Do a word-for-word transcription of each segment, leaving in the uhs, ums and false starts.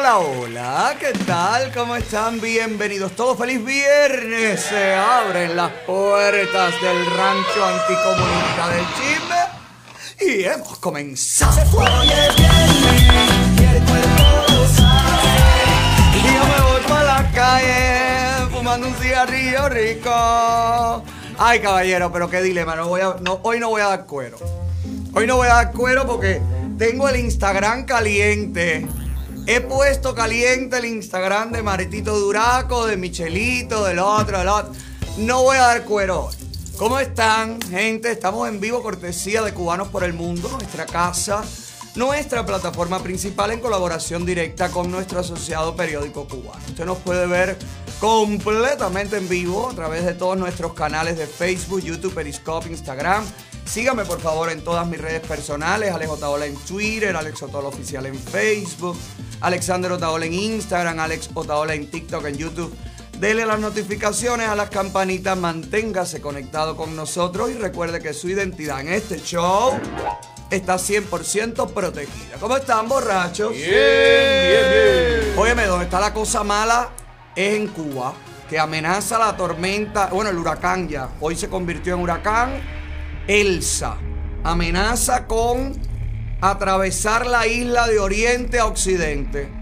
Hola, hola, ¿qué tal? ¿Cómo están? Bienvenidos todos. ¡Feliz viernes! Se abren las puertas del rancho anticomunista del Chisme y hemos comenzado. Se fue hoy el viernes y el cuerpo sabe. Y yo me voy para la calle fumando un cigarrillo rico. Ay, caballero, pero qué dilema. No voy a, no, hoy no voy a dar cuero. Hoy no voy a dar cuero porque tengo el Instagram caliente. He puesto caliente el Instagram de Maretito Duraco, de Michelito, del otro, del otro. No voy a dar cuero hoy. ¿Cómo están, gente? Estamos en vivo, cortesía de Cubanos por el Mundo, nuestra casa, nuestra plataforma principal en colaboración directa con nuestro asociado periódico cubano. Usted nos puede ver completamente en vivo a través de todos nuestros canales de Facebook, YouTube, Periscope, Instagram. Sígame por favor en todas mis redes personales, Alex Otaola en Twitter, Alex Otaola Oficial en Facebook, Alexander Otaola en Instagram, Alex Otaola en TikTok, en YouTube. Dele las notificaciones a las campanitas, manténgase conectado con nosotros y recuerde que su identidad en este show está cien por ciento protegida. ¿Cómo están, borrachos? Bien, bien, bien. Óyeme, donde está la cosa mala es en Cuba, que amenaza la tormenta, bueno, el huracán ya, hoy se convirtió en huracán Elsa. Amenaza con atravesar la isla de oriente a occidente.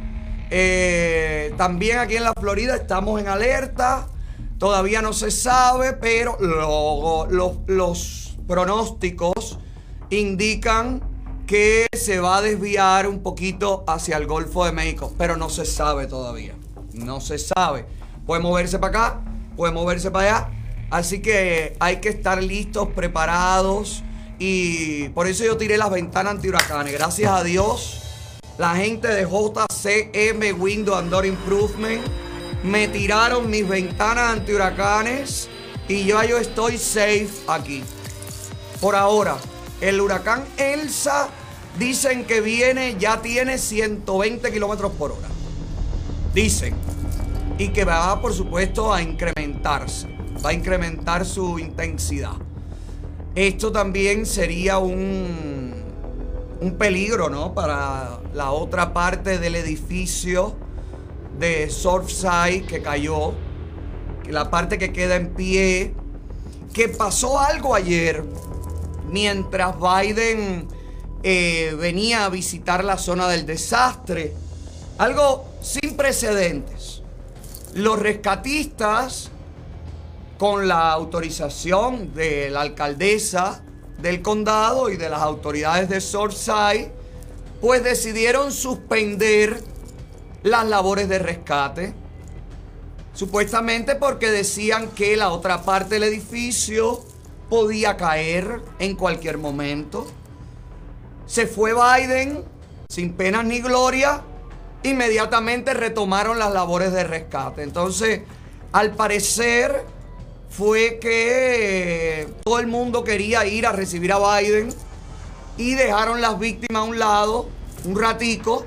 Eh, también aquí en la Florida estamos en alerta. Todavía no se sabe, pero lo, lo, los pronósticos indican que se va a desviar un poquito hacia el Golfo de México, pero no se sabe todavía. No se sabe. Puede moverse para acá, puede moverse para allá. Así que hay que estar listos, preparados. Y por eso yo tiré las ventanas antihuracanes. Gracias a Dios, la gente de J C M Window and Door Improvement me tiraron mis ventanas antihuracanes y yo, yo estoy safe aquí. Por ahora, el huracán Elsa dicen que viene, ya tiene ciento veinte kilómetros por hora. Dicen. Y que va, por supuesto, a incrementarse. Va a incrementar su intensidad. Esto también sería un, un peligro, ¿no? Para la otra parte del edificio de Surfside que cayó. La parte que queda en pie. Que pasó algo ayer mientras Biden eh, venía a visitar la zona del desastre. Algo sin precedentes. Los rescatistas, con la autorización de la alcaldesa del condado y de las autoridades de Surfside, pues decidieron suspender las labores de rescate. Supuestamente porque decían que la otra parte del edificio podía caer en cualquier momento. Se fue Biden sin penas ni gloria. Inmediatamente retomaron las labores de rescate. Entonces, al parecer, fue que todo el mundo quería ir a recibir a Biden y dejaron las víctimas a un lado un ratico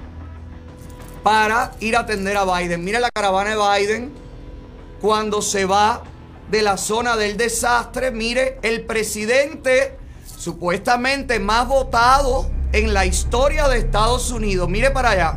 para ir a atender a Biden. Mira la caravana de Biden cuando se va de la zona del desastre. Mire, el presidente supuestamente más votado en la historia de Estados Unidos. Mire para allá.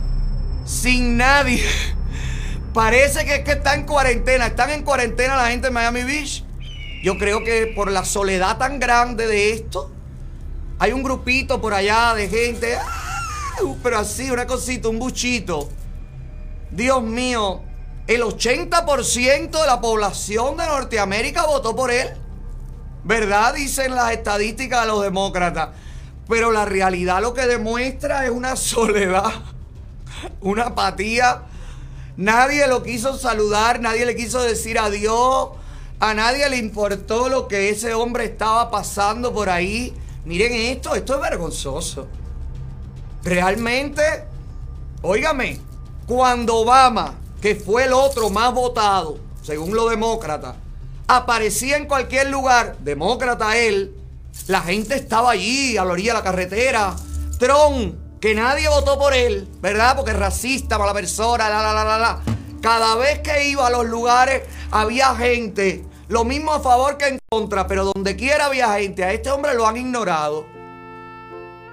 Sin nadie. Parece que es que está en cuarentena. Están en cuarentena la gente de Miami Beach. Yo creo que por la soledad tan grande de esto, hay un grupito por allá de gente, ¡ah! Pero así, una cosita, un buchito. Dios mío, el ochenta por ciento de la población de Norteamérica votó por él. ¿Verdad? Dicen las estadísticas de los demócratas. Pero la realidad lo que demuestra es una soledad, una apatía. Nadie lo quiso saludar, nadie le quiso decir adiós, a nadie le importó lo que ese hombre estaba pasando por ahí. Miren esto, esto es vergonzoso. Realmente, óigame, cuando Obama, que fue el otro más votado, según los demócratas, aparecía en cualquier lugar, demócrata él, la gente estaba allí a la orilla de la carretera. Trump, que nadie votó por él, ¿verdad? Porque es racista, mala persona, la, la, la, la, la. Cada vez que iba a los lugares había gente, lo mismo a favor que en contra, pero donde quiera había gente. A este hombre lo han ignorado.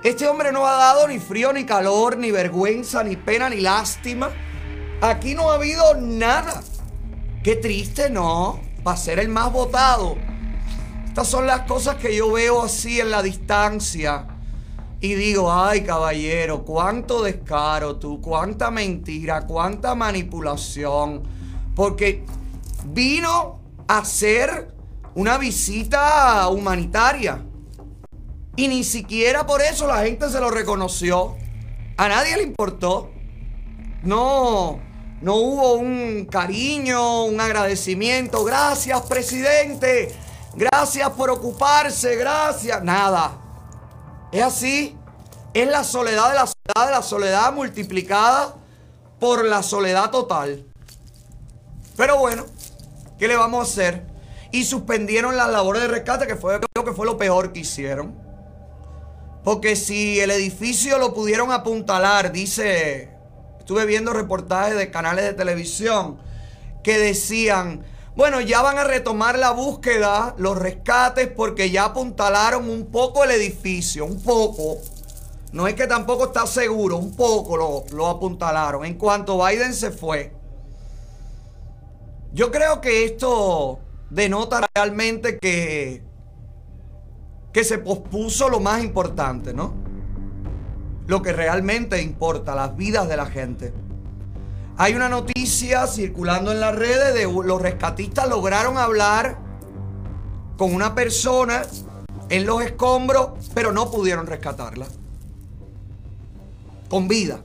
Este hombre no ha dado ni frío, ni calor, ni vergüenza, ni pena, ni lástima. Aquí no ha habido nada. Qué triste, ¿no? Para ser el más votado. Estas son las cosas que yo veo así en la distancia. Y digo, ay, caballero, cuánto descaro tú, cuánta mentira, cuánta manipulación. Porque vino a hacer una visita humanitaria. Y ni siquiera por eso la gente se lo reconoció. A nadie le importó. No, no hubo un cariño, un agradecimiento. Gracias, presidente. Gracias por ocuparse, gracias. Nada. Es así. Es la soledad de la soledad de la soledad multiplicada por la soledad total. Pero bueno, ¿qué le vamos a hacer? Y suspendieron las labores de rescate, que fue, creo que fue lo peor que hicieron. Porque si el edificio lo pudieron apuntalar, dice, estuve viendo reportajes de canales de televisión que decían, bueno, ya van a retomar la búsqueda, los rescates, porque ya apuntalaron un poco el edificio, un poco. No es que tampoco está seguro, un poco lo, lo apuntalaron. En cuanto Biden se fue. Yo creo que esto denota realmente que, que se pospuso lo más importante, ¿no? Lo que realmente importa, las vidas de la gente. Hay una noticia circulando en las redes de los rescatistas lograron hablar con una persona en los escombros, pero no pudieron rescatarla con vida.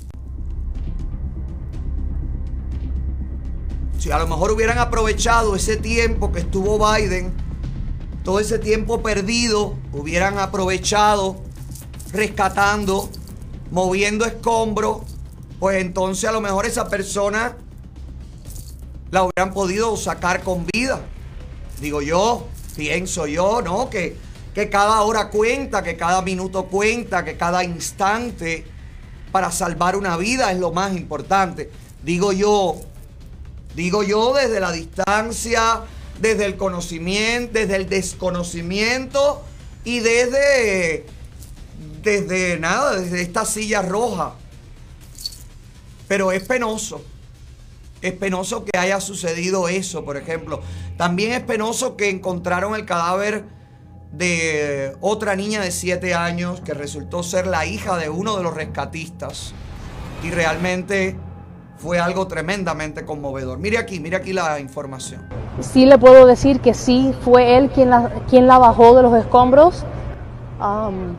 Si a lo mejor hubieran aprovechado ese tiempo que estuvo Biden, todo ese tiempo perdido, hubieran aprovechado rescatando, moviendo escombros, pues entonces a lo mejor esa persona la hubieran podido sacar con vida. Digo yo, pienso yo, ¿no? Que, que cada hora cuenta, que cada minuto cuenta, que cada instante para salvar una vida es lo más importante. Digo yo, digo yo desde la distancia, desde el conocimiento, desde el desconocimiento y desde, desde nada, desde esta silla roja. Pero es penoso, es penoso que haya sucedido eso, por ejemplo. También es penoso que encontraron el cadáver de otra niña de siete años que resultó ser la hija de uno de los rescatistas. Y realmente fue algo tremendamente conmovedor. Mire aquí, mire aquí la información. Sí le puedo decir que sí, fue él quien la, quien la bajó de los escombros. Um,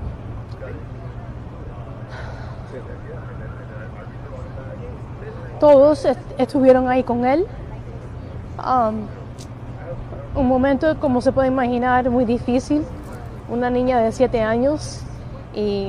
Todos est estuvieron ahí con él. Um, un momento, como se puede imaginar, muy difícil. Una niña de siete años y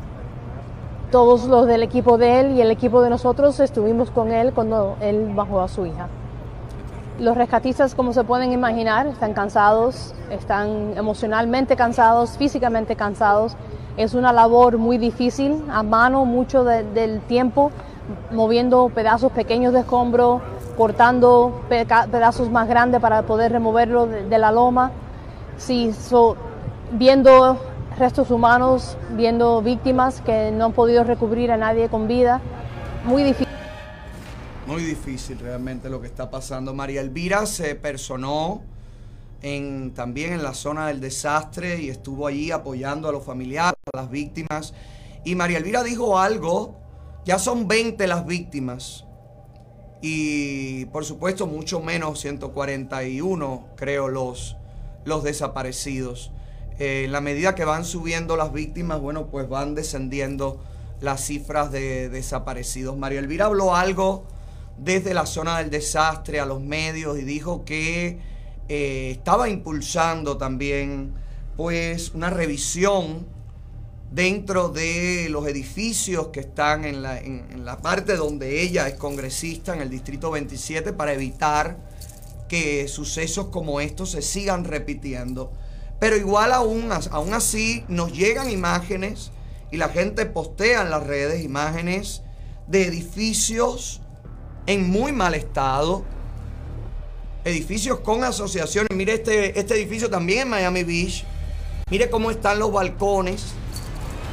todos los del equipo de él y el equipo de nosotros estuvimos con él cuando él bajó a su hija. Los rescatistas, como se pueden imaginar, están cansados, están emocionalmente cansados, físicamente cansados. Es una labor muy difícil, a mano mucho de, del tiempo, moviendo pedazos pequeños de escombro, cortando pe pedazos más grandes para poder removerlo de, de la loma. Sí, so, viendo restos humanos, viendo víctimas que no han podido recubrir a nadie con vida. Muy difícil. Muy difícil realmente lo que está pasando. María Elvira se personó en, también en la zona del desastre y estuvo allí apoyando a los familiares, a las víctimas. Y María Elvira dijo algo. Ya son veinte las víctimas y por supuesto mucho menos, ciento cuarenta y uno creo los, los desaparecidos. Eh, en la medida que van subiendo las víctimas, bueno, pues van descendiendo las cifras de desaparecidos. María Elvira habló algo desde la zona del desastre a los medios y dijo que eh, estaba impulsando también pues una revisión dentro de los edificios que están en la, en, en la parte donde ella es congresista, en el Distrito veintisiete, para evitar que sucesos como estos se sigan repitiendo. Pero igual aún, aún así nos llegan imágenes y la gente postea en las redes imágenes de edificios en muy mal estado, edificios con asociaciones. Mire este, este edificio también en Miami Beach, mire cómo están los balcones.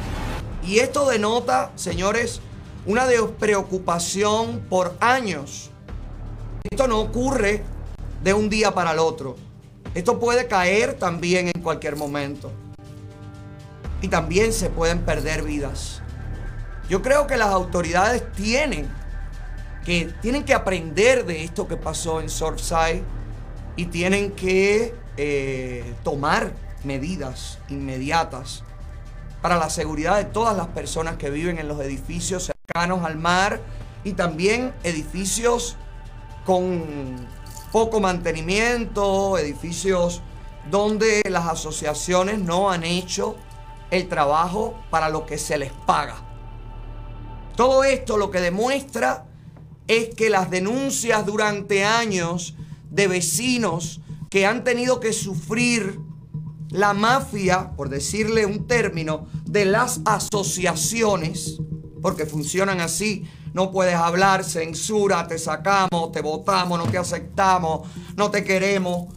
Y esto denota, señores, una despreocupación por años. Esto no ocurre de un día para el otro. Esto puede caer también en cualquier momento. Y también se pueden perder vidas. Yo creo que las autoridades tienen que, tienen que aprender de esto que pasó en Surfside y tienen que eh, tomar medidas inmediatas para la seguridad de todas las personas que viven en los edificios cercanos al mar y también edificios con poco mantenimiento, edificios donde las asociaciones no han hecho el trabajo para lo que se les paga. Todo esto lo que demuestra es que las denuncias durante años de vecinos que han tenido que sufrir la mafia, por decirle un término, de las asociaciones, porque funcionan así. No puedes hablar, censura, te sacamos, te votamos, no te aceptamos, no te queremos.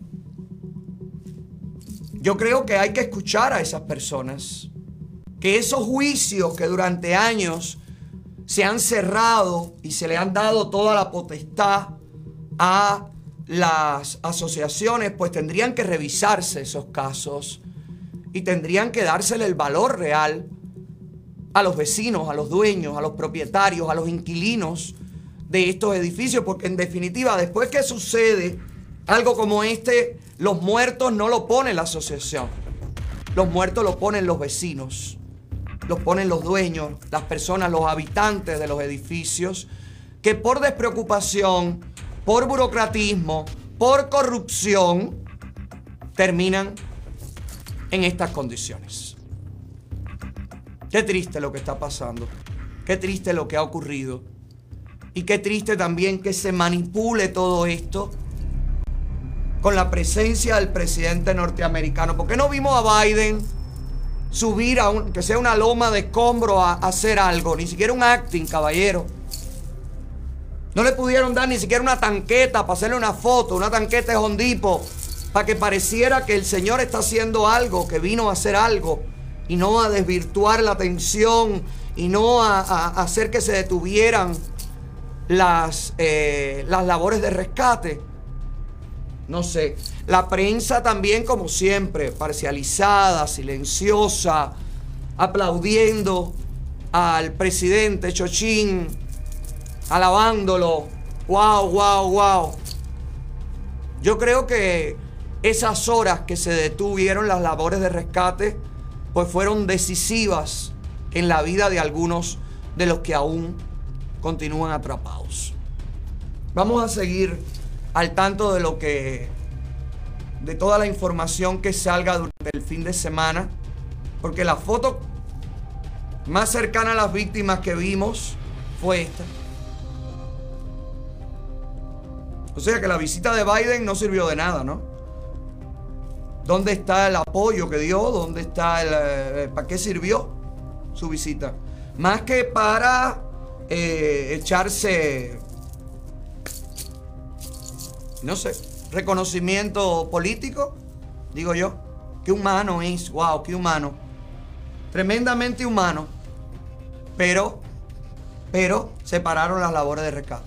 Yo creo que hay que escuchar a esas personas. Que esos juicios que durante años se han cerrado y se le han dado toda la potestad a las asociaciones, pues tendrían que revisarse esos casos y tendrían que dársele el valor real a los vecinos, a los dueños, a los propietarios, a los inquilinos de estos edificios, porque en definitiva, después que sucede algo como este, los muertos no lo pone la asociación, los muertos lo ponen los vecinos, los ponen los dueños, las personas, los habitantes de los edificios, que por despreocupación, por burocratismo, por corrupción, terminan en estas condiciones. Qué triste lo que está pasando. Qué triste lo que ha ocurrido. Y qué triste también que se manipule todo esto con la presencia del presidente norteamericano. ¿Por qué no vimos a Biden subir a un, que sea una loma de escombro a, a hacer algo? Ni siquiera un acting, caballero. No le pudieron dar ni siquiera una tanqueta para hacerle una foto, una tanqueta de Home Depot, para que pareciera que el señor está haciendo algo, que vino a hacer algo, y no a desvirtuar la atención, y no a, a, a hacer que se detuvieran las, eh, las labores de rescate. No sé. La prensa también, como siempre, parcializada, silenciosa, aplaudiendo al presidente Chochín, alabándolo. Wow, wow, wow. Yo creo que esas horas que se detuvieron las labores de rescate, pues fueron decisivas en la vida de algunos de los que aún continúan atrapados. Vamos a seguir al tanto de lo que, de toda la información que salga durante el fin de semana, porque la foto más cercana a las víctimas que vimos fue esta. O sea que la visita de Biden no sirvió de nada, ¿no? ¿Dónde está el apoyo que dio? ¿Dónde está el... Eh, ¿para qué sirvió su visita? Más que para eh, echarse, no sé, reconocimiento político, digo yo. Qué humano es, wow, qué humano. Tremendamente humano. Pero, pero separaron las labores de rescate.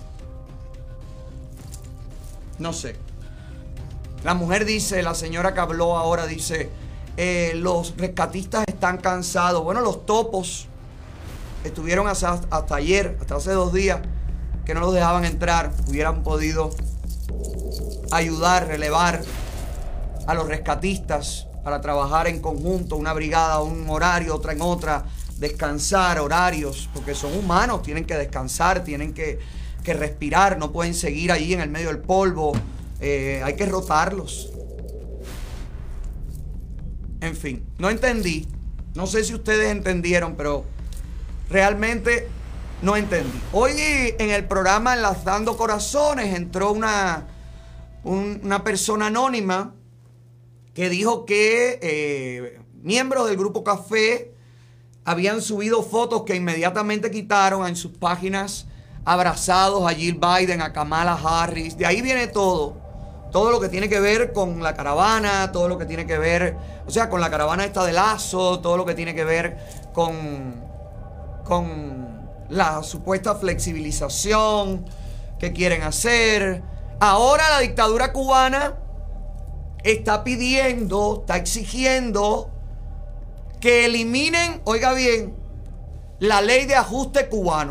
No sé. La mujer dice, la señora que habló ahora dice, eh, los rescatistas están cansados. Bueno, los topos estuvieron hasta, hasta ayer, hasta hace dos días, que no los dejaban entrar. Hubieran podido ayudar, relevar a los rescatistas para trabajar en conjunto, una brigada, un horario, otra en otra, descansar, horarios, porque son humanos, tienen que descansar, tienen que, que respirar, no pueden seguir allí en el medio del polvo. Eh, hay que rotarlos. En fin, no entendí. No sé si ustedes entendieron, pero realmente no entendí. Hoy en el programa Enlazando Corazones entró una, un, una persona anónima que dijo que eh, miembros del Grupo Café habían subido fotos que inmediatamente quitaron en sus páginas, abrazados a Jill Biden, a Kamala Harris. De ahí viene todo. Todo lo que tiene que ver con la caravana, todo lo que tiene que ver, o sea, con la caravana esta de Lazo, todo lo que tiene que ver con, con la supuesta flexibilización que quieren hacer. Ahora la dictadura cubana está pidiendo, está exigiendo que eliminen, oiga bien, la ley de ajuste cubano.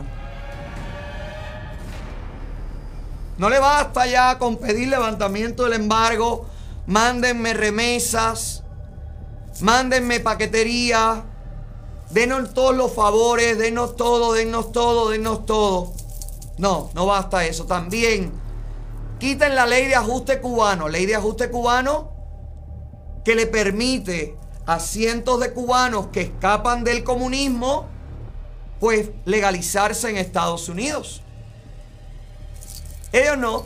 No le basta ya con pedir levantamiento del embargo. Mándenme remesas, mándenme paquetería, denos todos los favores, denos todo, denos todo, denos todo. No, no basta eso. También quiten la ley de ajuste cubano. Ley de ajuste cubano que le permite a cientos de cubanos que escapan del comunismo, pues legalizarse en Estados Unidos. Ellos no.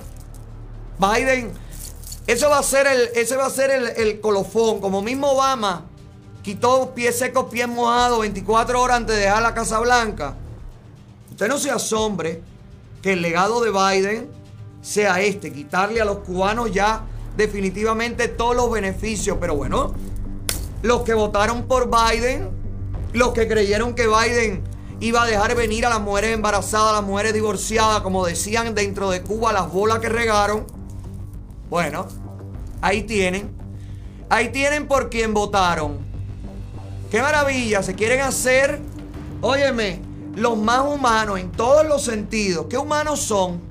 Biden, eso va a ser el, ese va a ser el, el colofón. Como mismo Obama quitó pies secos, pies mojados veinticuatro horas antes de dejar la Casa Blanca. Usted no se asombre que el legado de Biden sea este, quitarle a los cubanos ya definitivamente todos los beneficios. Pero bueno, los que votaron por Biden, los que creyeron que Biden iba a dejar venir a las mujeres embarazadas, a las mujeres divorciadas, como decían dentro de Cuba, las bolas que regaron. Bueno, ahí tienen. Ahí tienen por quien votaron. ¡Qué maravilla! Se quieren hacer, óyeme, los más humanos en todos los sentidos. ¿Qué humanos son?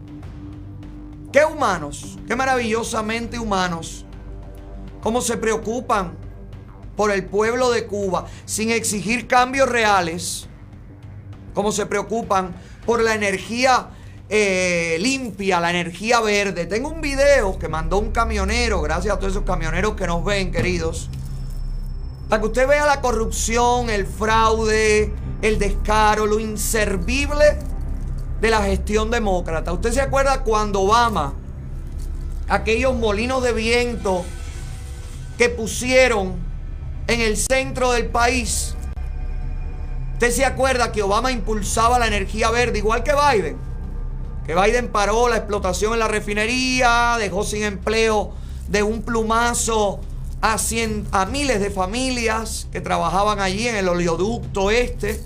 ¿Qué humanos? ¡Qué maravillosamente humanos! ¿Cómo se preocupan por el pueblo de Cuba sin exigir cambios reales? Cómo se preocupan por la energía eh, limpia, la energía verde. Tengo un video que mandó un camionero, gracias a todos esos camioneros que nos ven, queridos, para que usted vea la corrupción, el fraude, el descaro, lo inservible de la gestión demócrata. ¿Usted se acuerda cuando Obama, aquellos molinos de viento que pusieron en el centro del país? ¿Usted se acuerda que Obama impulsaba la energía verde igual que Biden? Que Biden paró la explotación en la refinería, dejó sin empleo de un plumazo a, cien, a miles de familias que trabajaban allí en el oleoducto este.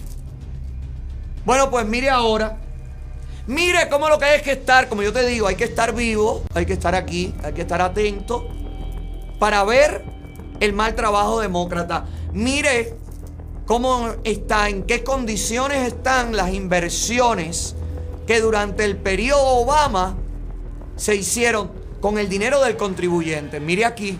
Bueno, pues mire ahora. Mire cómo lo que hay es que estar, como yo te digo, hay que estar vivo, hay que estar aquí, hay que estar atento para ver el mal trabajo demócrata. Mire cómo está, en qué condiciones están las inversiones que durante el periodo Obama se hicieron con el dinero del contribuyente. Mire aquí.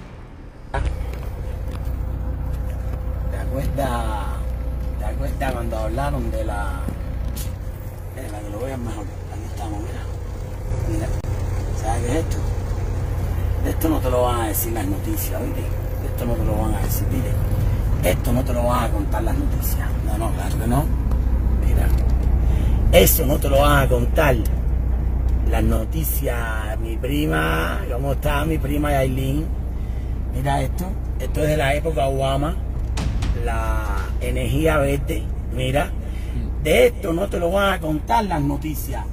¿Te acuerdas, te acuerdas cuando hablaron de la, de la que lo vean mejor? Aquí estamos, mira. Mira, ¿sabes qué es esto? De esto no te lo van a decir las noticias, ¿oíste? De esto no te lo van a decir, mire. Esto no te lo van a contar las noticias. No, no, claro que no. Mira. Eso no te lo van a contar las noticias. Mi prima, ¿cómo está mi prima Yailin? Mira esto. Esto es de la época Obama. La energía verde. Mira. De esto no te lo van a contar las noticias.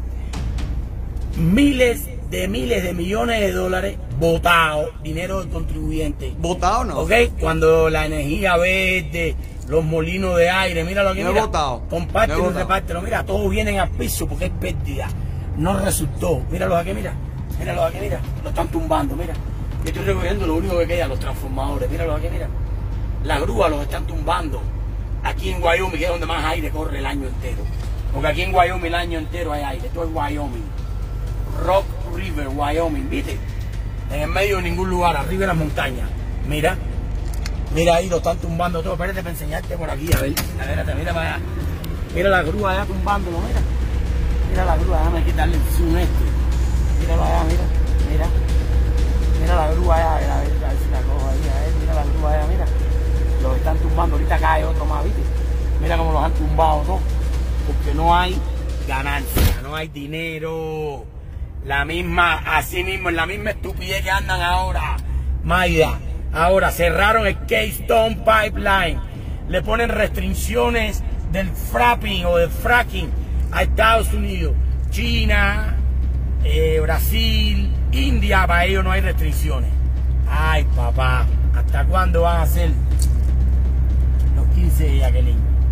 Miles de miles de millones de dólares votados, dinero del contribuyente. ¿Votado no? Ok, cuando la energía verde, los molinos de aire, míralo aquí, no mira. he votado. Compártelo, no he repártelo, mira, todos vienen al piso porque es pérdida. No resultó. Míralos aquí, mira. Míralos aquí, mira. Lo están tumbando, mira. Yo estoy recogiendo lo único que queda, los transformadores. Míralos aquí, mira. La grúa los están tumbando. Aquí en Wyoming, que es donde más aire corre el año entero. Porque aquí en Wyoming el año entero hay aire. Esto es Wyoming. Rock River, Wyoming, ¿viste? En el medio de ningún lugar, arriba de las montañas. Mira, mira ahí, lo están tumbando todo. Espérate para enseñarte por aquí, a ver. Espérate, mira para allá. Mira la grúa allá tumbándolo, mira. Mira la grúa, déjame quitarle el zoom este. Míralo allá, mira, mira. Mira la grúa allá, a ver, a ver, a ver si la cojo ahí, a ver, mira la grúa allá, mira. Los están tumbando, ahorita cae otro más, ¿viste? Mira cómo los han tumbado todos. Porque no hay ganancia, no hay dinero. La misma, así mismo, en la misma estupidez que andan ahora. Maida, ahora cerraron el Keystone Pipeline. Le ponen restricciones del fracking o del fracking a Estados Unidos. China, eh, Brasil, India, para ellos no hay restricciones. Ay, papá, ¿hasta cuándo van a ser los quince de Jacqueline?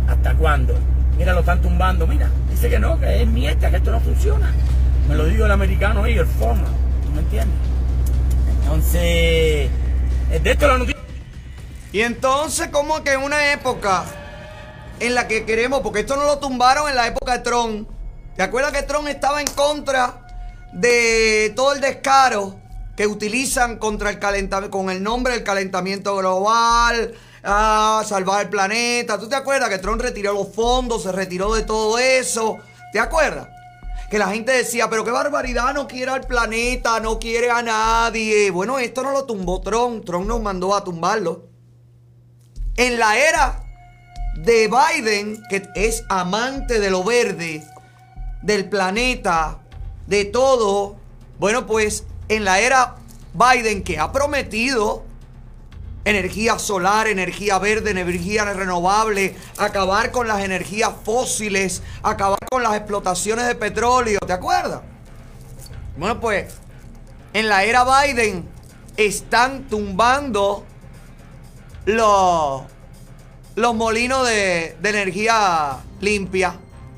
¿Hasta cuándo? Mira, lo están tumbando, mira. Dice que no, que es mierda, que esto no funciona. Me lo dijo el americano ahí, el forma. ¿Tú me entiendes? Entonces, de esto la noticia. Y entonces, como que en una época en la que queremos, porque esto no lo tumbaron en la época de Trump. ¿Te acuerdas que Trump estaba en contra de todo el descaro que utilizan contra el calentamiento, con el nombre del calentamiento global, a salvar el planeta? ¿Tú te acuerdas que Trump retiró los fondos, se retiró de todo eso? ¿Te acuerdas? Que la gente decía, pero qué barbaridad, no quiere al planeta, no quiere a nadie. Bueno, esto no lo tumbó Trump, Trump nos mandó a tumbarlo. En la era de Biden, que es amante de lo verde, del planeta, de todo, bueno, pues en la era Biden, que ha prometido energía solar, energía verde, energía renovable, acabar con las energías fósiles, acabar con las explotaciones de petróleo, ¿te acuerdas? Bueno, pues en la era Biden están tumbando los, los molinos de, de energía limpia.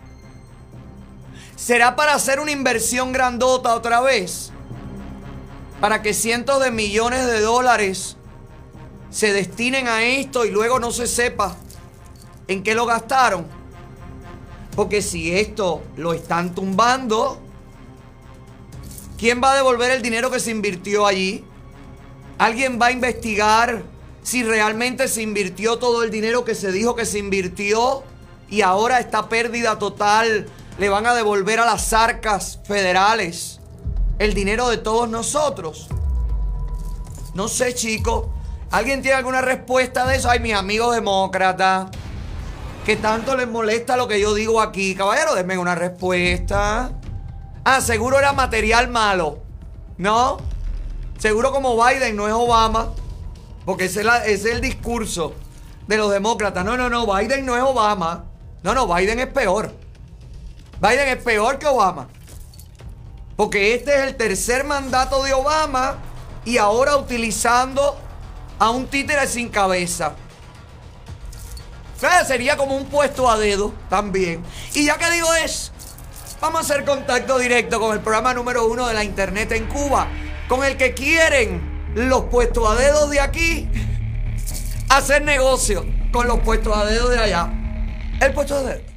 ¿Será para hacer una inversión grandota otra vez? Para que cientos de millones de dólares se destinen a esto y luego no se sepa en qué lo gastaron. Porque si esto lo están tumbando, ¿quién va a devolver el dinero que se invirtió allí? ¿Alguien va a investigar si realmente se invirtió todo el dinero que se dijo que se invirtió y ahora esta pérdida total le van a devolver a las arcas federales el dinero de todos nosotros? No sé, chicos. ¿Alguien tiene alguna respuesta de eso? Ay, mis amigos demócratas, que tanto les molesta lo que yo digo aquí. Caballero, denme una respuesta. Ah, seguro era material malo, ¿no? Seguro como Biden no es Obama, porque ese es, la, ese es el discurso de los demócratas. No, no, no, Biden no es Obama. No, no, Biden es peor. Biden es peor que Obama. Porque este es el tercer mandato de Obama y ahora utilizando a un títere sin cabeza. O sea, sería como un puesto a dedo también. Y ya que digo eso, vamos a hacer contacto directo con el programa número uno de la internet en Cuba, con el que quieren los puestos a dedos de aquí hacer negocio con los puestos a dedos de allá. El puesto a dedo.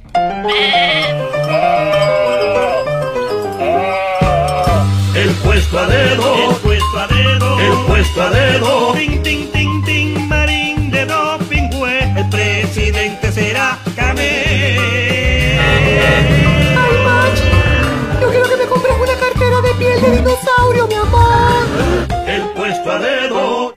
El puesto a dedo, el puesto a dedo, el puesto a dedo. Tin, tin, tin, tin, marín de doping, güey. El presidente será Camé. Ay, Machi, yo quiero que me compres una cartera de piel de dinosaurio, mi amor. El puesto a dedo.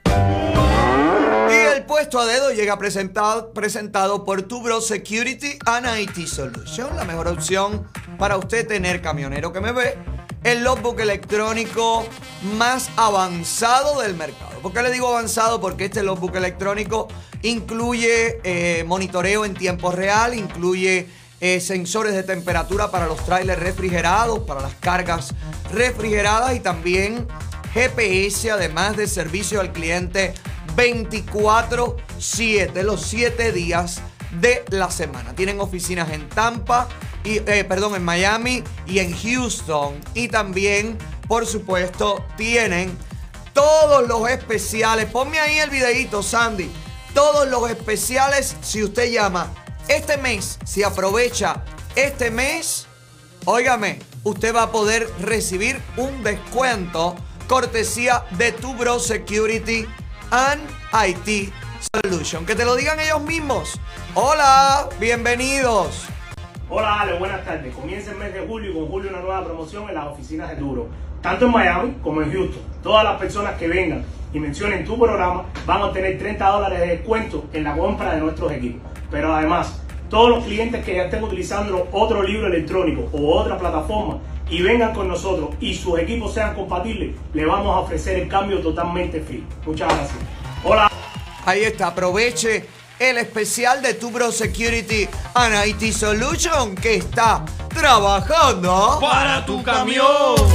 Y el puesto a dedo llega presentado, presentado por Tubro Security and I T Solution, la mejor opción para usted tener, camionero que me ve, el logbook electrónico más avanzado del mercado. ¿Por qué le digo avanzado? Porque este logbook electrónico incluye eh, monitoreo en tiempo real, incluye eh, sensores de temperatura para los trailers refrigerados, para las cargas refrigeradas y también G P S, además de servicio al cliente veinticuatro siete, los siete días de la semana. Tienen oficinas en Tampa, y, eh, perdón, en Miami y en Houston. Y también, por supuesto, tienen todos los especiales. Ponme ahí el videito, Sandy. Todos los especiales, si usted llama este mes, si aprovecha este mes, óigame, usted va a poder recibir un descuento cortesía de Tubro Security and I T Solution. Que te lo digan ellos mismos. Hola, bienvenidos. Hola Ale, buenas tardes. Comienza el mes de julio y con julio una nueva promoción en las oficinas de Tubro, tanto en Miami como en Houston. Todas las personas que vengan y mencionen tu programa van a obtener treinta dólares de descuento en la compra de nuestros equipos. Pero además, todos los clientes que ya estén utilizando otro libro electrónico o otra plataforma y vengan con nosotros y sus equipos sean compatibles, le vamos a ofrecer el cambio totalmente free. Muchas gracias. Hola. Ahí está, aproveche el especial de Tubro Security and I T Solution que está trabajando para tu camión.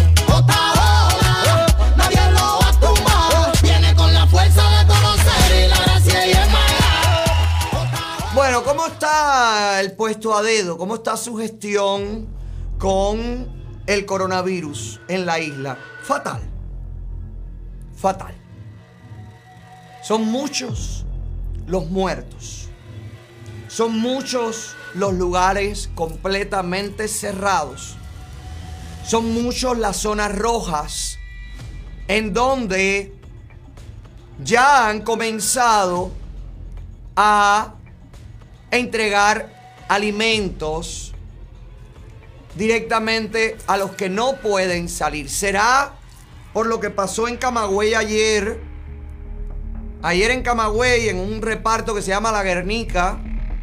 Nadie lo va a tumbar. Viene con la fuerza de conocer y la gracia y el mayor. Bueno, ¿cómo está el puesto a dedo? ¿Cómo está su gestión con el coronavirus en la isla? Fatal. Fatal. Son muchos los muertos. Son muchos los lugares completamente cerrados. Son muchos las zonas rojas en donde ya han comenzado a entregar alimentos directamente a los que no pueden salir. ¿Será por lo que pasó en Camagüey ayer? Ayer en Camagüey, en un reparto que se llama La Guernica,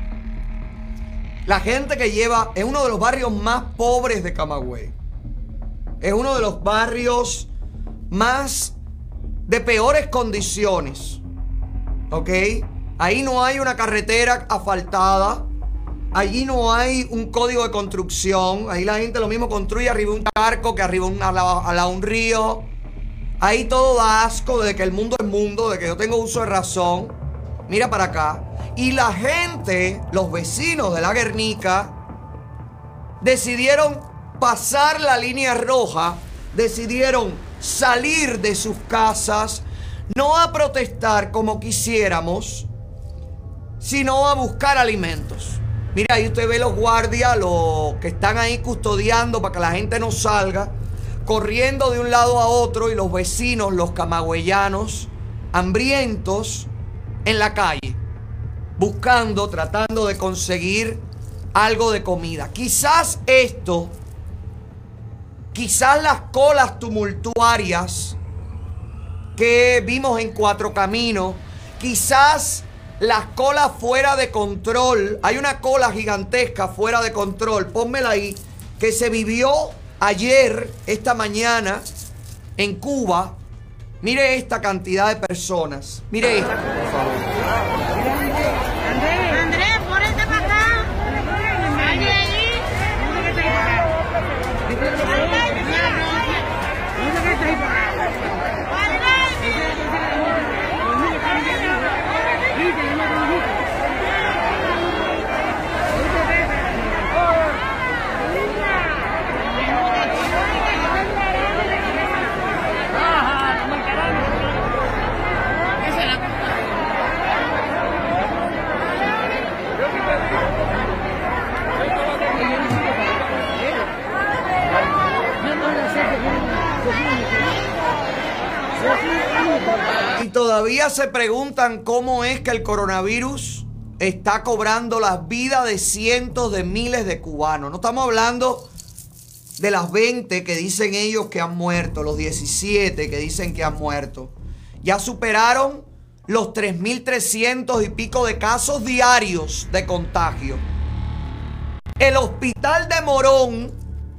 la gente que lleva, es uno de los barrios más pobres de Camagüey. Es uno de los barrios más de peores condiciones. ¿Ok? Ahí no hay una carretera asfaltada. Allí no hay un código de construcción. Ahí la gente lo mismo construye arriba un charco que arriba un, al lado un río. Ahí todo da asco de que el mundo es mundo, de que yo tengo uso de razón. Mira para acá. Y la gente, los vecinos de La Guernica, decidieron pasar la línea roja, decidieron salir de sus casas, no a protestar como quisiéramos, sino a buscar alimentos. Mira, ahí usted ve los guardias, los que están ahí custodiando para que la gente no salga, corriendo de un lado a otro, y los vecinos, los camagüeyanos, hambrientos en la calle, buscando, tratando de conseguir algo de comida. Quizás esto, quizás las colas tumultuarias que vimos en Cuatro Caminos, quizás las colas fuera de control. Hay una cola gigantesca fuera de control, pónmela ahí, que se vivió ayer, esta mañana, en Cuba. Mire esta cantidad de personas. Mire esta, por favor. Andrés, Andrés, ponete para acá. Vaya ahí. Y todavía se preguntan cómo es que el coronavirus está cobrando las vidas de cientos de miles de cubanos. No estamos hablando de las veinte que dicen ellos que han muerto, los diecisiete que dicen que han muerto. Ya superaron los tres mil trescientos y pico de casos diarios de contagio. El hospital de Morón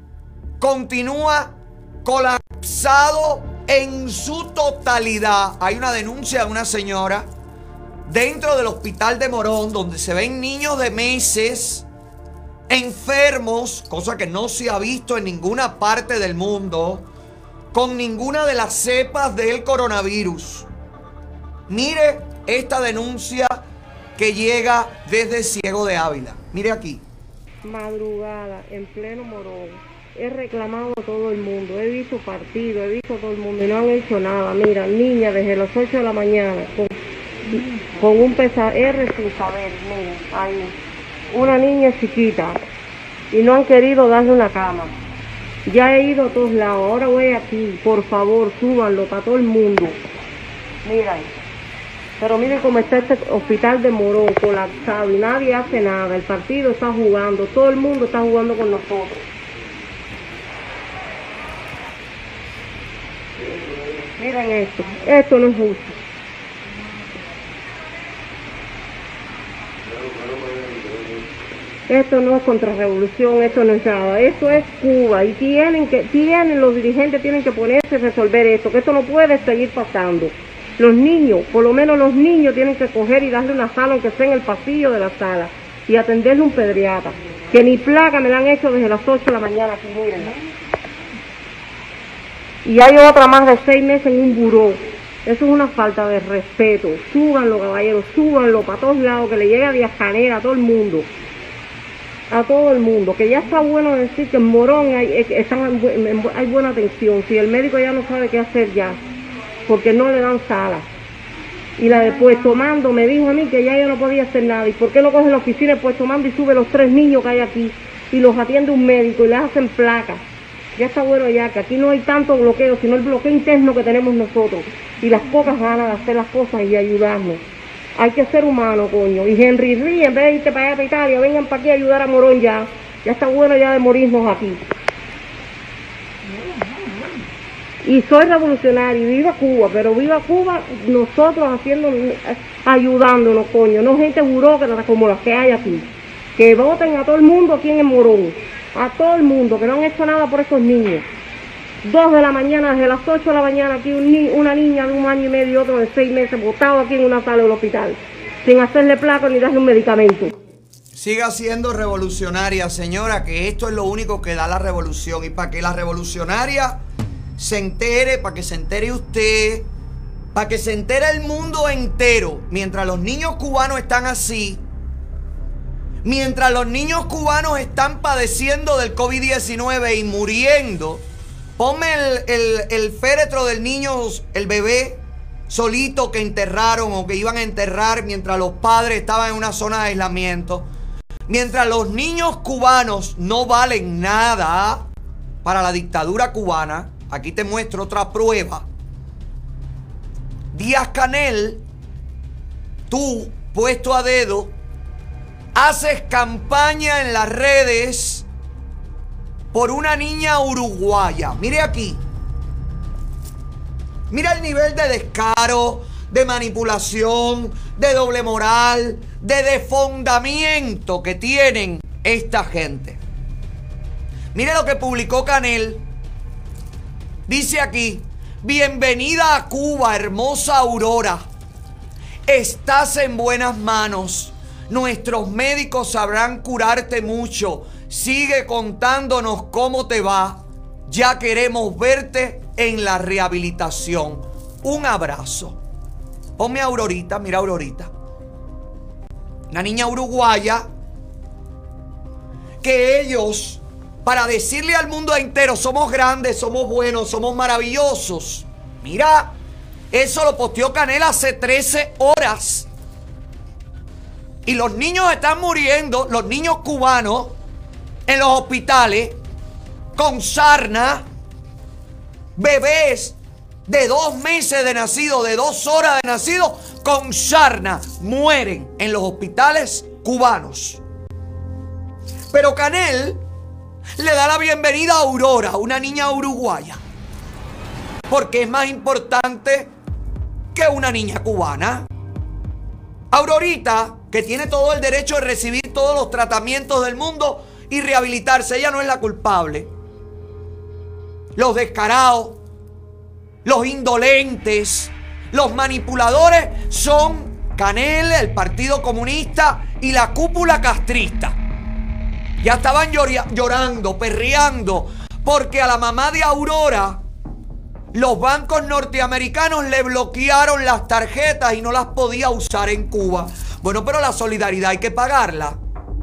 continúa colapsado en su totalidad. Hay una denuncia de una señora dentro del hospital de Morón donde se ven niños de meses enfermos, cosa que no se ha visto en ninguna parte del mundo, con ninguna de las cepas del coronavirus. Mire esta denuncia que llega desde Ciego de Ávila. Mire aquí. Madrugada, en pleno Morón. He reclamado a todo el mundo, he visto partido, he visto a todo el mundo y no han hecho nada. Mira, niña desde las ocho de la mañana con, con un P C R sin saber, miren, ahí. Una niña chiquita y no han querido darle una cama. Ya he ido a todos lados, ahora voy aquí, por favor, súbanlo para todo el mundo. Mira ahí. Pero miren cómo está este hospital de Morón, colapsado, y nadie hace nada. El partido está jugando, todo el mundo está jugando con nosotros. Miren esto, esto no es justo. Esto no es contrarrevolución, esto no es nada, esto es Cuba y tienen que, tienen, los dirigentes tienen que ponerse a resolver esto, que esto no puede seguir pasando. Los niños, por lo menos los niños tienen que coger y darle una sala, aunque sea en el pasillo de la sala, y atenderle un pediatra, que ni placa me la han hecho desde las ocho de la mañana, aquí, mírenla. Y hay otra más de seis meses en un buró. Eso es una falta de respeto. Súbanlo, caballeros, súbanlo para todos lados, que le llegue a Díaz Canel, a todo el mundo. a todo el mundo, que ya está bueno decir que en Morón hay, están, hay buena atención, si el médico ya no sabe qué hacer ya, porque no le dan sala. Y la de Puesto Mando me dijo a mí que ya yo no podía hacer nada. ¿Y por qué no coge la oficina de Puesto Mando y sube los tres niños que hay aquí y los atiende un médico y les hacen placas? Ya está bueno ya, que aquí no hay tanto bloqueo, sino el bloqueo interno que tenemos nosotros y las pocas ganas de hacer las cosas y ayudarnos. Hay que ser humano, coño. Y Henry Rí, en vez de irte para allá, para Italia, vengan para aquí a ayudar a Morón ya. Ya está bueno ya de morirnos aquí. Y soy revolucionario, y viva Cuba, pero viva Cuba nosotros haciendo, ayudándonos, coño, no gente burócrata como las que hay aquí. Que voten a todo el mundo aquí en el Morón, a todo el mundo, que no han hecho nada por esos niños. Dos de la mañana, desde las ocho de la mañana, aquí un ni una niña de un año y medio y otro de seis meses, botado aquí en una sala del hospital, sin hacerle placa ni darle un medicamento. Siga siendo revolucionaria, señora, que esto es lo único que da la revolución. Y para que la revolucionaria se entere, para que se entere usted, para que se entere el mundo entero, mientras los niños cubanos están así, mientras los niños cubanos están padeciendo del COVID diecinueve y muriendo, ponme el, el, el féretro del niño, el bebé solito que enterraron o que iban a enterrar mientras los padres estaban en una zona de aislamiento. Mientras los niños cubanos no valen nada para la dictadura cubana, aquí te muestro otra prueba. Díaz-Canel, tú, puesto a dedo, haces campaña en las redes por una niña uruguaya. Mire aquí. Mira el nivel de descaro, de manipulación, de doble moral, de desfondamiento que tienen esta gente. Mire lo que publicó Canel. Dice aquí: bienvenida a Cuba, hermosa Aurora. Estás en buenas manos. Nuestros médicos sabrán curarte mucho. Sigue contándonos cómo te va. Ya queremos verte en la rehabilitación. Un abrazo. Ponme a Aurorita, mira a Aurorita. Una niña uruguaya que ellos, para decirle al mundo entero, somos grandes, somos buenos, somos maravillosos. Mira, eso lo posteó Canel hace trece horas. Y los niños están muriendo, los niños cubanos, en los hospitales, con sarna, bebés de dos meses de nacido, de dos horas de nacido, con sarna, mueren en los hospitales cubanos. Pero Canel le da la bienvenida a Aurora, una niña uruguaya, porque es más importante que una niña cubana. Aurorita, que tiene todo el derecho de recibir todos los tratamientos del mundo y rehabilitarse, ella no es la culpable. Los descarados, los indolentes, los manipuladores son Canel, el Partido Comunista y la cúpula castrista. Ya estaban llorando, perreando, porque a la mamá de Aurora los bancos norteamericanos le bloquearon las tarjetas y no las podía usar en Cuba. Bueno, pero la solidaridad hay que pagarla.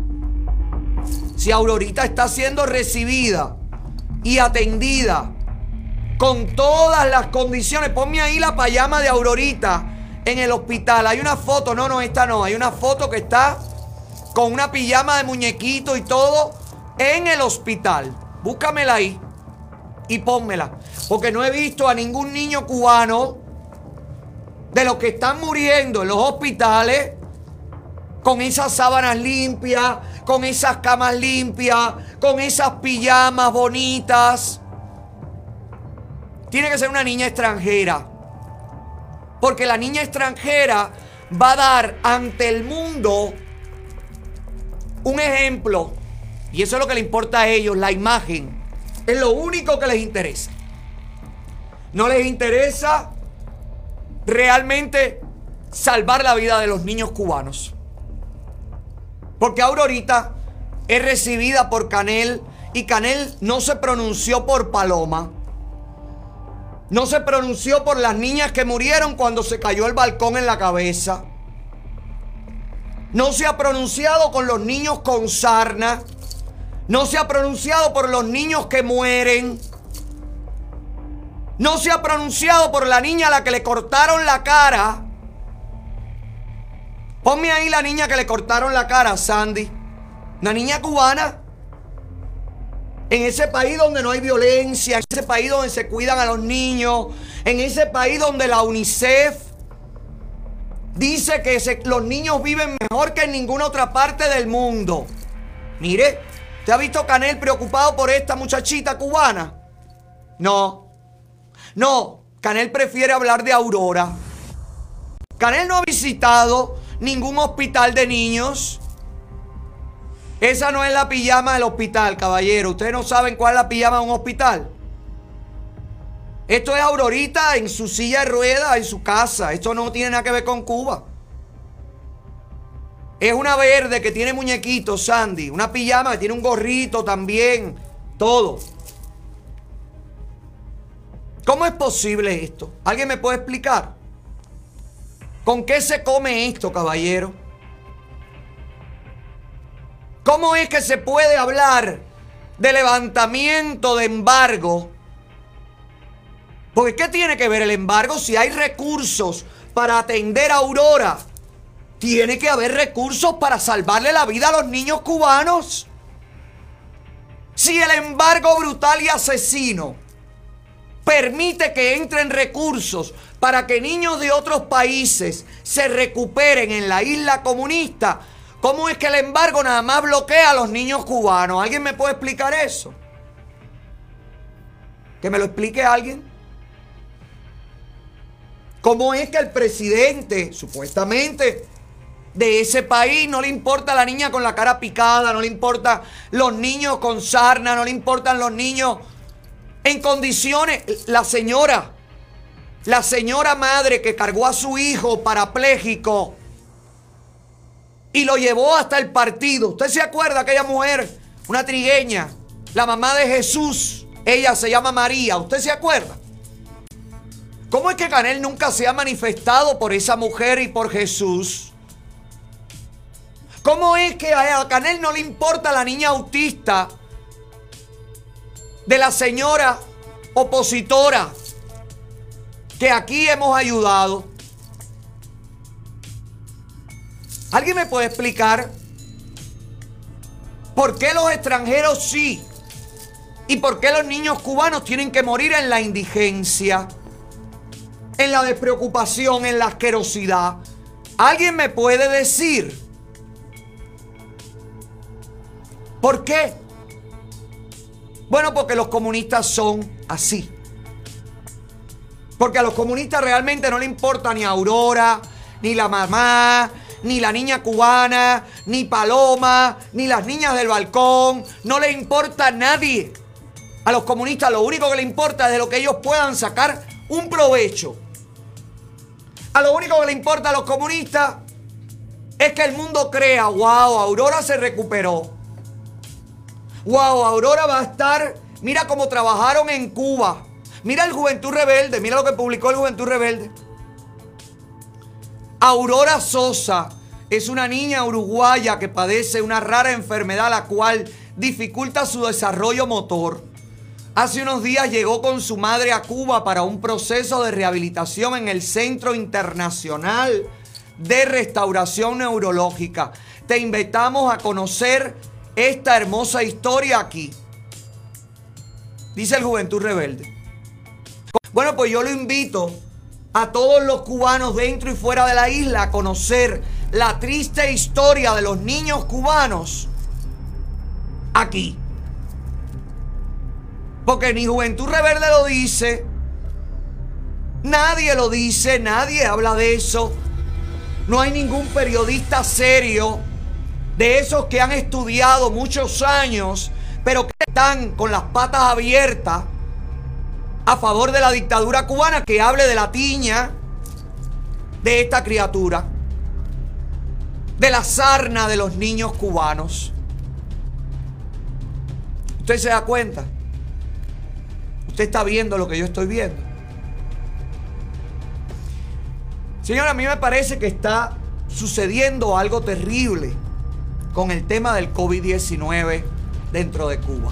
Si Aurorita está siendo recibida y atendida con todas las condiciones, ponme ahí la pijama de Aurorita en el hospital. Hay una foto, no, no, esta no. Hay una foto que está con una pijama de muñequito y todo en el hospital. Búscamela ahí y pónmela. Porque no he visto a ningún niño cubano de los que están muriendo en los hospitales con esas sábanas limpias, con esas camas limpias, con esas pijamas bonitas. Tiene que ser una niña extranjera. Porque la niña extranjera va a dar ante el mundo un ejemplo. Y eso es lo que le importa a ellos, la imagen. Es lo único que les interesa. No les interesa realmente salvar la vida de los niños cubanos. Porque Aurorita es recibida por Canel y Canel no se pronunció por Paloma. No se pronunció por las niñas que murieron cuando se cayó el balcón en la cabeza. No se ha pronunciado con los niños con sarna. No se ha pronunciado por los niños que mueren. No se ha pronunciado por la niña a la que le cortaron la cara. Ponme ahí la niña que le cortaron la cara, Sandy. Una niña cubana. En ese país donde no hay violencia, en ese país donde se cuidan a los niños, en ese país donde la UNICEF dice que se, los niños viven mejor que en ninguna otra parte del mundo. Mire, ¿usted ha visto Canel preocupado por esta muchachita cubana? No. No, Canel prefiere hablar de Aurora. Canel no ha visitado ningún hospital de niños. Esa no es la pijama del hospital, caballero. Ustedes no saben cuál es la pijama de un hospital. Esto es Aurorita en su silla de ruedas, en su casa. Esto no tiene nada que ver con Cuba. Es una verde que tiene muñequitos, Sandy. Una pijama que tiene un gorrito también. Todo. ¿Cómo es posible esto? ¿Alguien me puede explicar? ¿Con qué se come esto, caballero? ¿Cómo es que se puede hablar de levantamiento de embargo? Porque ¿qué tiene que ver el embargo? Si hay recursos para atender a Aurora, tiene que haber recursos para salvarle la vida a los niños cubanos. Si el embargo brutal y asesino permite que entren recursos para que niños de otros países se recuperen en la isla comunista, ¿cómo es que el embargo nada más bloquea a los niños cubanos? ¿Alguien me puede explicar eso? ¿Que me lo explique alguien? ¿Cómo es que el presidente, supuestamente, de ese país no le importa la niña con la cara picada, no le importa los niños con sarna, no le importan los niños en condiciones? La señora, la señora madre que cargó a su hijo parapléjico y lo llevó hasta el partido. ¿Usted se acuerda aquella mujer, una trigueña, la mamá de Jesús? Ella se llama María. ¿Usted se acuerda? ¿Cómo es que Canel nunca se ha manifestado por esa mujer y por Jesús? ¿Cómo es que a Canel no le importa la niña autista de la señora opositora que aquí hemos ayudado? ¿Alguien me puede explicar por qué los extranjeros sí y por qué los niños cubanos tienen que morir en la indigencia, en la despreocupación, en la asquerosidad? ¿Alguien me puede decir por qué? Bueno, porque los comunistas son así. Porque a los comunistas realmente no le importa ni Aurora, ni la mamá, ni la niña cubana, ni Paloma, ni las niñas del balcón. No le importa a nadie. A los comunistas lo único que le importa es de lo que ellos puedan sacar un provecho. A lo único que le importa a los comunistas es que el mundo crea: wow, Aurora se recuperó. Wow, Aurora va a estar. Mira cómo trabajaron en Cuba. Mira el Juventud Rebelde. Mira lo que publicó el Juventud Rebelde. Aurora Sosa es una niña uruguaya que padece una rara enfermedad la cual dificulta su desarrollo motor. Hace unos días llegó con su madre a Cuba para un proceso de rehabilitación en el Centro Internacional de Restauración Neurológica. Te invitamos a conocer esta hermosa historia aquí. Dice el Juventud Rebelde. Bueno, pues yo lo invito a todos los cubanos dentro y fuera de la isla a conocer la triste historia de los niños cubanos aquí. Porque ni Juventud Rebelde lo dice, nadie lo dice, nadie habla de eso. No hay ningún periodista serio de esos que han estudiado muchos años, pero que están con las patas abiertas a favor de la dictadura cubana, que hable de la tiña de esta criatura, de la sarna de los niños cubanos. ¿Usted se da cuenta? Usted está viendo lo que yo estoy viendo. Señora, a mí me parece que está sucediendo algo terrible con el tema del COVID diecinueve dentro de Cuba.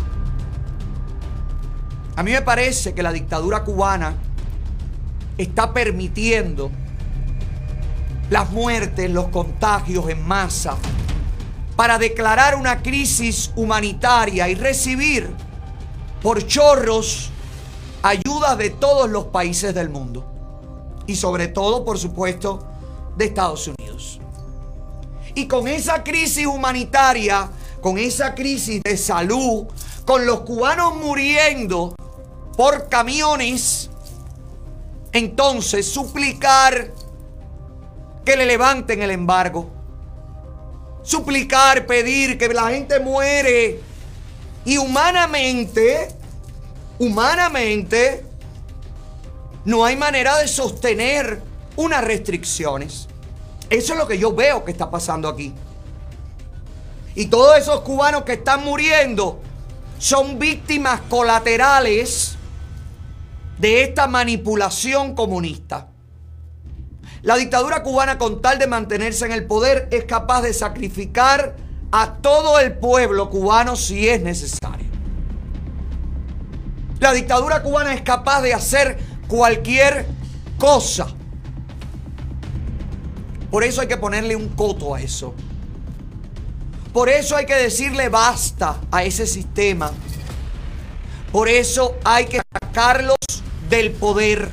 A mí me parece que la dictadura cubana está permitiendo las muertes, los contagios en masa, para declarar una crisis humanitaria y recibir por chorros ayudas de todos los países del mundo. Y sobre todo, por supuesto, de Estados Unidos. Y con esa crisis humanitaria, con esa crisis de salud, con los cubanos muriendo por camiones, entonces suplicar que le levanten el embargo. Suplicar, pedir que la gente muere. Y humanamente, humanamente, no hay manera de sostener unas restricciones. Eso es lo que yo veo que está pasando aquí. Y todos esos cubanos que están muriendo son víctimas colaterales de esta manipulación comunista. La dictadura cubana, con tal de mantenerse en el poder, es capaz de sacrificar a todo el pueblo cubano si es necesario. La dictadura cubana es capaz de hacer cualquier cosa. Por eso hay que ponerle un coto a eso. Por eso hay que decirle basta a ese sistema. Por eso hay que sacarlos del poder.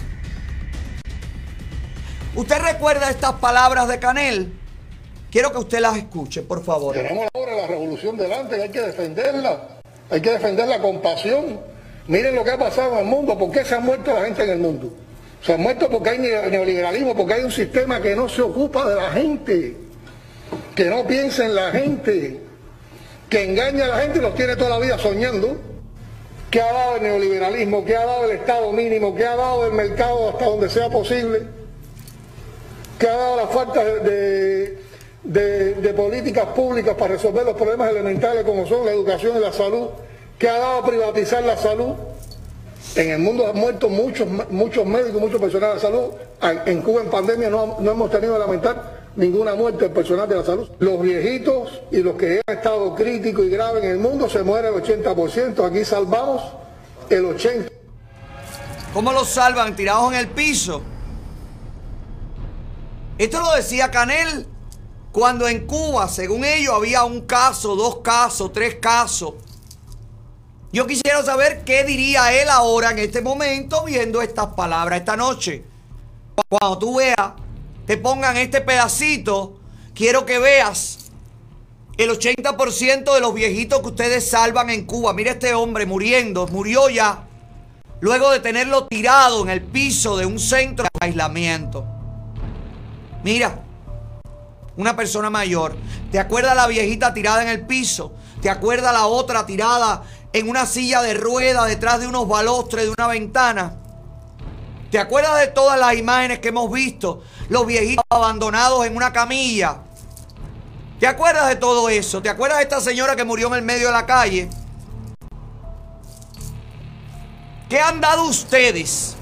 ¿Usted recuerda estas palabras de Canel? Quiero que usted las escuche, por favor. Tenemos ahora la revolución delante, que hay que defenderla. Hay que defenderla con pasión. Miren lo que ha pasado en el mundo. ¿Por qué se ha muerto la gente en el mundo? Se han muerto porque hay neoliberalismo, porque hay un sistema que no se ocupa de la gente, que no piensa en la gente, que engaña a la gente y los tiene toda la vida soñando. ¿Qué ha dado el neoliberalismo? ¿Qué ha dado el Estado mínimo? ¿Qué ha dado el mercado hasta donde sea posible? ¿Qué ha dado la falta de, de, de, de políticas públicas para resolver los problemas elementales como son la educación y la salud? ¿Qué ha dado privatizar la salud? En el mundo han muerto muchos, muchos médicos, muchos personal de salud. En Cuba en pandemia no, no hemos tenido que lamentar ninguna muerte del personal de la salud. Los viejitos y los que han estado críticos y graves en el mundo se mueren el ochenta por ciento. Aquí salvamos el ochenta por ciento. ¿Cómo los salvan? Tirados en el piso. Esto lo decía Canel cuando en Cuba, según ellos, había un caso, dos casos, tres casos. Yo quisiera saber qué diría él ahora en este momento viendo estas palabras esta noche. Cuando tú veas, te pongan este pedacito, quiero que veas el ochenta por ciento de los viejitos que ustedes salvan en Cuba. Mira este hombre muriendo, murió ya, luego de tenerlo tirado en el piso de un centro de aislamiento. Mira, una persona mayor. ¿Te acuerdas la viejita tirada en el piso? ¿Te acuerdas la otra tirada en una silla de rueda detrás de unos balostres de una ventana? ¿Te acuerdas de todas las imágenes que hemos visto? Los viejitos abandonados en una camilla. ¿Te acuerdas de todo eso? ¿Te acuerdas de esta señora que murió en el medio de la calle? ¿Qué han dado ustedes?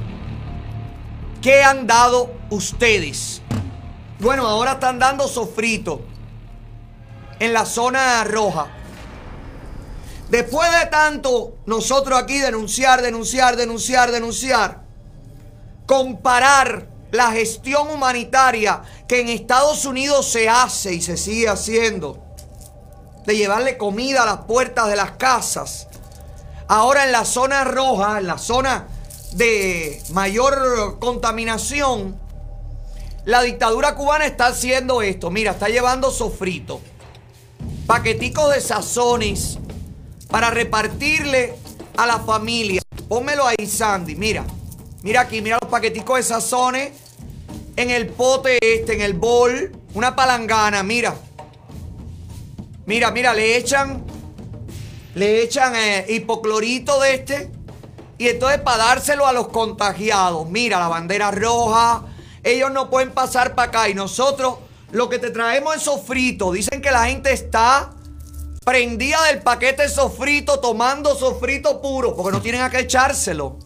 ¿Qué han dado ustedes? Bueno, ahora están dando sofrito en la zona roja. Después de tanto nosotros aquí denunciar, denunciar, denunciar, denunciar, comparar la gestión humanitaria que en Estados Unidos se hace y se sigue haciendo, de llevarle comida a las puertas de las casas, ahora en la zona roja, en la zona de mayor contaminación, la dictadura cubana está haciendo esto. Mira, está llevando sofrito, paqueticos de sazones para repartirle a la familia. Pónmelo ahí, Sandy. Mira, mira aquí, mira los paqueticos de sazones en el pote este, en el bol. Una palangana, mira. Mira, mira, le echan, le echan eh, hipoclorito de este. Y entonces para dárselo a los contagiados. Mira, la bandera roja. Ellos no pueden pasar para acá. Y nosotros lo que te traemos es sofrito. Dicen que la gente está prendida del paquete de sofrito, tomando sofrito puro, porque no tienen a qué echárselo.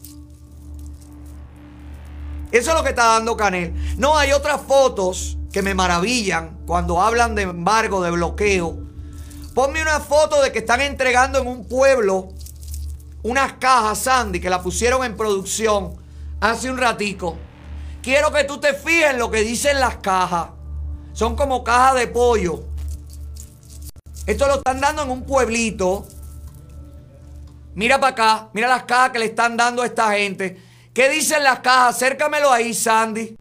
Eso es lo que está dando Canel. No, hay otras fotos que me maravillan cuando hablan de embargo, de bloqueo. Ponme una foto de que están entregando en un pueblo unas cajas, Sandy, que la pusieron en producción hace un ratico. Quiero que tú te fijes en lo que dicen las cajas. Son como cajas de pollo. Esto lo están dando en un pueblito. Mira para acá. Mira las cajas que le están dando a esta gente. ¿Qué dicen las cajas? Acércamelo ahí, Sandy.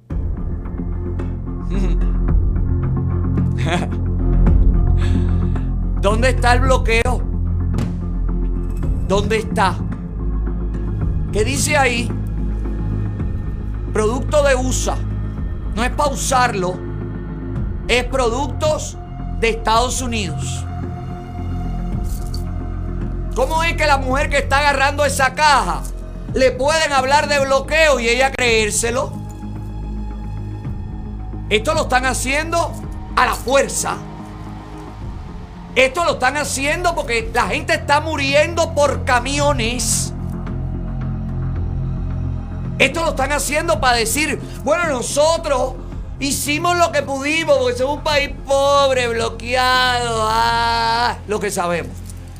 ¿Dónde está el bloqueo? ¿Dónde está? ¿Qué dice ahí? Producto de U S A. No es para usarlo. Es productos de Estados Unidos. ¿Cómo es que la mujer que está agarrando esa caja le pueden hablar de bloqueo y ella creérselo? Esto lo están haciendo a la fuerza. Esto lo están haciendo porque la gente está muriendo por camiones. Esto lo están haciendo para decir, bueno, nosotros hicimos lo que pudimos porque somos un país pobre, bloqueado, ah, lo que sabemos.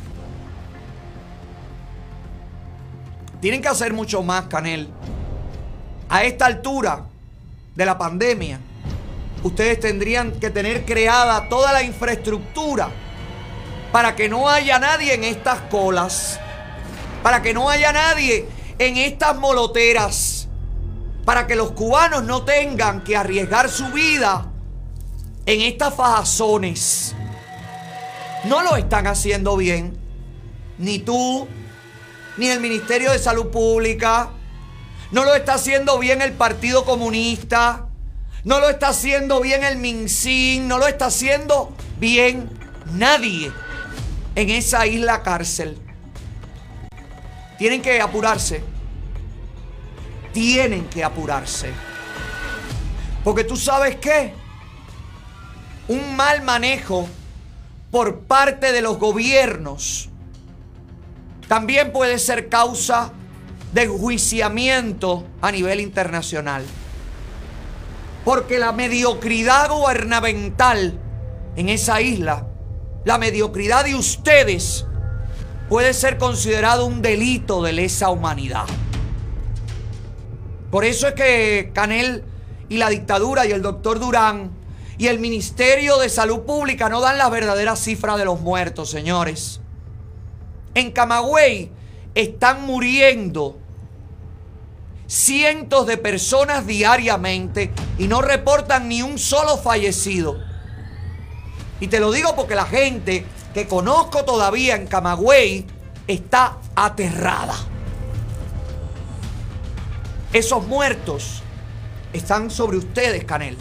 Tienen que hacer mucho más, Canel. A esta altura de la pandemia, ustedes tendrían que tener creada toda la infraestructura para que no haya nadie en estas colas, para que no haya nadie en estas moloteras, para que los cubanos no tengan que arriesgar su vida en estas fajazones. No lo están haciendo bien, ni tú, ni el Ministerio de Salud Pública. No lo está haciendo bien el Partido Comunista. No lo está haciendo bien el MinSIN. No lo está haciendo bien nadie en esa isla cárcel. Tienen que apurarse. Tienen que apurarse. Porque tú sabes qué. Un mal manejo por parte de los gobiernos también puede ser causa de enjuiciamiento a nivel internacional. Porque la mediocridad gubernamental en esa isla, la mediocridad de ustedes, puede ser considerado un delito de lesa humanidad. Por eso es que Canel y la dictadura y el doctor Durán y el Ministerio de Salud Pública no dan las verdaderas cifras de los muertos, señores. En Camagüey están muriendo cientos de personas diariamente y no reportan ni un solo fallecido. Y te lo digo porque la gente que conozco todavía en Camagüey está aterrada. Esos muertos están sobre ustedes, Canel.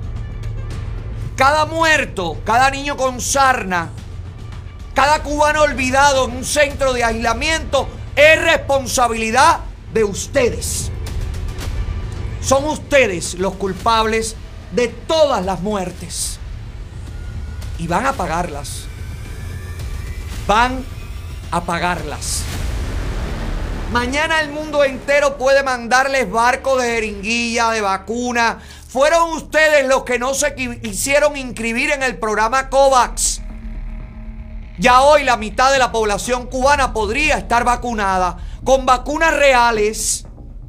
Cada muerto, cada niño con sarna, cada cubano olvidado en un centro de aislamiento es responsabilidad de ustedes. Son ustedes los culpables de todas las muertes. Y van a pagarlas. Van a pagarlas. Mañana el mundo entero puede mandarles barcos de jeringuilla, de vacuna. Fueron ustedes los que no se quisieron inscribir en el programa COVAX. Ya hoy la mitad de la población cubana podría estar vacunada con vacunas reales.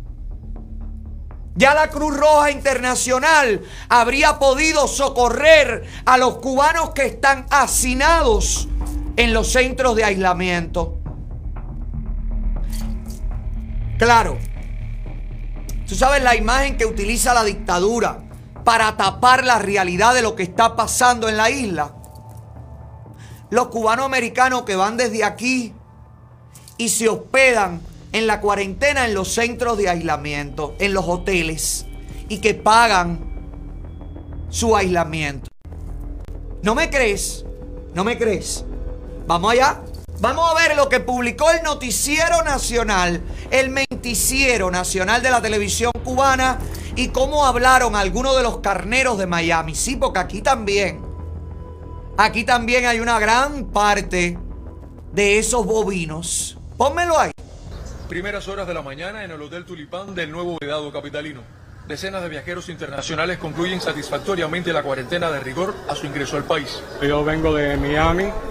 Ya la Cruz Roja Internacional habría podido socorrer a los cubanos que están hacinados en los centros de aislamiento. Claro, tú sabes la imagen que utiliza la dictadura para tapar la realidad de lo que está pasando en la isla. Los cubanos americanos que van desde aquí y se hospedan en la cuarentena en los centros de aislamiento, en los hoteles, y que pagan su aislamiento. ¿No me crees? ¿No me crees? Vamos allá. Vamos a ver lo que publicó el Noticiero Nacional, el Menticiero Nacional de la televisión cubana, y cómo hablaron algunos de los carneros de Miami. Sí, porque aquí también, aquí también hay una gran parte de esos bovinos. Pónmelo ahí. Primeras horas de la mañana en el Hotel Tulipán del nuevo Vedado capitalino. Decenas de viajeros internacionales concluyen satisfactoriamente la cuarentena de rigor a su ingreso al país. Yo vengo de Miami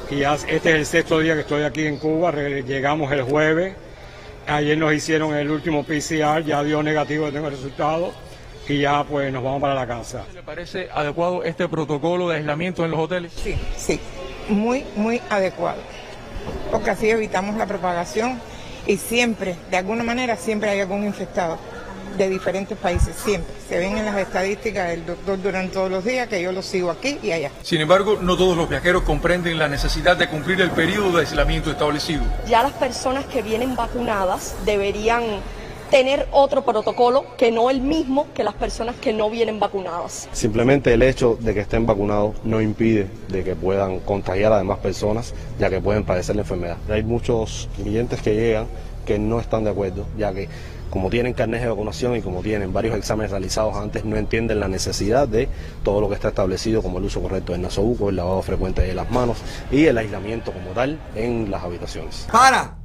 y ya este es el sexto día que estoy aquí en Cuba. Llegamos el jueves, ayer nos hicieron el último P C R, ya dio negativo, tengo el resultado y ya pues nos vamos para la casa. ¿Le parece adecuado este protocolo de aislamiento en los hoteles? Sí, sí, muy, muy adecuado, porque así evitamos la propagación y siempre, de alguna manera, siempre hay algún infectado de diferentes países, siempre. Se ven en las estadísticas del doctor Durán todos los días, que yo lo sigo aquí y allá. Sin embargo, no todos los viajeros comprenden la necesidad de cumplir el periodo de aislamiento establecido. Ya las personas que vienen vacunadas deberían tener otro protocolo que no el mismo que las personas que no vienen vacunadas. Simplemente el hecho de que estén vacunados no impide de que puedan contagiar a demás personas, ya que pueden padecer la enfermedad. Hay muchos clientes que llegan que no están de acuerdo, ya que como tienen carnet de vacunación y como tienen varios exámenes realizados antes, no entienden la necesidad de todo lo que está establecido, como el uso correcto del nasobuco, el lavado frecuente de las manos y el aislamiento como tal en las habitaciones. ¡Para!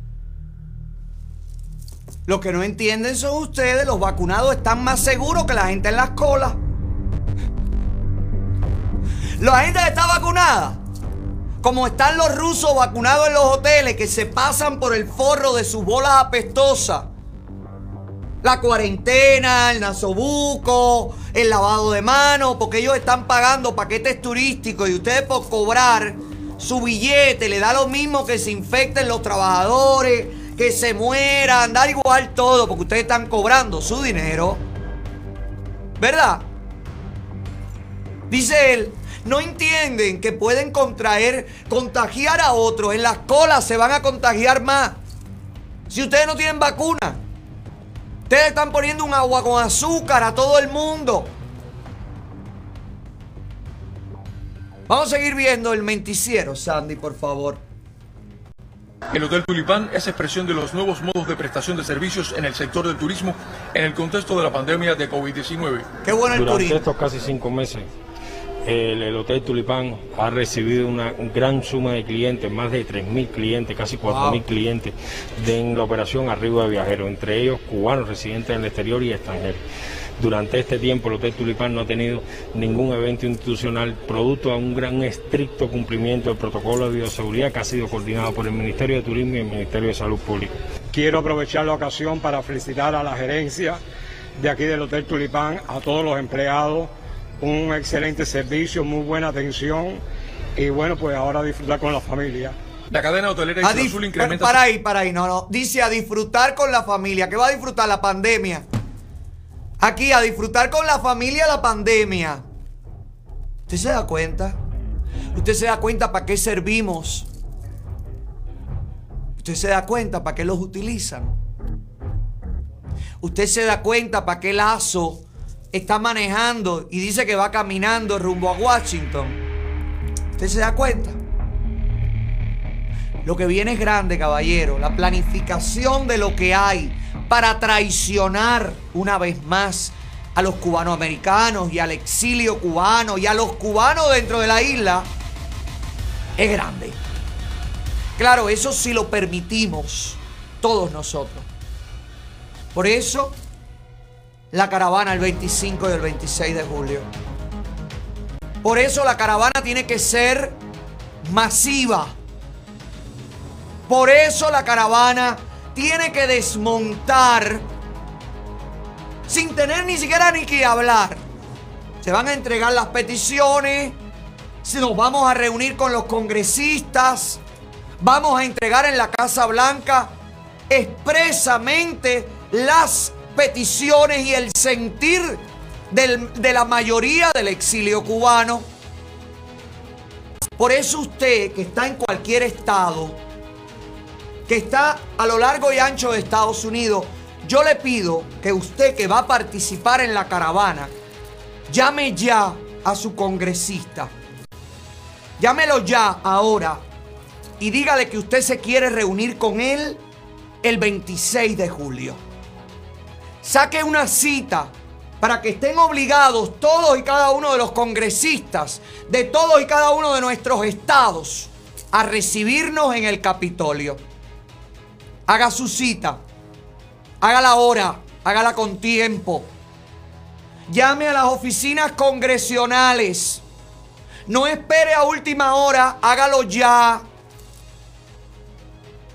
Lo que no entienden son ustedes, los vacunados están más seguros que la gente en las colas. La gente que está vacunada, como están los rusos vacunados en los hoteles que se pasan por el forro de sus bolas apestosas. La cuarentena, el nasobuco, el lavado de manos, porque ellos están pagando paquetes turísticos y ustedes por cobrar su billete le da lo mismo que se infecten los trabajadores, que se mueran, da igual todo, porque ustedes están cobrando su dinero. ¿Verdad? Dice él, no entienden que pueden contraer, contagiar a otros. En las colas se van a contagiar más. Si ustedes no tienen vacuna. Ustedes están poniendo un agua con azúcar a todo el mundo. Vamos a seguir viendo el noticiero, Sandy, por favor. El Hotel Tulipán es expresión de los nuevos modos de prestación de servicios en el sector del turismo en el contexto de la pandemia de COVID diecinueve. Qué bueno el Durante turismo. estos casi cinco meses, el, el Hotel Tulipán ha recibido una gran suma de clientes, más de tres mil clientes, casi cuatro mil wow. clientes de, en la operación Arribo de Viajeros, entre ellos cubanos residentes en el exterior y extranjeros. Durante este tiempo el Hotel Tulipán no ha tenido ningún evento institucional, producto a un gran estricto cumplimiento del protocolo de bioseguridad que ha sido coordinado por el Ministerio de Turismo y el Ministerio de Salud Pública. Quiero aprovechar la ocasión para felicitar a la gerencia de aquí del Hotel Tulipán, a todos los empleados, un excelente servicio, muy buena atención y bueno, pues ahora disfrutar con la familia. La cadena hotelera Isla Azul incrementa... Para ahí, para ahí, no, no. Dice a disfrutar con la familia. ¿Qué va a disfrutar? La pandemia. Aquí, a disfrutar con la familia la pandemia. ¿Usted se da cuenta? ¿Usted se da cuenta para qué servimos? ¿Usted se da cuenta para qué los utilizan? ¿Usted se da cuenta para qué Lazo está manejando y dice que va caminando rumbo a Washington? ¿Usted se da cuenta? Lo que viene es grande, caballero. La planificación de lo que hay para traicionar una vez más a los cubanoamericanos americanos y al exilio cubano y a los cubanos dentro de la isla es grande. Claro, eso sí lo permitimos todos nosotros. Por eso, la caravana el veinticinco y el veintiséis de julio. Por eso la caravana tiene que ser masiva. Por eso la caravana tiene que desmontar sin tener ni siquiera ni que hablar. Se van a entregar las peticiones, nos vamos a reunir con los congresistas, vamos a entregar en la Casa Blanca expresamente las peticiones y el sentir del, de la mayoría del exilio cubano. Por eso usted que está en cualquier estado, que está a lo largo y ancho de Estados Unidos, yo le pido que usted que va a participar en la caravana, llame ya a su congresista. Llámelo ya, ahora, y dígale que usted se quiere reunir con él el veintiséis de julio. Saque una cita para que estén obligados todos y cada uno de los congresistas de todos y cada uno de nuestros estados a recibirnos en el Capitolio. Haga su cita, hágala ahora, hágala con tiempo. Llame a las oficinas congresionales. No espere a última hora, hágalo ya.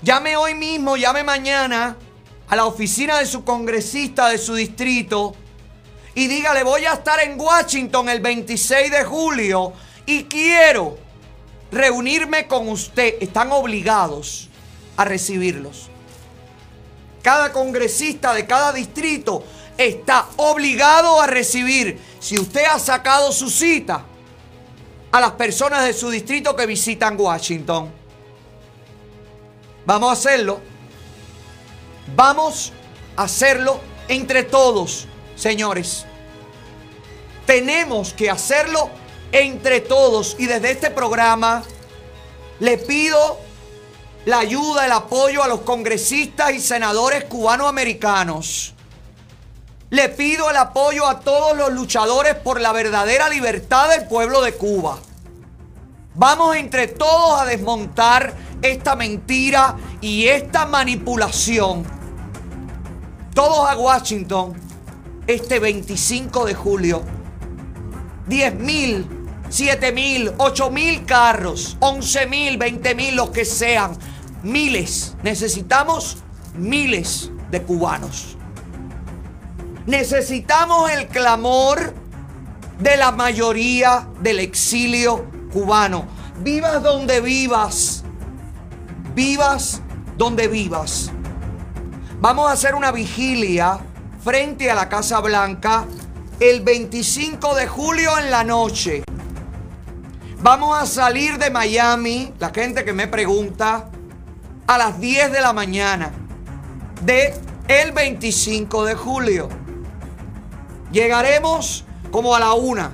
llame hoy mismo, llame mañana a la oficina de su congresista de su distrito y dígale, voy a estar en Washington el veintiséis de julio y quiero reunirme con usted. Están obligados a recibirlos. Cada congresista de cada distrito está obligado a recibir, si usted ha sacado su cita, a las personas de su distrito que visitan Washington. Vamos a hacerlo. Vamos a hacerlo entre todos, señores. Tenemos que hacerlo entre todos. Y desde este programa le pido la ayuda, el apoyo a los congresistas y senadores cubanoamericanos. Le pido el apoyo a todos los luchadores por la verdadera libertad del pueblo de Cuba. Vamos entre todos a desmontar esta mentira y esta manipulación. Todos a Washington este veinticinco de julio. diez mil, siete mil, ocho mil carros, once mil, veinte mil, los que sean. Miles. Necesitamos miles de cubanos. Necesitamos el clamor de la mayoría del exilio cubano. Vivas donde vivas. Vivas donde vivas. Vamos a hacer una vigilia frente a la Casa Blanca el veinticinco de julio en la noche. Vamos a salir de Miami, la gente que me pregunta, a las diez de la mañana de el veinticinco de julio. Llegaremos como a la una.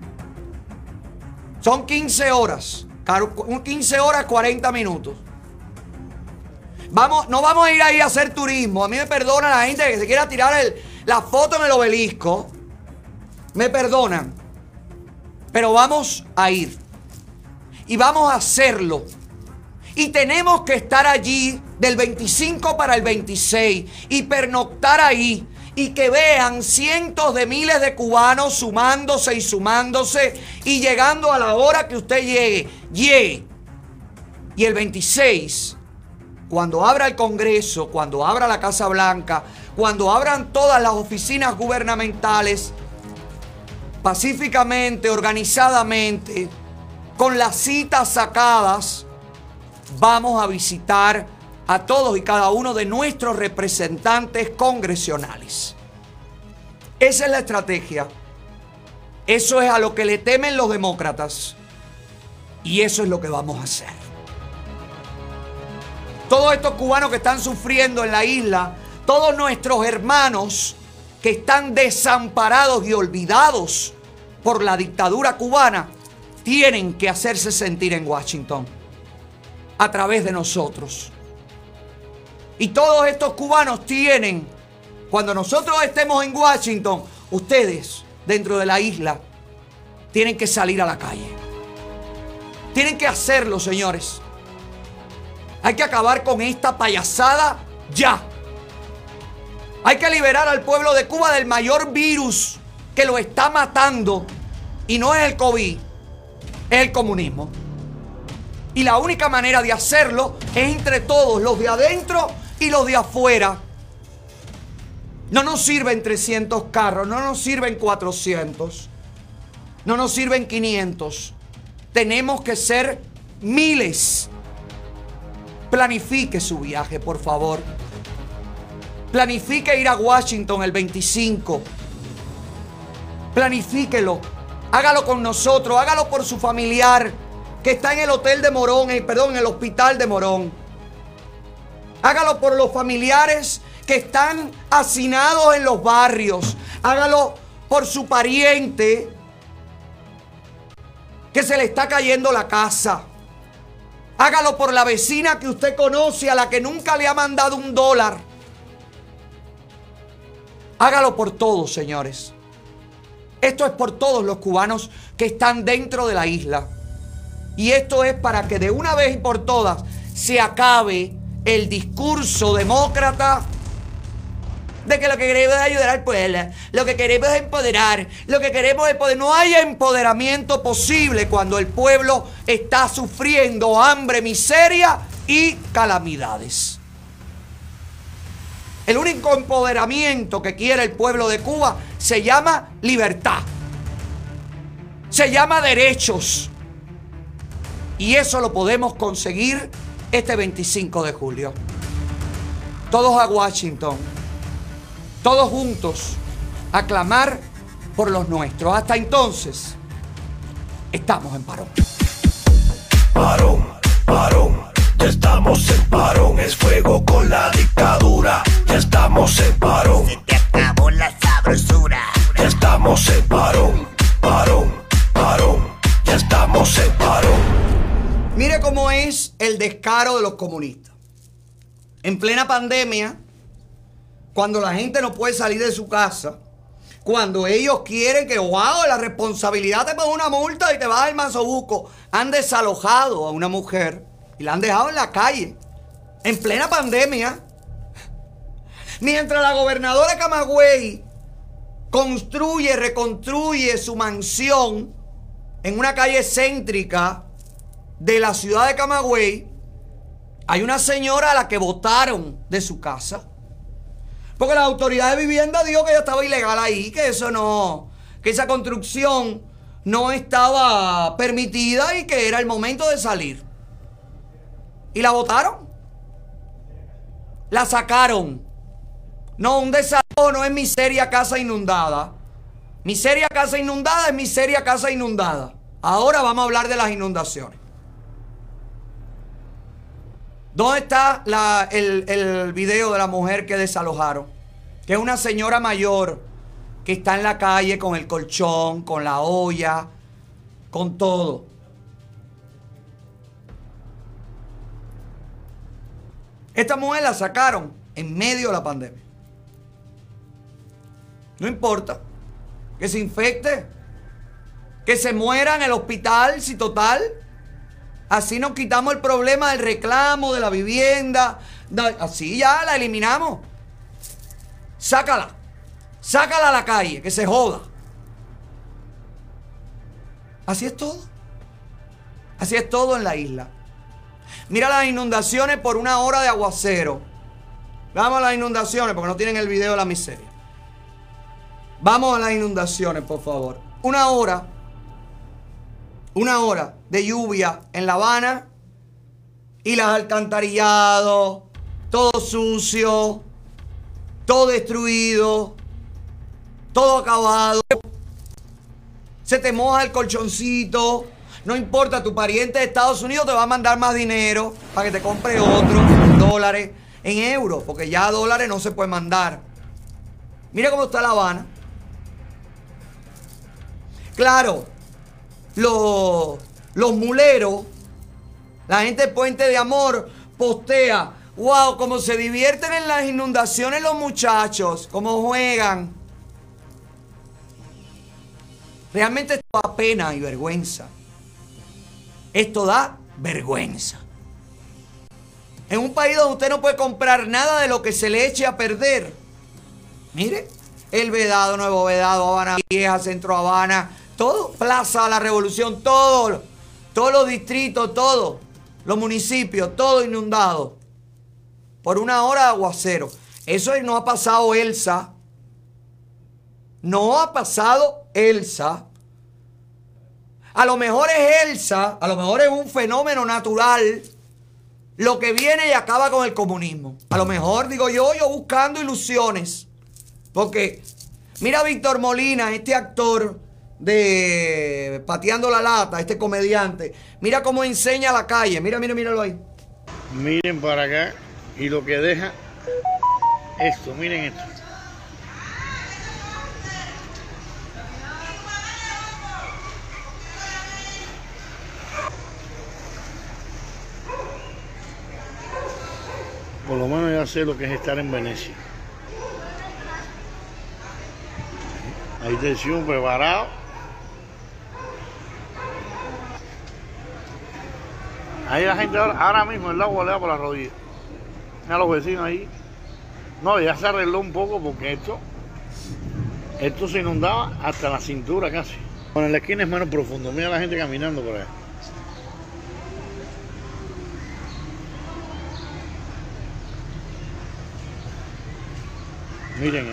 Son quince horas. quince horas, cuarenta minutos. Vamos, no vamos a ir ahí a hacer turismo. A mí me perdona la gente que se quiera tirar el, la foto en el obelisco. Me perdonan. Pero vamos a ir. Y vamos a hacerlo. Y tenemos que estar allí del veinticinco para el veintiséis. Y pernoctar ahí. Y que vean cientos de miles de cubanos sumándose y sumándose. Y llegando a la hora que usted llegue. Llegue. Y el veintiséis... cuando abra el Congreso, cuando abra la Casa Blanca, cuando abran todas las oficinas gubernamentales, pacíficamente, organizadamente, con las citas sacadas, vamos a visitar a todos y cada uno de nuestros representantes congresionales. Esa es la estrategia. Eso es a lo que le temen los demócratas. Y eso es lo que vamos a hacer. Todos estos cubanos que están sufriendo en la isla, todos nuestros hermanos que están desamparados y olvidados por la dictadura cubana, tienen que hacerse sentir en Washington a través de nosotros. Y todos estos cubanos tienen, cuando nosotros estemos en Washington, ustedes dentro de la isla tienen que salir a la calle. Tienen que hacerlo, señores. Hay que acabar con esta payasada ya. Hay que liberar al pueblo de Cuba del mayor virus que lo está matando. Y no es el COVID, es el comunismo. Y la única manera de hacerlo es entre todos, los de adentro y los de afuera. No nos sirven trescientos carros, no nos sirven cuatrocientos, no nos sirven quinientos. Tenemos que ser miles. Planifique su viaje, por favor. Planifique ir a Washington el veinticinco. Planifíquelo. Hágalo con nosotros. Hágalo por su familiar que está en el hotel de Morón, eh, perdón, en el hospital de Morón. Hágalo por los familiares que están hacinados en los barrios. Hágalo por su pariente que se le está cayendo la casa. Hágalo por la vecina que usted conoce, a la que nunca le ha mandado un dólar. Hágalo por todos, señores. Esto es por todos los cubanos que están dentro de la isla. Y esto es para que de una vez y por todas se acabe el discurso demócrata de que lo que queremos es ayudar al pueblo, lo que queremos es empoderar, lo que queremos es poder. No hay empoderamiento posible cuando el pueblo está sufriendo hambre, miseria y calamidades. El único empoderamiento que quiere el pueblo de Cuba se llama libertad. Se llama derechos. Y eso lo podemos conseguir este veinticinco de julio. Todos a Washington. Todos juntos a clamar por los nuestros. Hasta entonces, estamos en parón. Parón, parón, ya estamos en parón. Es fuego con la dictadura. Ya estamos en parón. Se te acabó la sabrosura. Ya estamos en parón, parón, parón. Ya estamos en parón. Mire cómo es el descaro de los comunistas. En plena pandemia, cuando la gente no puede salir de su casa, cuando ellos quieren que, wow, la responsabilidad te pone una multa y te vas al mazobuco, han desalojado a una mujer y la han dejado en la calle, en plena pandemia. Mientras la gobernadora de Camagüey construye, reconstruye su mansión en una calle céntrica de la ciudad de Camagüey, hay una señora a la que botaron de su casa. Porque la autoridad de vivienda dijo que ella estaba ilegal ahí, que eso no, que esa construcción no estaba permitida y que era el momento de salir. Y la botaron. La sacaron. No, un desalojo no es miseria casa inundada. Miseria casa inundada es miseria casa inundada. Ahora vamos a hablar de las inundaciones. ¿Dónde está la, el, el video de la mujer que desalojaron? Que es una señora mayor que está en la calle con el colchón, con la olla, con todo. Esta mujer la sacaron en medio de la pandemia. No importa que se infecte, que se muera en el hospital, si total. Así nos quitamos el problema del reclamo, de la vivienda. Así ya la eliminamos. Sácala. Sácala a la calle, que se joda. Así es todo. Así es todo en la isla. Mira las inundaciones por una hora de aguacero. Vamos a las inundaciones porque no tienen el video de la miseria. Vamos a las inundaciones, por favor. Una hora. Una hora de lluvia en La Habana y las alcantarillados, todo sucio, todo destruido, todo acabado. Se te moja el colchoncito. No importa, tu pariente de Estados Unidos te va a mandar más dinero para que te compre otro en dólares, en euros, porque ya dólares no se puede mandar. Mira cómo está La Habana. Claro. Los, los muleros, la gente de Puente de Amor postea, wow, cómo se divierten en las inundaciones los muchachos, cómo juegan. Realmente esto da pena y vergüenza. Esto da vergüenza. En un país donde usted no puede comprar nada de lo que se le eche a perder. Mire, El Vedado, Nuevo Vedado, Habana Vieja, Centro Habana, todo, Plaza La Revolución, todo, todos los distritos, todo, los municipios, todo inundado por una hora de aguacero. Eso no ha pasado Elsa. No ha pasado Elsa. A lo mejor es Elsa, a lo mejor es un fenómeno natural lo que viene y acaba con el comunismo. A lo mejor, digo yo, yo buscando ilusiones. Porque mira a Víctor Molina, este actor de Pateando la Lata, este comediante. Mira cómo enseña la calle. Mira, mira, míralo ahí. Miren para acá y lo que deja esto, miren esto. Por lo menos ya sé lo que es estar en Venecia. Hay tensión, preparado. Ahí la gente ahora, ahora mismo el agua le da por la rodilla. A los vecinos ahí. No, ya se arregló un poco porque esto, esto se inundaba hasta la cintura casi. Bueno, en la esquina es menos profundo. Mira la gente caminando por allá. Miren, eh.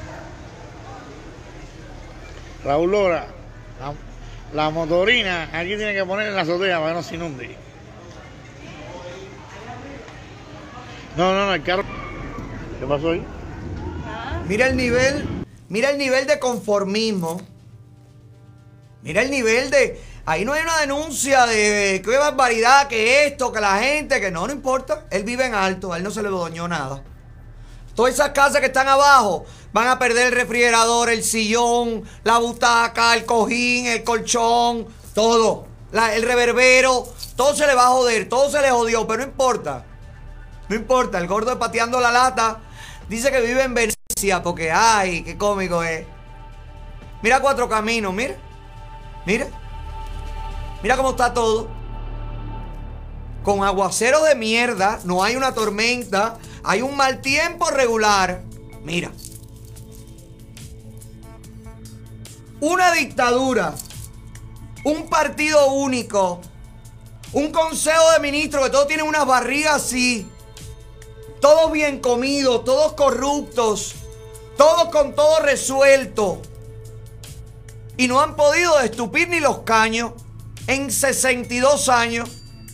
Raúl Lora, la, la motorina aquí tiene que poner en la azotea para que no se inunde. No, no, no, el carro. ¿Qué pasó ahí? Mira el nivel, mira el nivel de conformismo. Mira el nivel de... Ahí no hay una denuncia de qué barbaridad, que esto, que la gente, que no, no importa. Él vive en alto, a él no se le dañó nada. Todas esas casas que están abajo van a perder el refrigerador, el sillón, la butaca, el cojín, el colchón, todo. La, el reverbero, todo se le va a joder, todo se le jodió, pero no importa. No importa, el gordo pateando la lata dice que vive en Venecia porque, ay, qué cómico es. Mira Cuatro Caminos, mira. Mira. Mira cómo está todo. Con aguacero de mierda, no hay una tormenta, hay un mal tiempo regular. Mira. Una dictadura. Un partido único. Un consejo de ministros que todos tienen unas barrigas así. Todos bien comidos, todos corruptos. Todos con todo resuelto. Y no han podido destupir ni los caños en sesenta y dos años.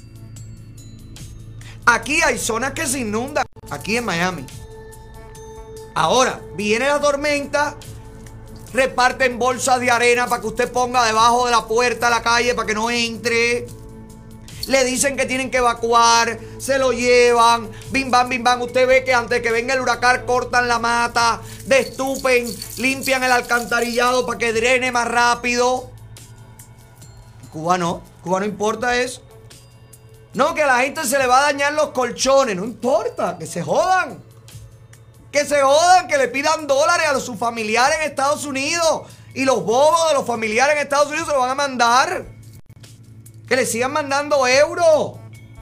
Aquí hay zonas que se inundan. Aquí en Miami. Ahora, viene la tormenta. Reparten bolsas de arena para que usted ponga debajo de la puerta de la calle para que no entre. Le dicen que tienen que evacuar. Se lo llevan. Bim bam, bim bam. Usted ve que antes de que venga el huracán cortan la mata. Destupen. Limpian el alcantarillado para que drene más rápido. Cuba no. Cuba no importa eso. No, que a la gente se le va a dañar los colchones. No importa. Que se jodan. Que se jodan. Que le pidan dólares a sus familiares en Estados Unidos. Y los bobos de los familiares en Estados Unidos se lo van a mandar. Que le sigan mandando euros.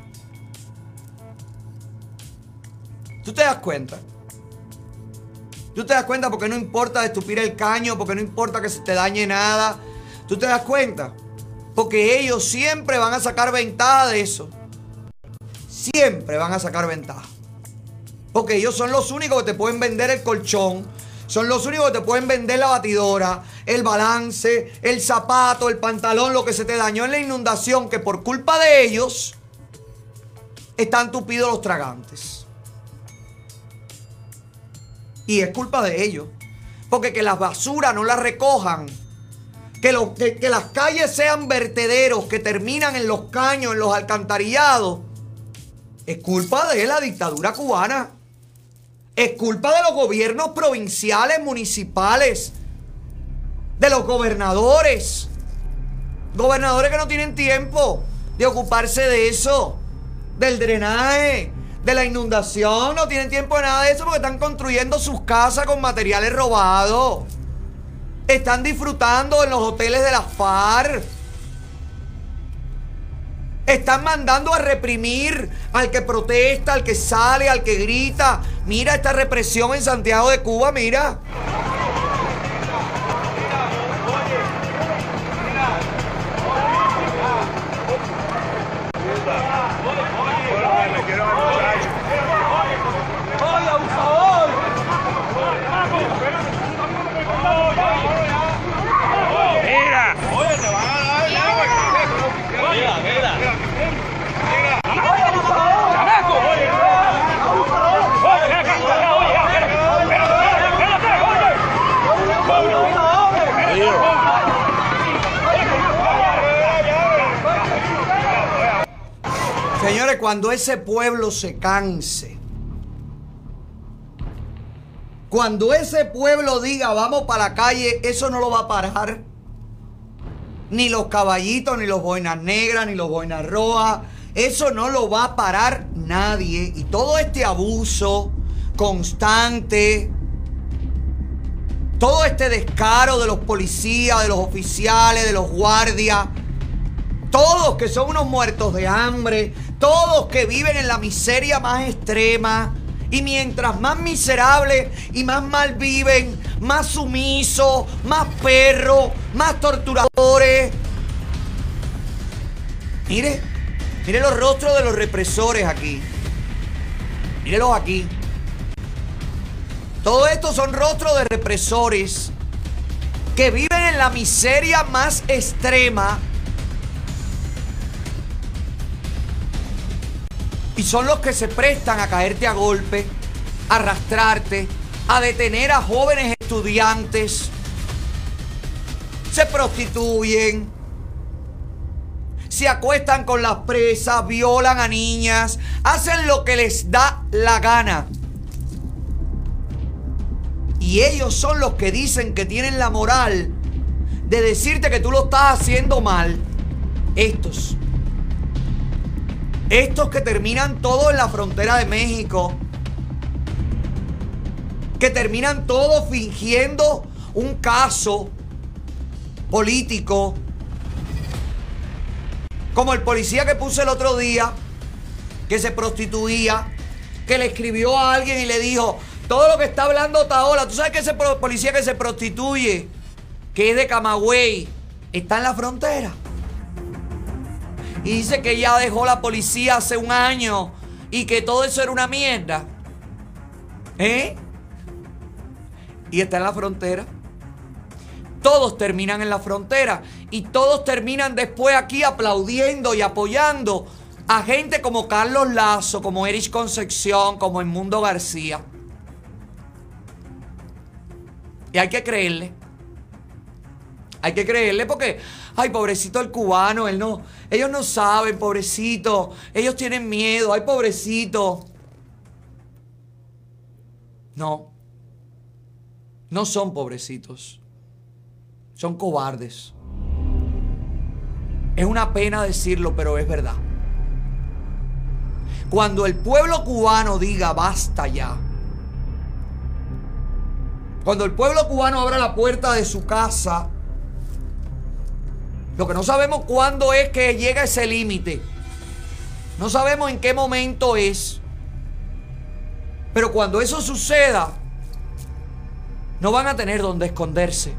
¿Tú te das cuenta? ¿Tú te das cuenta porque no importa destupir el caño? Porque no importa que se te dañe nada. ¿Tú te das cuenta? Porque ellos siempre van a sacar ventaja de eso. Siempre van a sacar ventaja. Porque ellos son los únicos que te pueden vender el colchón. Son los únicos que te pueden vender la batidora, el balance, el zapato, el pantalón, lo que se te dañó en la inundación, que por culpa de ellos están tupidos los tragantes. Y es culpa de ellos. Porque que las basuras no las recojan, que, lo, que, que las calles sean vertederos que terminan en los caños, en los alcantarillados, es culpa de la dictadura cubana. Es culpa de los gobiernos provinciales, municipales, de los gobernadores. Gobernadores que no tienen tiempo de ocuparse de eso, del drenaje, de la inundación. No tienen tiempo de nada de eso porque están construyendo sus casas con materiales robados. Están disfrutando en los hoteles de las FARC. Están mandando a reprimir al que protesta, al que sale, al que grita. Mira esta represión en Santiago de Cuba, mira. Mira. Oye, te van a dar el agua. Mira, mira. Señores, cuando ese pueblo se canse, cuando ese pueblo diga vamos para la calle, eso no lo va a parar ni los caballitos, ni los boinas negras, ni los boinas rojas. Eso no lo va a parar nadie. Y todo este abuso constante, todo este descaro de los policías, de los oficiales, de los guardias, todos que son unos muertos de hambre, todos que viven en la miseria más extrema. Y mientras más miserables y más mal viven, más sumisos, más perros, más torturadores. Mire, mire los rostros de los represores aquí. Mírelos aquí. Todo esto son rostros de represores que viven en la miseria más extrema y son los que se prestan a caerte a golpe, a arrastrarte, a detener a jóvenes estudiantes. Se prostituyen, se acuestan con las presas, violan a niñas, hacen lo que les da la gana. Y ellos son los que dicen que tienen la moral de decirte que tú lo estás haciendo mal. Estos. Estos que terminan todo en la frontera de México. Que terminan todo fingiendo un caso político. Como el policía que puse el otro día, que se prostituía, que le escribió a alguien y le dijo: todo lo que está hablando Otaola, tú sabes que ese policía que se prostituye, que es de Camagüey, está en la frontera. Y dice que ya dejó la policía hace un año y que todo eso era una mierda. ¿Eh? Y está en la frontera. Todos terminan en la frontera y todos terminan después aquí aplaudiendo y apoyando a gente como Carlos Lazo, como Erich Concepción, como Edmundo García. Y hay que creerle. Hay que creerle porque, ay, pobrecito el cubano, él no, ellos no saben, pobrecito. Ellos tienen miedo, ay, pobrecito. No. No son pobrecitos. Son cobardes. Es una pena decirlo, pero es verdad. Cuando el pueblo cubano diga basta ya, cuando el pueblo cubano abra la puerta de su casa, lo que no sabemos cuándo es que llega ese límite. No sabemos en qué momento es. Pero cuando eso suceda, no van a tener dónde esconderse.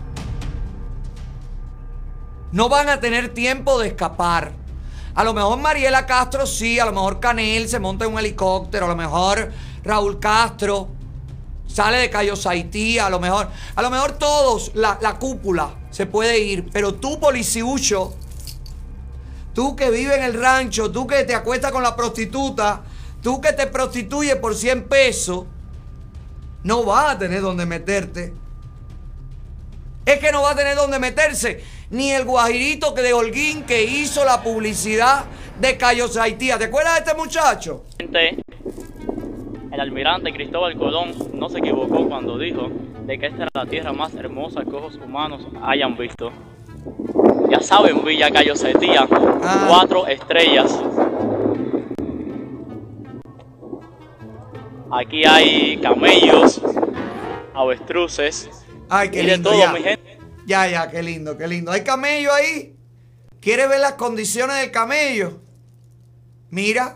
No van a tener tiempo de escapar. A lo mejor Mariela Castro sí, a lo mejor Canel se monta en un helicóptero, a lo mejor Raúl Castro sale de Cayo Saití, a lo mejor, a lo mejor todos, la, la cúpula se puede ir, pero tú, policiucho, tú que vives en el rancho, tú que te acuestas con la prostituta, tú que te prostituyes por cien pesos, no vas a tener dónde meterte. Es que no va a tener dónde meterse ni el guajirito que de Holguín que hizo la publicidad de Cayo Saití. ¿Te acuerdas de este muchacho? El almirante Cristóbal Colón no se equivocó cuando dijo de que esta era la tierra más hermosa que ojos humanos hayan visto. Ya saben, Villa Cayo Saití, ah. cuatro estrellas. Aquí hay camellos, avestruces. Ay, qué y de lindo, todo, ya. mi gente. Ya, ya, qué lindo, qué lindo. ¿Hay camello ahí? ¿Quieres ver las condiciones del camello? Mira.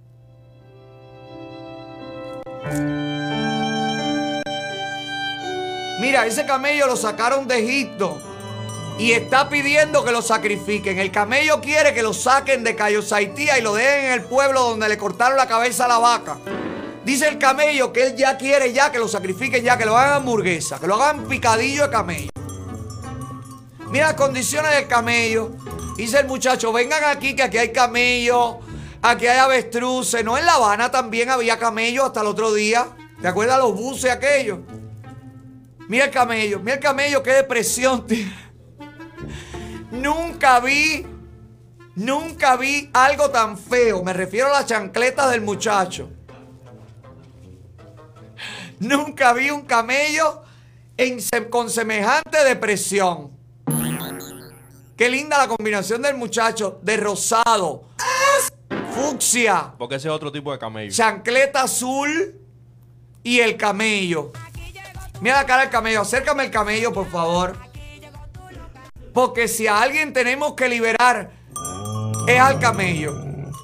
Mira, ese camello lo sacaron de Egipto y está pidiendo que lo sacrifiquen. El camello quiere que lo saquen de Cayo Saití y lo dejen en el pueblo donde le cortaron la cabeza a la vaca. Dice el camello que él ya quiere ya que lo sacrifiquen ya, que lo hagan hamburguesa, que lo hagan picadillo de camello. Mira las condiciones del camello. Dice el muchacho, vengan aquí que aquí hay camello, aquí hay avestruces. No, en La Habana también había camello hasta el otro día. ¿Te acuerdas los buses aquellos? Mira el camello, mira el camello, qué depresión tiene. Nunca vi, nunca vi algo tan feo. Me refiero a las chancletas del muchacho. Nunca vi un camello en, con semejante depresión. Qué linda la combinación del muchacho, de rosado, fucsia. Porque ese es otro tipo de camello. Chancleta azul y el camello. Mira la cara del camello. Acércame el camello, por favor. Porque si a alguien tenemos que liberar, es al camello.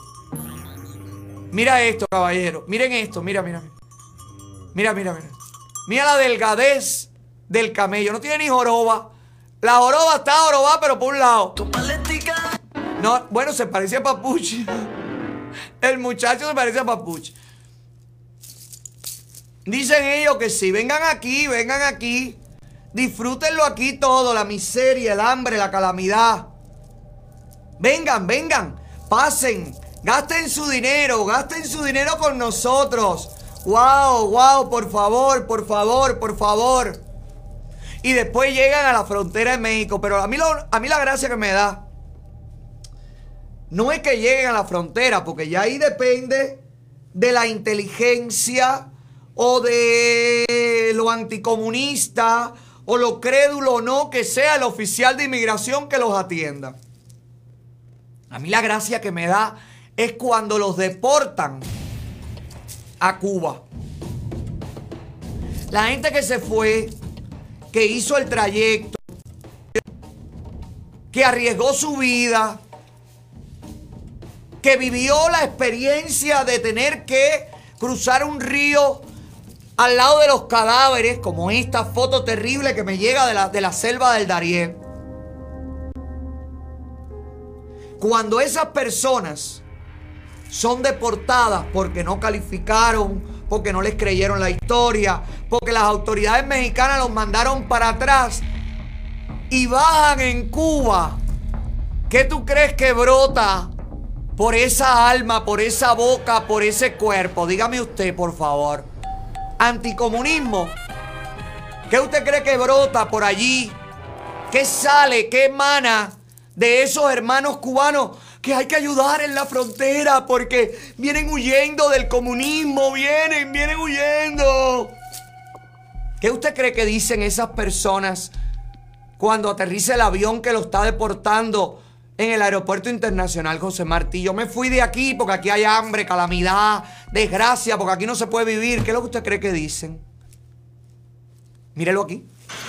Mira esto, caballero. Miren esto, mira, mira. Mira, mira, mira. Mira la delgadez del camello. No tiene ni joroba. La joroba está jorobada, pero por un lado. No, bueno, se parece a Papuchi. El muchacho se parece a Papuchi. Dicen ellos que sí. Vengan aquí, vengan aquí. Disfrútenlo aquí todo. La miseria, el hambre, la calamidad. Vengan, vengan. Pasen. Gasten su dinero. Gasten su dinero con nosotros. Wow, wow, por favor, por favor, por favor. Y después llegan a la frontera de México. Pero a mí, lo, a mí la gracia que me da no es que lleguen a la frontera, porque ya ahí depende de la inteligencia o de lo anticomunista o lo crédulo o no que sea el oficial de inmigración que los atienda. A mí la gracia que me da es cuando los deportan a Cuba. La gente que se fue, que hizo el trayecto, que arriesgó su vida, que vivió la experiencia de tener que cruzar un río al lado de los cadáveres, como esta foto terrible que me llega de la, de la selva del Darién. Cuando esas personas son deportadas porque no calificaron, porque no les creyeron la historia, porque las autoridades mexicanas los mandaron para atrás y bajan en Cuba, ¿qué tú crees que brota por esa alma, por esa boca, por ese cuerpo? Dígame usted, por favor. Anticomunismo. ¿Qué usted cree que brota por allí? ¿Qué sale, qué emana de esos hermanos cubanos que hay que ayudar en la frontera porque vienen huyendo del comunismo? Vienen, vienen huyendo. ¿Qué usted cree que dicen esas personas cuando aterriza el avión que lo está deportando en el aeropuerto internacional José Martí? Yo me fui de aquí porque aquí hay hambre, calamidad, desgracia, porque aquí no se puede vivir. ¿Qué es lo que usted cree que dicen? Mírelo aquí.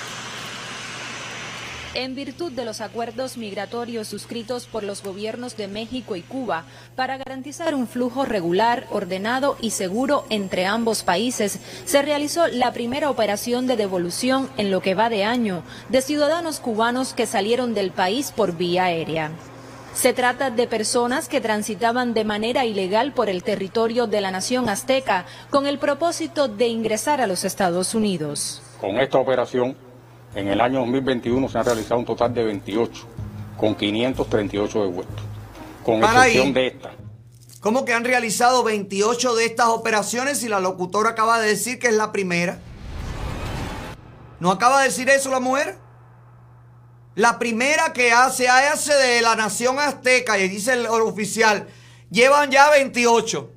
En virtud de los acuerdos migratorios suscritos por los gobiernos de México y Cuba para garantizar un flujo regular, ordenado y seguro entre ambos países, se realizó la primera operación de devolución en lo que va de año de ciudadanos cubanos que salieron del país por vía aérea. Se trata de personas que transitaban de manera ilegal por el territorio de la nación azteca con el propósito de ingresar a los Estados Unidos. Con esta operación, en el año dos mil veintiuno se han realizado un total de veintiocho, con quinientos treinta y ocho devueltos, con excepción de esta. ¿Cómo que han realizado veintiocho de estas operaciones y la locutora acaba de decir que es la primera? ¿No acaba de decir eso la mujer? La primera que hace, hace de la nación azteca, y dice el oficial, llevan ya veintiocho.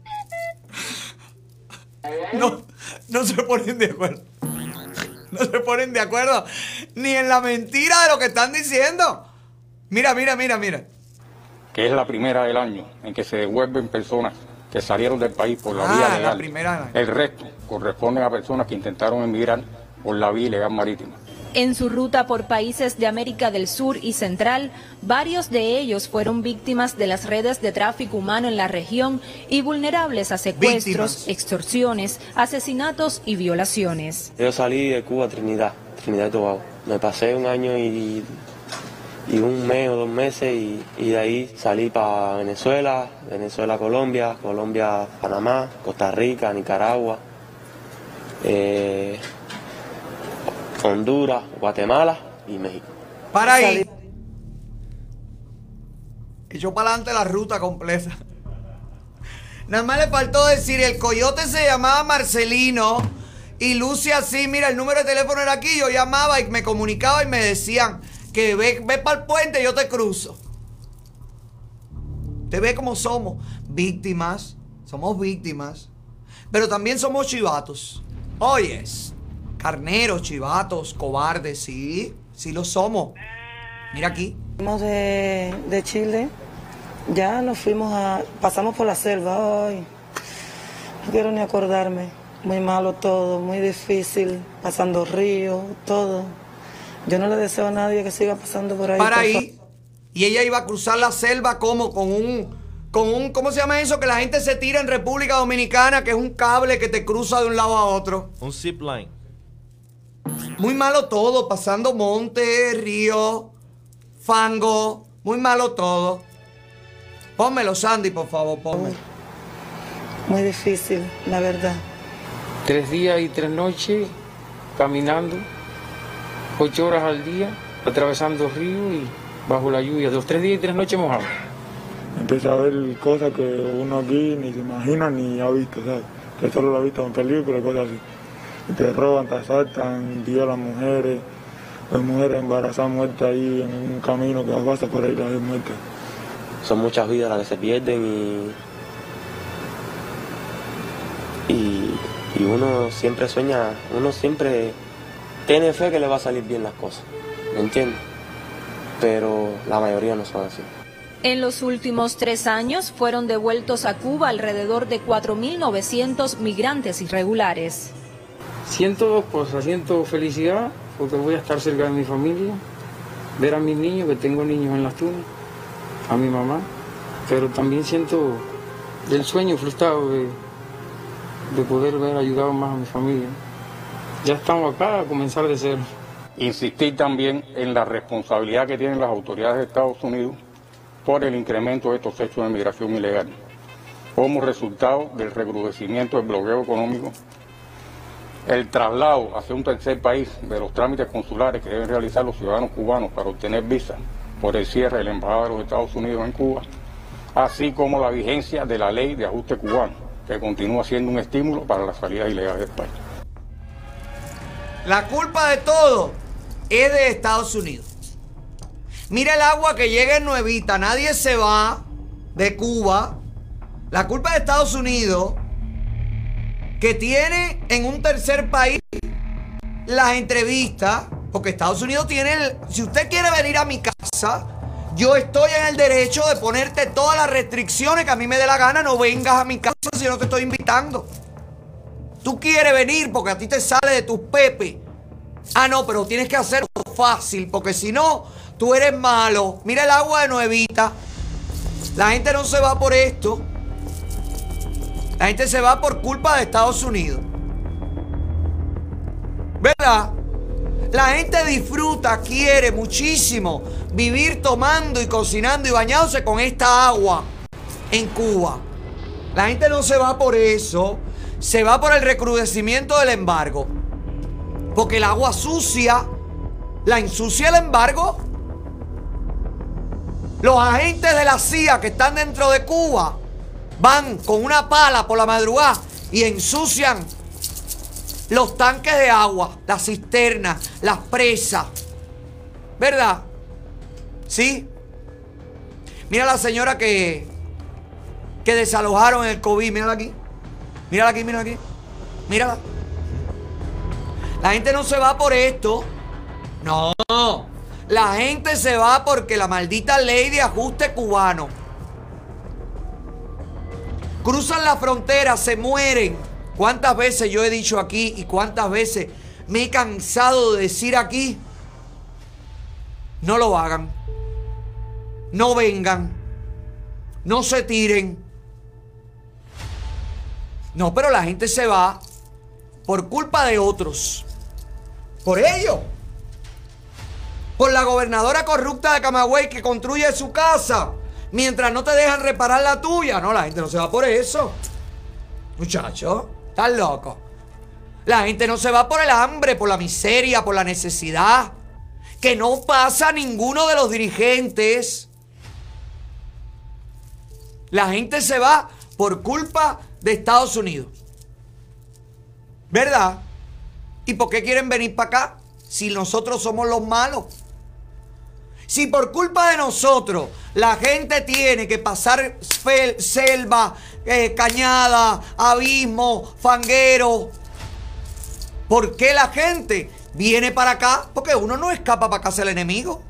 No, no se ponen de acuerdo. No se ponen de acuerdo ni en la mentira de lo que están diciendo. Mira, mira, mira, mira. Que es la primera del año en que se devuelven personas que salieron del país por la ah, vía legal. La primera. El resto corresponden a personas que intentaron emigrar por la vía ilegal marítima. En su ruta por países de América del Sur y Central, varios de ellos fueron víctimas de las redes de tráfico humano en la región y vulnerables a secuestros, víctimas, extorsiones, asesinatos y violaciones. Yo salí de Cuba a Trinidad, Trinidad y Tobago. Me pasé un año y, y un mes o dos meses y, y de ahí salí para Venezuela, Venezuela, Colombia, Colombia, Panamá, Costa Rica, Nicaragua. Eh, Honduras, Guatemala y México. Para ahí. Echó para adelante la ruta completa. Nada más le faltó decir, el coyote se llamaba Marcelino y luce así, mira, el número de teléfono era aquí, yo llamaba y me comunicaba y me decían que ve, ve para el puente y yo te cruzo. Te ve como somos, víctimas, somos víctimas, pero también somos chivatos. Oyes. Carneros, chivatos, cobardes, sí, sí lo somos. Mira aquí. Fuimos de, de Chile, ya nos fuimos a, pasamos por la selva, ay, no quiero ni acordarme, muy malo todo, muy difícil, pasando ríos, todo. Yo no le deseo a nadie que siga pasando por ahí. Para ahí, y ella iba a cruzar la selva como con un, con un, ¿cómo se llama eso? Que la gente se tira en República Dominicana, que es un cable que te cruza de un lado a otro. Un zip line. Muy malo todo, pasando monte, río, fango, muy malo todo. Pónmelo, Sandy, por favor, pónmelo. Muy difícil, la verdad. tres días y tres noches caminando, ocho horas al día, atravesando ríos y bajo la lluvia, los tres días y tres noches mojados. Empieza a ver cosas que uno aquí ni se imagina ni ha visto, ¿sabes? Que solo lo ha visto en películas, cosas así. Te roban, te asaltan, violan mujeres, hay mujeres embarazadas muertas ahí en un camino que pasa por ahí, las muertas. Son muchas vidas las que se pierden y, y, y uno siempre sueña, uno siempre tiene fe que le va a salir bien las cosas, ¿me entiendes? Pero la mayoría no son así. En los últimos tres años fueron devueltos a Cuba alrededor de cuatro mil novecientos migrantes irregulares. Siento dos cosas, siento felicidad porque voy a estar cerca de mi familia, ver a mis niños, que tengo niños en las tunas, a mi mamá, pero también siento el sueño frustrado de, de poder haber ayudado más a mi familia. Ya estamos acá a comenzar de cero. Insistir también en la responsabilidad que tienen las autoridades de Estados Unidos por el incremento de estos hechos de migración ilegal, como resultado del recrudecimiento del bloqueo económico, el traslado hacia un tercer país de los trámites consulares que deben realizar los ciudadanos cubanos para obtener visa por el cierre de la Embajada de los Estados Unidos en Cuba, así como la vigencia de la ley de ajuste cubano, que continúa siendo un estímulo para las salidas ilegales del país. La culpa de todo es de Estados Unidos. Mira el agua que llega en Nuevita, nadie se va de Cuba. La culpa de Estados Unidos, que tiene en un tercer país las entrevistas, porque Estados Unidos tiene el, si usted quiere venir a mi casa, yo estoy en el derecho de ponerte todas las restricciones que a mí me dé la gana. No vengas a mi casa si yo no te estoy invitando. Tú quieres venir porque a ti te sale de tus pepes. Ah, no, pero tienes que hacerlo fácil, porque si no, tú eres malo. Mira el agua de Nuevita. La gente no se va por esto. La gente se va por culpa de Estados Unidos. ¿Verdad? La gente disfruta, quiere muchísimo vivir tomando y cocinando y bañándose con esta agua en Cuba. La gente no se va por eso. Se va por el recrudecimiento del embargo. Porque el agua sucia, la ensucia el embargo. Los agentes de la C I A que están dentro de Cuba van con una pala por la madrugada y ensucian los tanques de agua, las cisternas, las presas. ¿Verdad? ¿Sí? Mira la señora que, que desalojaron en el COVID. Mírala aquí. Mírala aquí, mírala aquí. Mírala. La gente no se va por esto. No. La gente se va porque la maldita ley de ajuste cubano. Cruzan la frontera, se mueren. ¿Cuántas veces yo he dicho aquí y cuántas veces me he cansado de decir aquí? No lo hagan. No vengan. No se tiren. No, pero la gente se va por culpa de otros. Por ellos. Por la gobernadora corrupta de Camagüey que construye su casa mientras no te dejan reparar la tuya. No, la gente no se va por eso. Muchachos, estás loco. La gente no se va por el hambre, por la miseria, por la necesidad. Que no pasa ninguno de los dirigentes. La gente se va por culpa de Estados Unidos. ¿Verdad? ¿Y por qué quieren venir para acá si nosotros somos los malos? Si por culpa de nosotros la gente tiene que pasar selva, eh, cañada, abismo, fanguero, ¿por qué la gente viene para acá? Porque uno no escapa para casa del enemigo.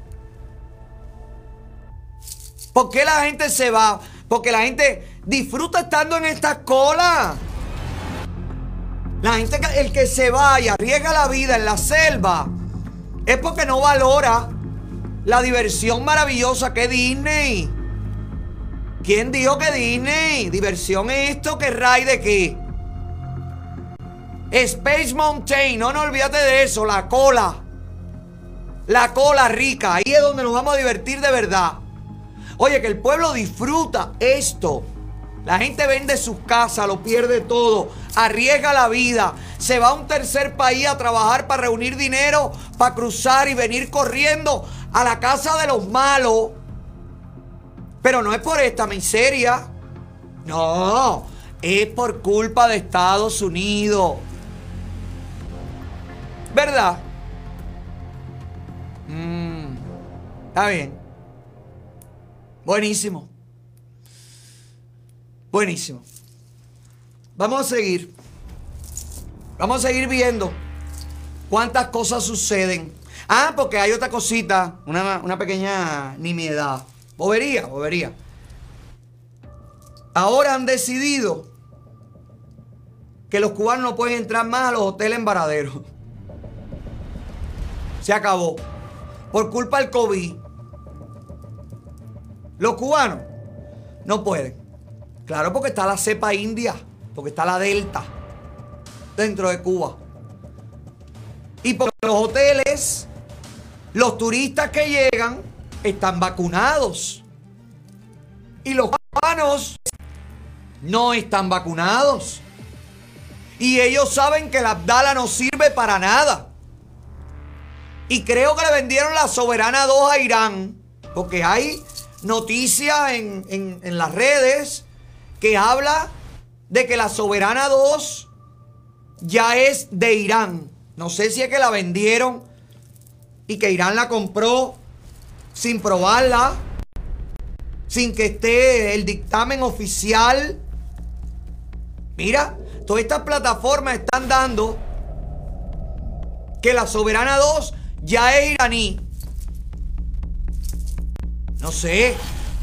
¿Por qué la gente se va? Porque la gente disfruta estando en estas colas. La gente, el que se va y arriesga la vida en la selva, es porque no valora la diversión maravillosa que es Disney. ¿Quién dijo que Disney? Diversión es esto, ¿qué ray de qué? Space Mountain, no, no olvídate de eso, la cola. La cola rica, ahí es donde nos vamos a divertir de verdad. Oye, que el pueblo disfruta esto. La gente vende sus casas, lo pierde todo, arriesga la vida, se va a un tercer país a trabajar para reunir dinero, para cruzar y venir corriendo a la casa de los malos. Pero no es por esta miseria. No, es por culpa de Estados Unidos. ¿Verdad? Mm, está bien. Buenísimo. Buenísimo. Vamos a seguir. Vamos a seguir viendo cuántas cosas suceden. Ah, porque hay otra cosita, una, una pequeña nimiedad. Bobería, bobería. Ahora han decidido que los cubanos no pueden entrar más a los hoteles en Varadero. Se acabó. Por culpa del COVID. Los cubanos no pueden. Claro, porque está la cepa india, porque está la delta dentro de Cuba. Y porque los hoteles, los turistas que llegan están vacunados. Y los cubanos no están vacunados. Y ellos saben que la Abdala no sirve para nada. Y creo que le vendieron la Soberana dos a Irán. Porque hay noticias en, en, en las redes que habla de que la Soberana dos ya es de Irán. No sé si es que la vendieron y que Irán la compró sin probarla, sin que esté el dictamen oficial. Mira, todas estas plataformas están dando que la Soberana dos ya es iraní. No sé.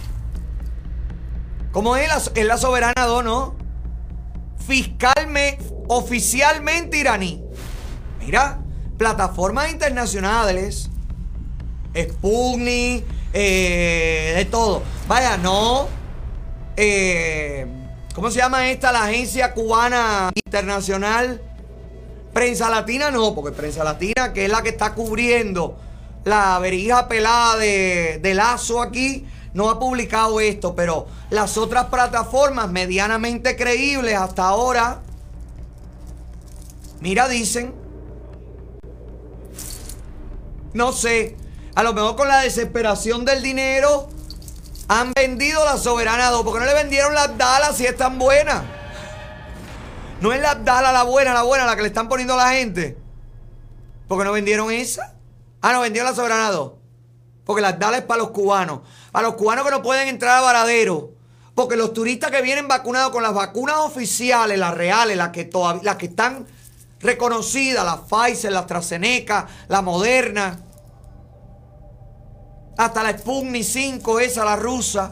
¿Cómo es la, es la Soberana dos, no? Fiscalmente, oficialmente iraní. Mira, plataformas internacionales, Sputnik, eh, de todo. Vaya, no. Eh, ¿Cómo se llama esta? La agencia cubana internacional. Prensa Latina no, porque Prensa Latina, que es la que está cubriendo la verija pelada de, de Lazo aquí, no ha publicado esto, pero las otras plataformas medianamente creíbles hasta ahora, mira, dicen, no sé, a lo mejor con la desesperación del dinero han vendido la Soberana dos. ¿Por qué no le vendieron la Abdala si es tan buena? No es la Abdala la buena, la buena, la que le están poniendo a la gente. ¿Por qué no vendieron esa? Ah, no, vendieron la Soberana dos. Porque la Abdala es para los cubanos. Para los cubanos que no pueden entrar a Varadero. Porque los turistas que vienen vacunados con las vacunas oficiales, las reales, las que, todavía, las que están reconocidas, las Pfizer, la AstraZeneca, la Moderna, hasta la Sputnik cinco, esa, la rusa,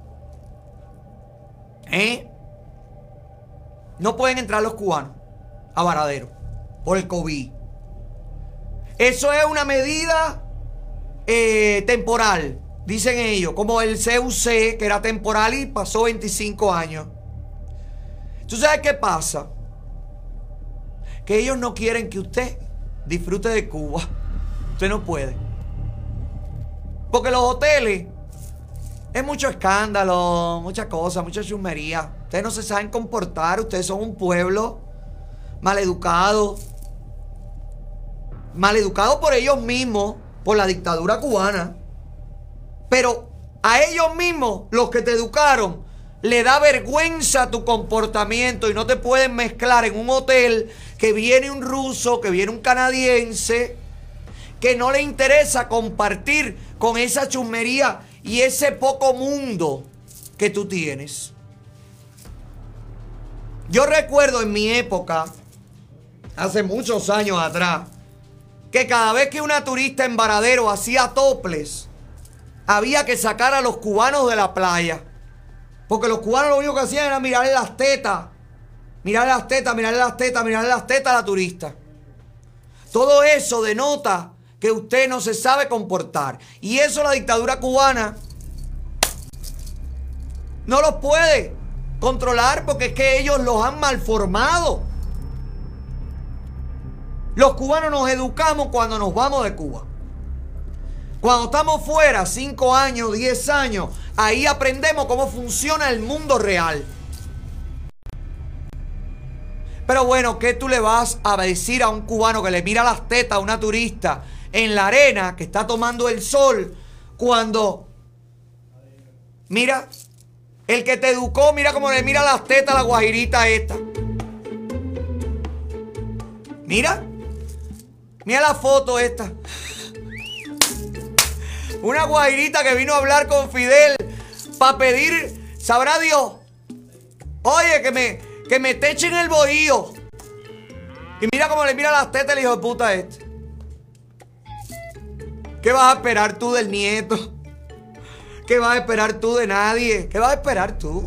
¿eh? No pueden entrar los cubanos a Varadero por el COVID. Eso es una medida eh, temporal, dicen ellos, como el C U C, que era temporal y pasó veinticinco años. ¿Tú sabes qué pasa? Que ellos no quieren que usted disfrute de Cuba. Usted no puede. Porque los hoteles es mucho escándalo, muchas cosas, mucha chusmería. Ustedes no se saben comportar, ustedes son un pueblo maleducado. Maleducado por ellos mismos, por la dictadura cubana. Pero a ellos mismos, los que te educaron, le da vergüenza tu comportamiento y no te pueden mezclar en un hotel que viene un ruso, que viene un canadiense, que no le interesa compartir con esa chusmería y ese poco mundo que tú tienes. Yo recuerdo en mi época, hace muchos años atrás, que cada vez que una turista en Varadero hacía toples, había que sacar a los cubanos de la playa. Porque los cubanos lo único que hacían era mirarle las tetas. Mirarle las tetas, mirarle las tetas, mirarle las tetas a la turista. Todo eso denota que usted no se sabe comportar. Y eso la dictadura cubana no los puede controlar porque es que ellos los han malformado. Los cubanos nos educamos cuando nos vamos de Cuba. Cuando estamos fuera, cinco años, diez años, ahí aprendemos cómo funciona el mundo real. Pero bueno, ¿qué tú le vas a decir a un cubano que le mira las tetas a una turista en la arena que está tomando el sol cuando... Mira, el que te educó, mira cómo le mira las tetas a la guajirita esta. Mira. Mira la foto esta. Una guajirita que vino a hablar con Fidel para pedir, sabrá Dios. Oye, que me, que me te echen el bohío. Y mira cómo le mira las tetas el hijo de puta este. ¿Qué vas a esperar tú del nieto? ¿Qué vas a esperar tú de nadie? ¿Qué vas a esperar tú?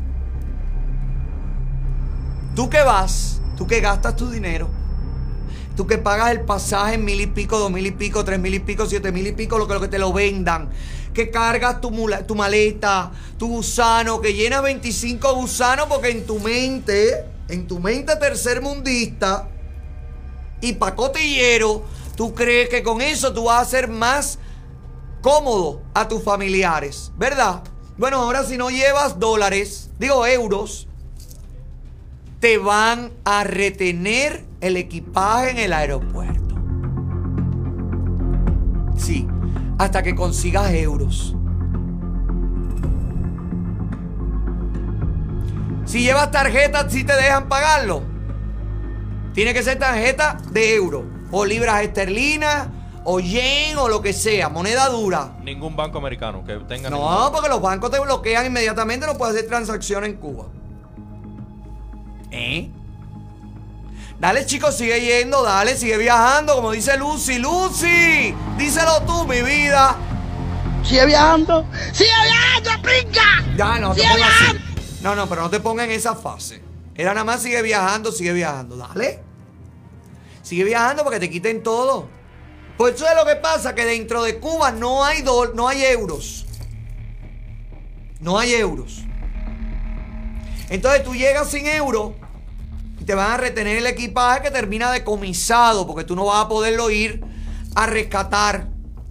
¿Tú qué vas? ¿Tú que gastas tu dinero? ¿Tú que pagas el pasaje en mil y pico, dos mil y pico, tres mil y pico, siete mil y pico, lo que, lo que te lo vendan? Que cargas tu, mula, tu maleta, tu gusano, que llenas veinticinco gusanos porque en tu mente, en tu mente tercermundista y pacotillero, tú crees que con eso tú vas a ser más cómodo a tus familiares, ¿verdad? Bueno, ahora si no llevas dólares, digo euros, te van a retener el equipaje en el aeropuerto. Sí, hasta que consigas euros. Si llevas tarjeta, sí te dejan pagarlo. Tiene que ser tarjeta de euro, o libras esterlinas, o yen, o lo que sea, moneda dura. Ningún banco americano que tenga. No, ningún... porque los bancos te bloquean inmediatamente, no puedes hacer transacciones en Cuba. ¿Eh? Dale, chicos, sigue yendo, dale, sigue viajando, como dice Lucy. Lucy, díselo tú, mi vida. Sigue viajando, sigue viajando, pinga. Ya, no, sigue te pongas así. viajando. No, no, pero no te pongas en esa fase. Era nada más sigue viajando, sigue viajando, dale. Sigue viajando para que te quiten todo. Pues eso es lo que pasa, que dentro de Cuba no hay, do, no hay euros. No hay euros. Entonces tú llegas sin euros y te van a retener el equipaje que termina decomisado porque tú no vas a poderlo ir a rescatar.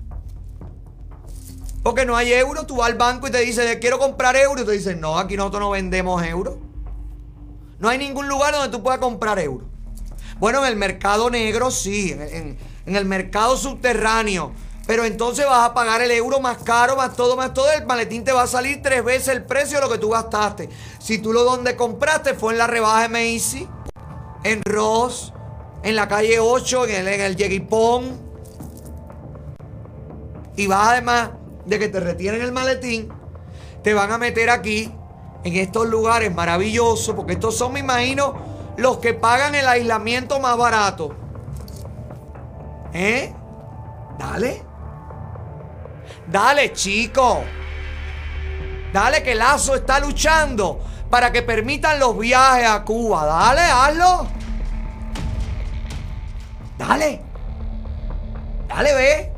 Porque no hay euros, tú vas al banco y te dicen, quiero comprar euros. Y te dicen, no, aquí nosotros no vendemos euros. No hay ningún lugar donde tú puedas comprar euros. Bueno, en el mercado negro sí, en, en, en el mercado subterráneo. Pero entonces vas a pagar el euro más caro, más todo, más todo. El maletín te va a salir tres veces el precio de lo que tú gastaste. Si tú lo donde compraste fue en la rebaja de Macy, en Ross, en la calle ocho, en el, en el Yeguipón. Y vas además de que te retienen el maletín, te van a meter aquí, en estos lugares maravillosos, porque estos son, me imagino, los que pagan el aislamiento más barato. ¿Eh? Dale. Dale, chico. Dale, que Lazo está luchando para que permitan los viajes a Cuba. Dale, hazlo. Dale. Dale, ve.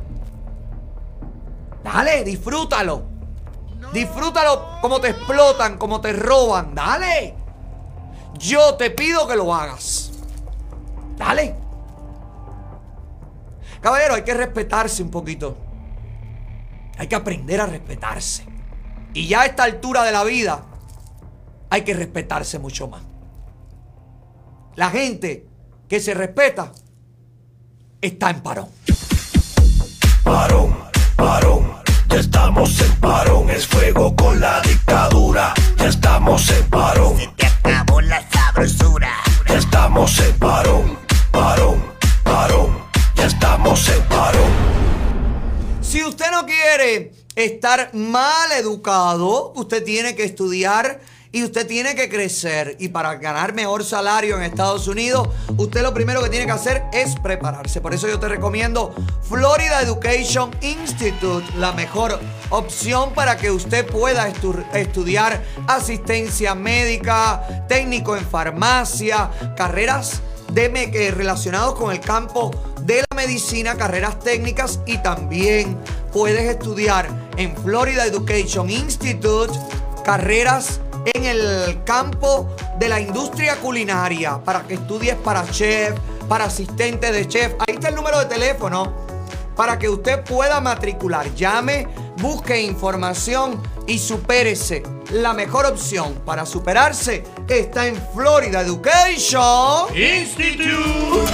Dale, disfrútalo. Disfrútalo como te explotan, como te roban. Dale. Yo te pido que lo hagas. Dale. Caballero, hay que respetarse un poquito. Hay que aprender a respetarse. Y ya a esta altura de la vida hay que respetarse mucho más. La gente que se respeta está en parón. Parón, parón, ya estamos en parón. Es fuego con la dictadura. Ya estamos en parón. Se te acabó la sabrosura. Ya estamos en parón, parón, parón. Ya estamos en parón. Si usted no quiere estar mal educado, usted tiene que estudiar y usted tiene que crecer. Y para ganar mejor salario en Estados Unidos, usted lo primero que tiene que hacer es prepararse. Por eso yo te recomiendo Florida Education Institute, la mejor opción para que usted pueda estu- estudiar asistencia médica, técnico en farmacia, carreras de me- que relacionados con el campo de la medicina, carreras técnicas, y también puedes estudiar en Florida Education Institute carreras en el campo de la industria culinaria, para que estudies para chef, para asistente de chef. Ahí está el número de teléfono para que usted pueda matricular. Llame busque información y supérese. La mejor opción para superarse está en Florida Education Institute.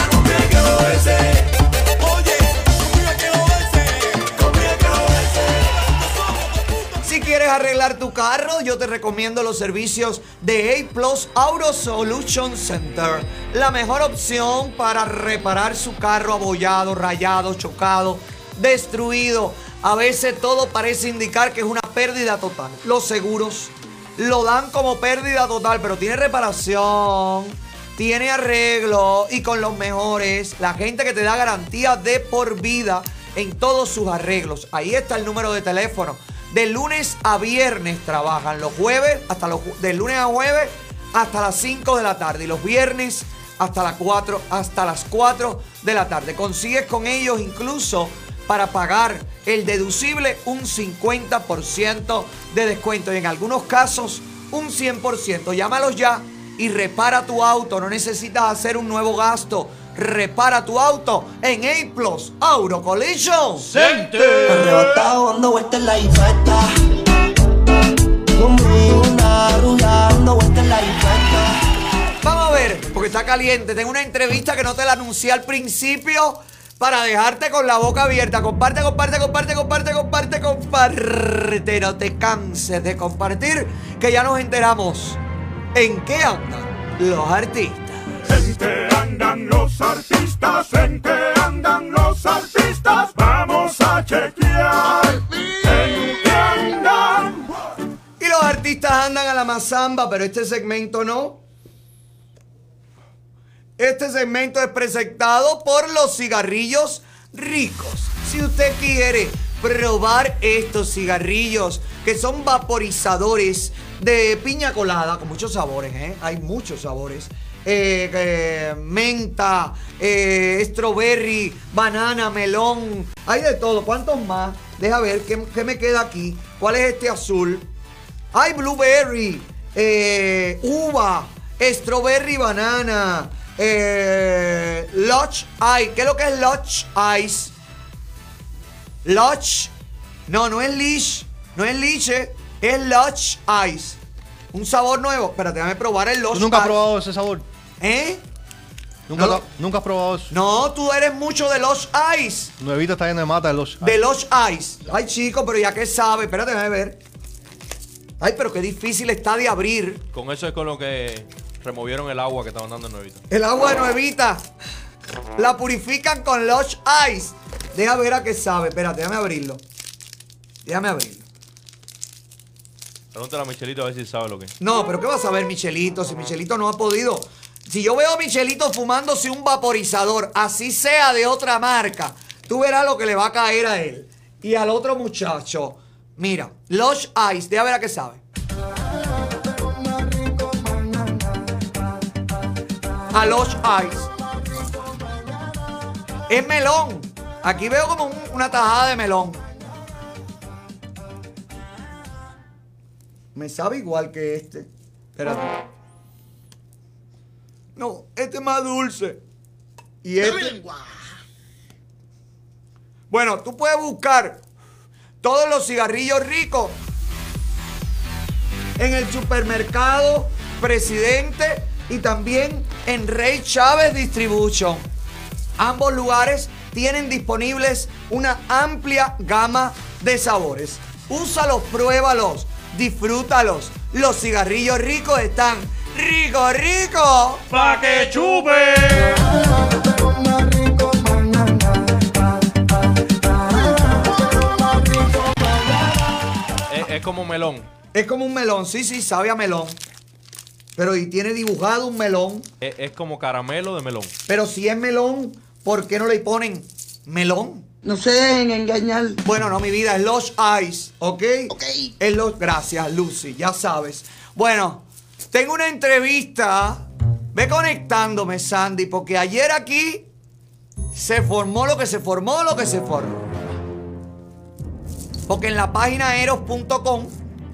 Si quieres arreglar tu carro, yo te recomiendo los servicios de A Plus Auto Solution Center. La mejor opción para reparar su carro abollado, rayado, chocado, destruido. A veces todo parece indicar que es una pérdida total. Los seguros lo dan como pérdida total, pero tiene reparación, tiene arreglo y con los mejores. La gente que te da garantía de por vida en todos sus arreglos. Ahí está el número de teléfono. De lunes a viernes trabajan, los jueves, hasta los, de lunes a jueves hasta las cinco de la tarde y los viernes hasta las cuatro, hasta las cuatro de la tarde. Consigues con ellos incluso para pagar el deducible un cincuenta por ciento de descuento y en algunos casos un cien por ciento. Llámalos ya y repara tu auto, no necesitas hacer un nuevo gasto. Repara tu auto en A Plus Auto Collision Center. Arrebatado dando vueltas en la infesta. Conmigo una rubia dando vueltas en la infesta. Vamos a ver, porque está caliente. Tengo una entrevista que no te la anuncié al principio para dejarte con la boca abierta. Comparte, comparte, comparte, comparte, comparte, comparte. No te canses de compartir, que ya nos enteramos en qué andan los artistas. ¿En qué andan los artistas? ¿En qué andan los artistas? Vamos a chequear. ¿En qué andan? Y los artistas andan a la mazamba, pero este segmento no. Este segmento es presentado por los cigarrillos ricos. Si usted quiere probar estos cigarrillos que son vaporizadores de piña colada con muchos sabores, ¿eh? Hay muchos sabores. Eh, eh, menta, eh, strawberry, banana, melón. Hay de todo. ¿Cuántos más? Deja ver qué, qué me queda aquí. ¿Cuál es este azul? Hay blueberry, eh, uva, strawberry, banana, eh, Lush Ice. ¿Qué es lo que es Lush Ice? Lush. No, no es Lish. No es Liche. Es Lush Ice. Un sabor nuevo. Espérate, déjame probar el Lush Ice. ¿Tú nunca has probado ese sabor? ¿Eh? ¿Nunca, No. ¿Nunca has probado eso? No, tú eres mucho de Lush Ice. Nuevita está llena de mata de los De Lush Ice. Ay, chico, pero ya que sabe. Espérate, déjame ver. Ay, pero qué difícil está de abrir. Con eso es con lo que removieron el agua que estaban dando en Nuevita. El agua de Nuevita. La purifican con Lush Ice. Deja ver a qué sabe. Espérate, déjame abrirlo. Déjame abrirlo. Pregúntale a Michelito a ver si sabe lo que es. No, pero ¿qué vas a ver, Michelito? Si Michelito no ha podido. Si yo veo a Michelito fumándose un vaporizador, así sea de otra marca, tú verás lo que le va a caer a él. Y al otro muchacho. Mira, Lush Ice, deja ver a qué sabe. A Lush Ice. Es melón. Aquí veo como un- una tajada de melón. Me sabe igual que este. Espérate. No, este es más dulce. Y este. Bueno, tú puedes buscar todos los cigarrillos ricos en el supermercado Presidente y también en Rey Chávez Distribution. Ambos lugares tienen disponibles una amplia gama de sabores. Úsalos, pruébalos, disfrútalos. Los cigarrillos ricos están rico, rico. ¡Pa' que chupe! Es, es como melón. Es como un melón, sí, sí, sabe a melón. Pero y tiene dibujado un melón. Es, es como caramelo de melón. Pero si es melón, ¿por qué no le ponen melón? No se dejen engañar. Bueno, no, mi vida, es Lush Ice, ¿ok? Ok. Es Lush, gracias, Lucy, ya sabes. Bueno, tengo una entrevista. Ve conectándome, Sandy, porque ayer aquí se formó lo que se formó, lo que se formó. Porque en la página eros punto com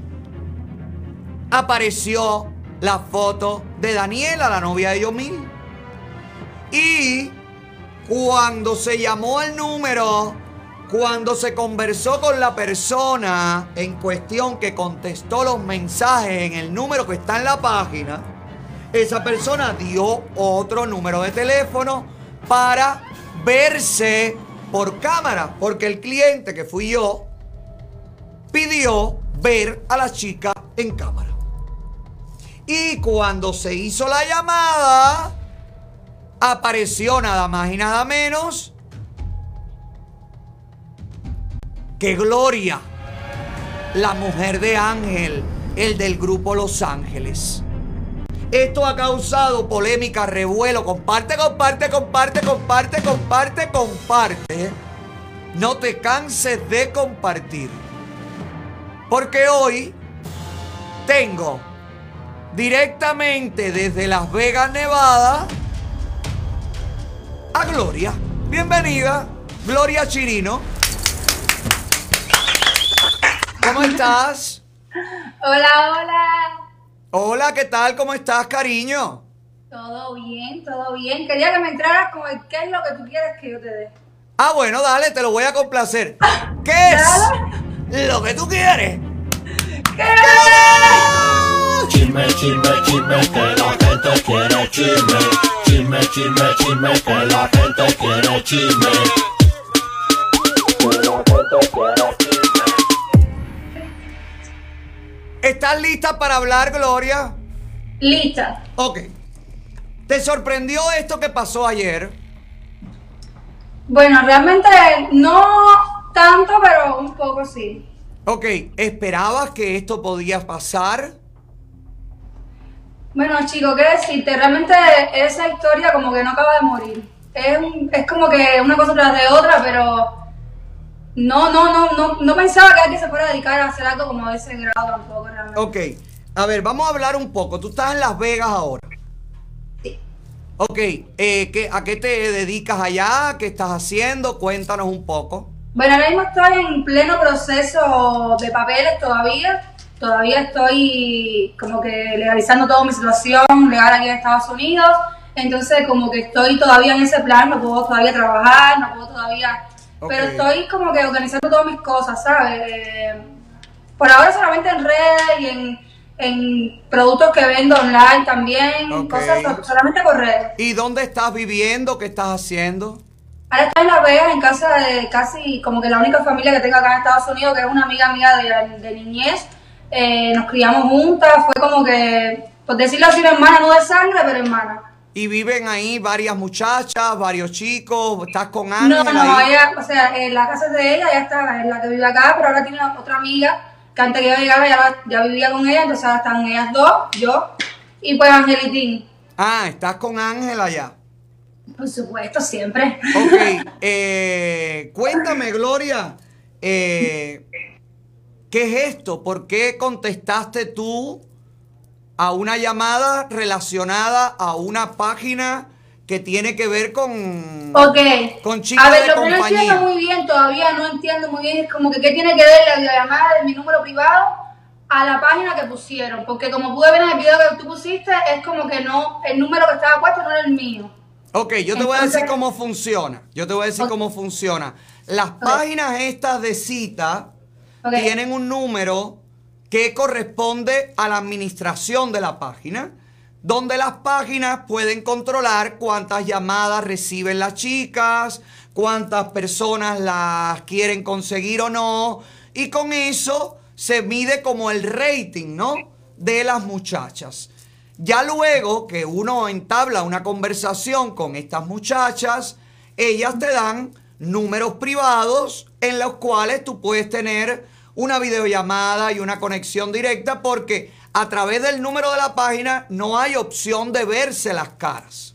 apareció la foto de Daniela, la novia de Yomil. Y cuando se llamó el número, Cuando se conversó con la persona en cuestión que contestó los mensajes en el número que está en la página, esa persona dio otro número de teléfono para verse por cámara, porque el cliente, que fui yo, pidió ver a la chica en cámara. Y cuando se hizo la llamada, apareció nada más y nada menos que Gloria, la mujer de Ángel, el del grupo Los Ángeles. Esto ha causado polémica, revuelo. Comparte, comparte, comparte, comparte, comparte, comparte. No te canses de compartir. Porque hoy tengo directamente desde Las Vegas, Nevada, a Gloria. Bienvenida, Gloria Chirino. ¿Cómo estás? Hola, hola. Hola, ¿qué tal? ¿Cómo estás, cariño? Todo bien, todo bien. Quería que me entraras con el qué es lo que tú quieres que yo te dé. Ah, bueno, dale, te lo voy a complacer. ¿Qué es lo que tú quieres? ¿Qué? Chisme, chisme, chisme, que la gente quiere chisme. Chisme, chisme, chisme, que la gente quiere chisme. Que la gente quiere chisme. ¿Estás lista para hablar, Gloria? Lista. Ok. ¿Te sorprendió esto que pasó ayer? Bueno, realmente no tanto, pero un poco sí. Ok, ¿esperabas que esto podía pasar? Bueno, chico, ¿qué decirte? Realmente esa historia como que no acaba de morir. Es, un, es como que una cosa tras de otra, pero no, no, no, no, no pensaba que alguien se fuera a dedicar a hacer algo como de ese grado tampoco, realmente. Ok, a ver, vamos a hablar un poco. Tú estás en Las Vegas ahora. Sí. Ok, eh, ¿qué, ¿a qué te dedicas allá? ¿Qué estás haciendo? Cuéntanos un poco. Bueno, ahora mismo estoy en pleno proceso de papeles todavía. Todavía estoy como que legalizando toda mi situación legal aquí en Estados Unidos. Entonces como que estoy todavía en ese plan, no puedo todavía trabajar, no puedo todavía... Okay. Pero estoy como que organizando todas mis cosas, ¿sabes? Eh, por ahora solamente en redes y en, en productos que vendo online también, okay. Cosas solamente por redes. ¿Y dónde estás viviendo? ¿Qué estás haciendo? Ahora estoy en Las Vegas, en casa de casi como que la única familia que tengo acá en Estados Unidos, que es una amiga mía de, de niñez. Eh, nos criamos juntas, fue como que, por decirlo así, una hermana, no de sangre, pero hermana. ¿Y viven ahí varias muchachas, varios chicos? ¿Estás con Ángel? No, no, ahí? ella, o sea, en la casa de ella, ella está, es la que vive acá, pero ahora tiene otra amiga que antes que yo llegara ya, ya vivía con ella, entonces ahora están ellas dos, yo y pues Angelitín. Ah, ¿estás con Ángel allá? Por supuesto, siempre. Ok, eh, cuéntame, Gloria, eh, ¿qué es esto? ¿Por qué contestaste tú a una llamada relacionada a una página que tiene que ver con, okay. con chicas a ver, de lo compañía? que no entiendo muy bien, todavía no entiendo muy bien, es como que qué tiene que ver la, la llamada de mi número privado a la página que pusieron, porque como pude ver en el video que tú pusiste, es como que no, el número que estaba puesto no era el mío. Ok, yo te Entonces, voy a decir cómo funciona. Yo te voy a decir okay. cómo funciona. Las okay. páginas estas de cita okay. tienen un número que corresponde a la administración de la página, donde las páginas pueden controlar cuántas llamadas reciben las chicas, cuántas personas las quieren conseguir o no, y con eso se mide como el rating, ¿no?, de las muchachas. Ya luego que uno entabla una conversación con estas muchachas, ellas te dan números privados en los cuales tú puedes tener una videollamada y una conexión directa, porque a través del número de la página no hay opción de verse las caras.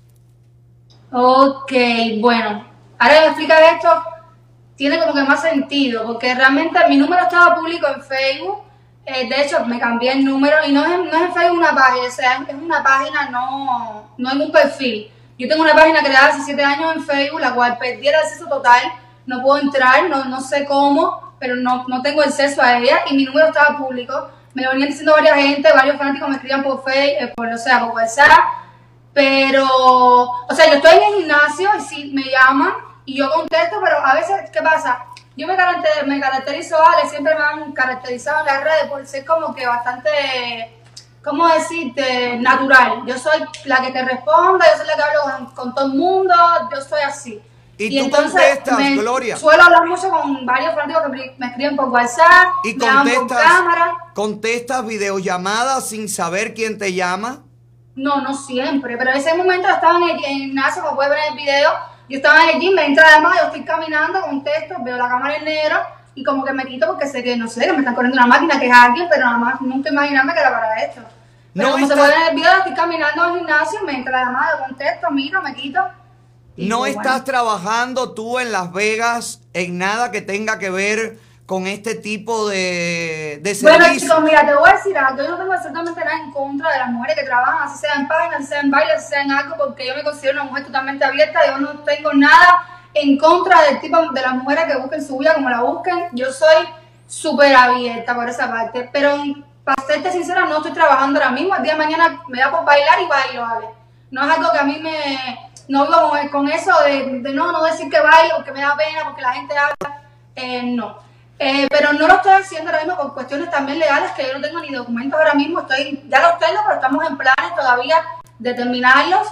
Ok, bueno, ahora que me explicas esto, tiene como que más sentido, porque realmente mi número estaba público en Facebook. Eh, de hecho, me cambié el número y no es, no es en Facebook una página, o sea, es una página, no, no en un perfil. Yo tengo una página creada hace siete años en Facebook, la cual perdí el acceso total, no puedo entrar, no, no sé cómo, pero no, no tengo acceso a ella y mi número estaba público. Me lo venían diciendo varias gente, varios fanáticos me escribían por Facebook, por, o sea, por WhatsApp, pero, o sea, yo estoy en el gimnasio y sí me llaman y yo contesto, pero a veces, ¿qué pasa? yo me, caracter, me caracterizo, Ale, siempre me han caracterizado en las redes por ser como que bastante, ¿cómo decirte? Natural. Yo soy la que te responde, yo soy la que hablo con, con todo el mundo, yo soy así. Y, y tú entonces contestas, me, Gloria. Suelo hablar mucho con varios fanáticos que me escriben por WhatsApp, y me llaman por cámara. ¿Contestas videollamadas sin saber quién te llama? No, no siempre, pero en ese momento estaba en el gimnasio, como puedes ver en el video, yo estaba en el gym, me entra además, yo estoy caminando, contesto, veo la cámara en negro y como que me quito porque sé que, no sé, que me están corriendo una máquina, que es alguien, pero nada más nunca imaginarme que era para esto. Pero no como está... se puede ver en el video, estoy caminando al gimnasio, me entra además, yo contesto, miro, me quito. ¿No pues, estás bueno. trabajando tú en Las Vegas en nada que tenga que ver con este tipo de, de servicios? Bueno, chicos, mira, te voy a decir algo. Yo no tengo absolutamente nada en contra de las mujeres que trabajan, así sea en páginas, así sea en baile, así sea en algo, porque yo me considero una mujer totalmente abierta. Yo no tengo nada en contra del tipo de las mujeres que busquen su vida como la busquen. Yo soy súper abierta por esa parte. Pero, para serte sincera, no estoy trabajando ahora mismo. El día de mañana me da por bailar y bailo, ¿vale? No es algo que a mí me... No vivo con, con eso de, de no, no decir que bailo, porque me da pena, porque la gente habla. Eh, no. Eh, pero no lo estoy haciendo ahora mismo por cuestiones también legales, que yo no tengo ni documentos ahora mismo. Estoy, ya los tengo, pero estamos en planes todavía de terminarlos.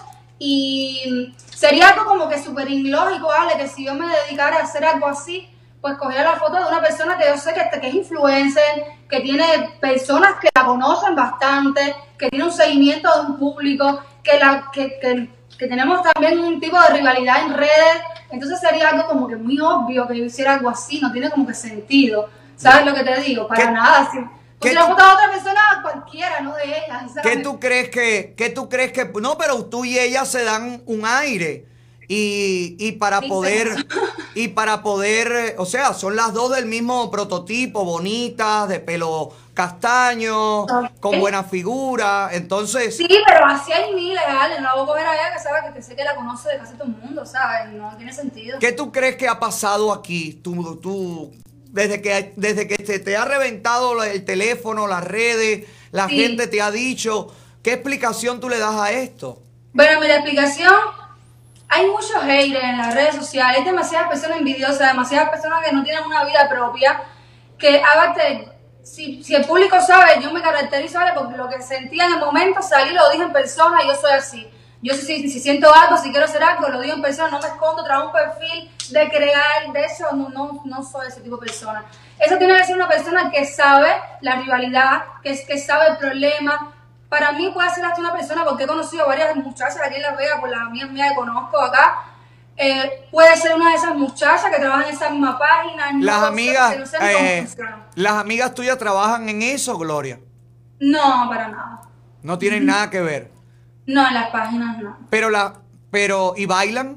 Y sería algo como que súper ilógico, ¿vale? Que si yo me dedicara a hacer algo así, pues cogiera la foto de una persona que yo sé que, que es influencer, que tiene personas que la conocen bastante, que tiene un seguimiento de un público, que la que, que que tenemos también un tipo de rivalidad en redes, entonces sería algo como que muy obvio que yo hiciera algo así, no tiene como que sentido, ¿sabes lo que te digo? Para ¿Qué, nada, si, pues si la foto de otra persona, cualquiera, no de ella, ¿sabes? ¿Qué tú crees que, qué tú crees que, no, pero tú y ella se dan un aire, y, y para Sí, poder, pero- y para poder, o sea, son las dos del mismo prototipo, bonitas, de pelo castaño, con buena figura, entonces... Sí, pero así hay miles, Ale, no la voy a coger a ella que sabe que, que sé que la conoce de casi todo el mundo, ¿sabes? No tiene sentido. ¿Qué tú crees que ha pasado aquí? Tú, tú, desde que, desde que te, te ha reventado el teléfono, las redes, la Sí. gente te ha dicho, ¿qué explicación tú le das a esto? Bueno, mi explicación, hay muchos haters en las redes sociales, hay demasiadas personas envidiosas, demasiadas personas que no tienen una vida propia, que aparte, si, si el público sabe, yo me caracterizo, ¿vale? Porque lo que sentía en el momento, salí, lo dije en persona y yo soy así. Yo si, si, si siento algo, si quiero hacer algo, lo digo en persona, no me escondo tras un perfil de crear, de eso, no, no, no soy ese tipo de persona. Eso tiene que ser una persona que sabe la rivalidad, que, que sabe el problema. Para mí puede ser hasta una persona, porque he conocido varias muchachas aquí en Las Vegas, por las amigas mías que conozco acá. Eh, puede ser una de esas muchachas que trabajan en esa misma página. No Las sé, amigas, porque no sé ni cómo eh, funciona. las amigas tuyas trabajan en eso, Gloria. No, para nada. No tienen nada que ver. No, en las páginas no. Pero la, pero, ¿y bailan?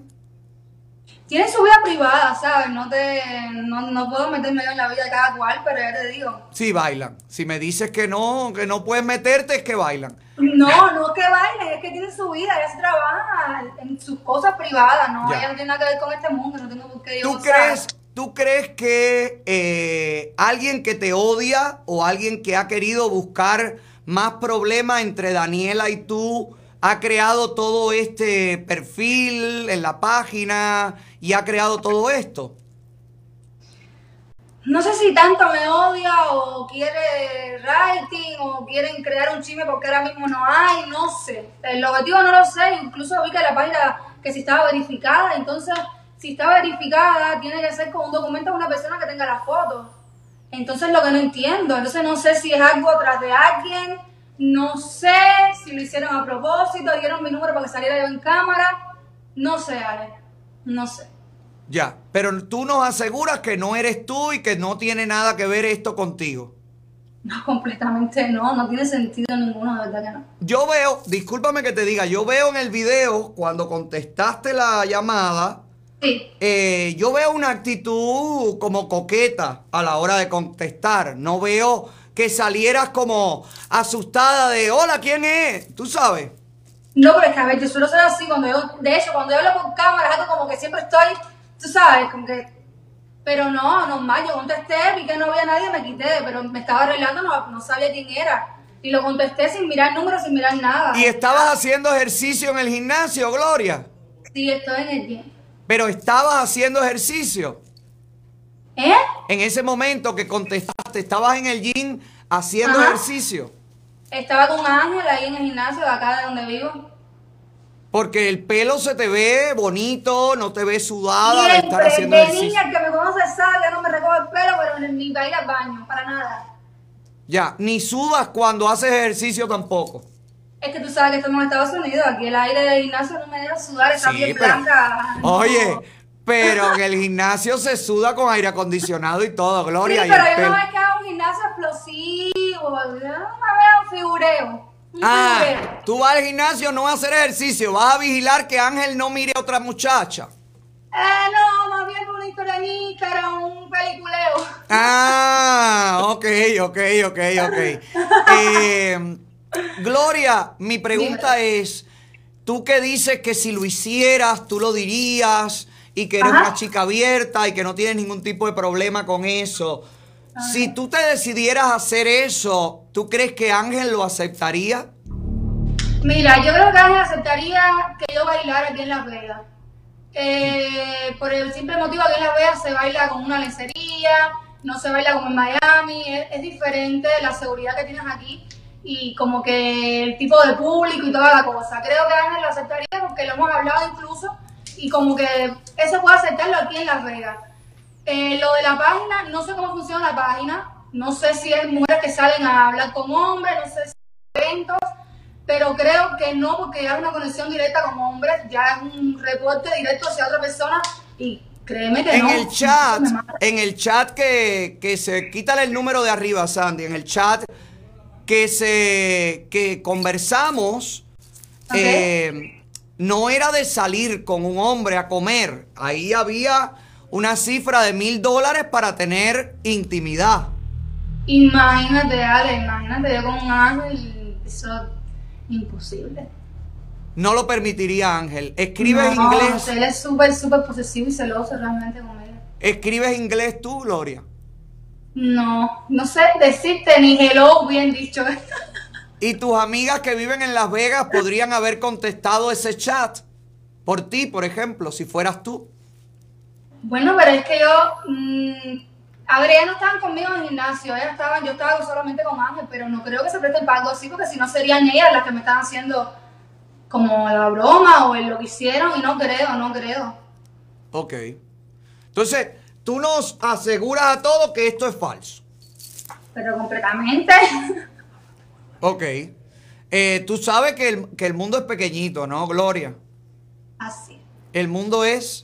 Tienen su vida privada, ¿sabes? No te, no, no puedo meterme yo en la vida de cada cual, pero ya te digo. Sí, bailan. Si me dices que no, que no puedes meterte, es que bailan. No, no es que bailen, es que tienen su vida, ellas trabajan en sus cosas privadas, ¿no? Ya. Ellas no tienen nada que ver con este mundo, no tengo por qué yo. ¿Tú crees, ¿tú crees que eh, alguien que te odia o alguien que ha querido buscar más problemas entre Daniela y tú ha creado todo este perfil en la página y ha creado todo esto? No sé si tanto me odia o quiere rating o quieren crear un chisme porque ahora mismo no hay, no sé. El objetivo no lo sé, incluso vi que la página que si estaba verificada, entonces si está verificada tiene que ser con un documento de una persona que tenga la foto. Entonces lo que no entiendo, entonces no sé si es algo atrás de alguien, no sé si lo hicieron a propósito, dieron mi número para que saliera yo en cámara, no sé, Ale, no sé. Ya, pero tú nos aseguras que no eres tú y que no tiene nada que ver esto contigo. No, completamente no, no tiene sentido ninguno, de verdad que no. Yo veo, discúlpame que te diga, yo veo en el video cuando contestaste la llamada, sí. eh, yo veo una actitud como coqueta a la hora de contestar. No veo que salieras como asustada de, hola, ¿quién es? Tú sabes. No, pero es que a ver, yo suelo ser así, cuando yo, de hecho, cuando yo hablo por cámara, es algo como que siempre estoy, tú sabes, como que, pero no, normal, yo contesté, vi que no había nadie, me quité, pero me estaba arreglando, no, no sabía quién era, y lo contesté sin mirar números, sin mirar nada. ¿Y estabas haciendo ejercicio en el gimnasio, Gloria? Sí, estoy en el gym. Pero estabas haciendo ejercicio. ¿Eh? En ese momento que contestaste, ¿estabas en el gym haciendo Ajá. ejercicio? Estaba con Ángel ahí en el gimnasio de acá de donde vivo. Porque el pelo se te ve bonito, no te ves sudada de estar Siempre, haciendo de ejercicio. niña, el que me conoce sabe que no me recoge el pelo, pero ni para ir al baño, para nada. Ya, ni sudas cuando haces ejercicio tampoco. Es que tú sabes que estamos en Estados Unidos, aquí el aire del gimnasio no me deja sudar, esa Sí, piel pero- blanca. no. Oye, pero en el gimnasio se suda con aire acondicionado y todo, Sí, Gloria. y pero el yo pelo. no es que haga un gimnasio explosivo, yo me veo un figureo. Un Ah, figureo. tú vas al gimnasio, no vas a hacer ejercicio, vas a vigilar que Ángel no mire a otra muchacha. Eh, no, más bien una historia en Instagram, un peliculeo. Ah, ok, ok, ok, ok. Eh, Gloria, mi pregunta es, tú que dices que si lo hicieras, tú lo dirías y que eres Ajá. una chica abierta y que no tienes ningún tipo de problema con eso. Si tú te decidieras hacer eso, ¿tú crees que Ángel lo aceptaría? Mira, yo creo que Ángel aceptaría que yo bailara aquí en Las Vegas. Eh, por el simple motivo que en Las Vegas se baila con una lencería, no se baila como en Miami, es, es diferente la seguridad que tienes aquí y como que el tipo de público y toda la cosa. Creo que Ángel lo aceptaría porque lo hemos hablado incluso y como que eso puede aceptarlo aquí en Las Vegas. Eh, lo de la página, no sé cómo funciona la página, no sé si es mujeres que salen a hablar con hombres, no sé si es eventos, pero creo que no, porque ya es una conexión directa con hombres, ya es un reporte directo hacia otra persona y créeme que En no. el chat, me mata. en el chat que, que se, quítale el número de arriba, Sandy, en el chat que se, que conversamos, Ok. eh, no era de salir con un hombre a comer, ahí había una cifra de mil dólares para tener intimidad. Imagínate, Ale, imagínate yo con un ángel, eso es imposible. No lo permitiría Ángel. ¿Escribes No, inglés? él es súper, súper posesivo y celoso realmente con ella. ¿Escribes inglés tú, Gloria? No, no sé decirte ni hello bien dicho. ¿Y tus amigas que viven en Las Vegas podrían haber contestado ese chat? Por ti, por ejemplo, si fueras tú. Bueno, pero es que yo, mmm, a ver, ellas no estaban conmigo en el gimnasio, ellas estaban, yo estaba solamente con Ángel, pero no creo que se presten para algo así, porque si no serían ellas las que me están haciendo como la broma o el lo que hicieron, y no creo, no creo. Ok. Entonces, tú nos aseguras a todos que esto es falso. Pero completamente. Ok. Eh, tú sabes que el, que el mundo es pequeñito, ¿no, Gloria? Así. El mundo es...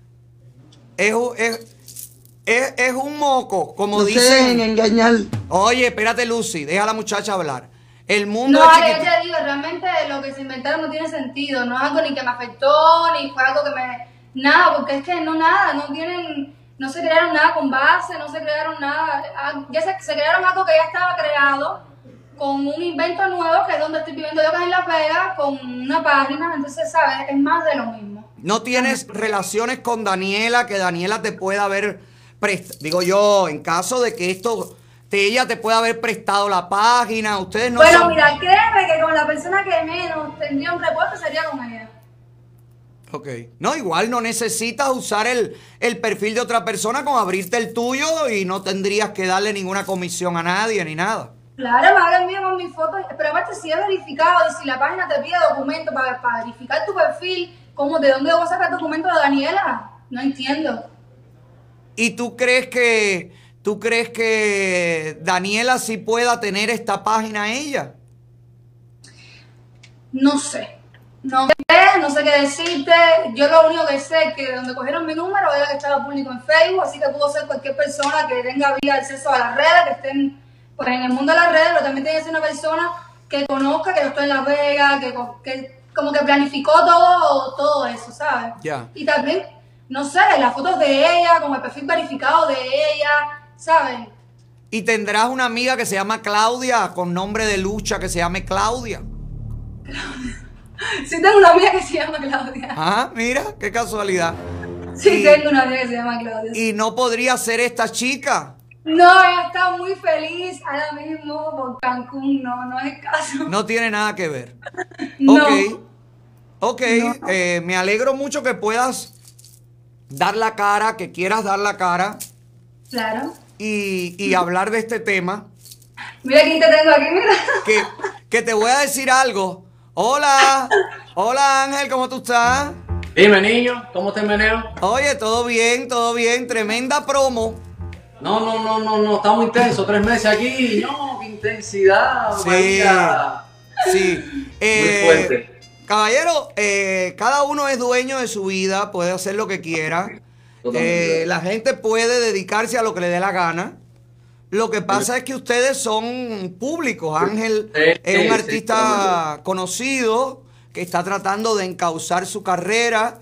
Es, un- es, es, es un moco, como No dicen. deben engañar. Oye, espérate, Lucy, deja a la muchacha hablar. El mundo No, es Ale, yo chiquitito. te digo, realmente lo que se inventaron no tiene sentido, no es algo ni que me afectó, ni fue algo que me... Nada, porque es que no nada, no tienen... No se crearon nada con base, no se crearon nada... ah, Ya se, se crearon algo que ya estaba creado, con un invento nuevo, que es donde estoy viviendo yo, que es en Las Vegas, con una página, entonces, ¿sabes? Es más de lo mismo. No tienes relaciones con Daniela, que Daniela te pueda haber prestado. Digo yo, en caso de que esto, te, ella te pueda haber prestado la página, ustedes no bueno, son... mira, créeme que con la persona que menos tendría un reporte sería con ella. Ok. No, igual no necesitas usar el, el perfil de otra persona con abrirte el tuyo y no tendrías que darle ninguna comisión a nadie ni nada. Claro, me hagan mío con mis fotos, pero aparte si es verificado y si la página te pide documento para, para verificar tu perfil, ¿cómo, de dónde voy a sacar documento de Daniela? No entiendo. ¿Y tú crees que tú crees que Daniela sí pueda tener esta página ella? No sé. No sé, no sé qué decirte. Yo lo único que sé es que donde cogieron mi número era que estaba público en Facebook, así que pudo ser cualquier persona que tenga vía acceso a las redes, que estén pues, en el mundo de las redes, pero también tiene que ser una persona que conozca que yo estoy en Las Vegas, que, que como que planificó todo, todo eso, ¿sabes? Ya. Y también, no sé, las fotos de ella, como el perfil verificado de ella, ¿saben? Y tendrás una amiga que se llama Claudia, con nombre de lucha, que se llame Claudia. Sí tengo una amiga que se llama Claudia. Ah, mira, qué casualidad. Sí Y- tengo una amiga que se llama Claudia. Y no podría ser esta chica. No, ella está muy feliz ahora mismo por Cancún, no, no es el caso. No tiene nada que ver. No. Ok. Ok, eh, me alegro mucho que puedas dar la cara, que quieras dar la cara. Claro. y, y hablar de este tema. Mira quién te tengo aquí, mira. Que, que te voy a decir algo. Hola, hola Ángel, ¿cómo tú estás? Dime, niño, ¿cómo te meneo? Oye, todo bien, todo bien, tremenda promo. No, no, no, no, no, está muy intenso, tres meses aquí, no, qué intensidad, Sí, María. sí. Eh, Muy fuerte. Caballero, eh, cada uno es dueño de su vida, puede hacer lo que quiera. Eh, la gente puede dedicarse a lo que le dé la gana. Lo que pasa es que ustedes son públicos. Ángel Sí, es un sí, artista conocido que está tratando de encauzar su carrera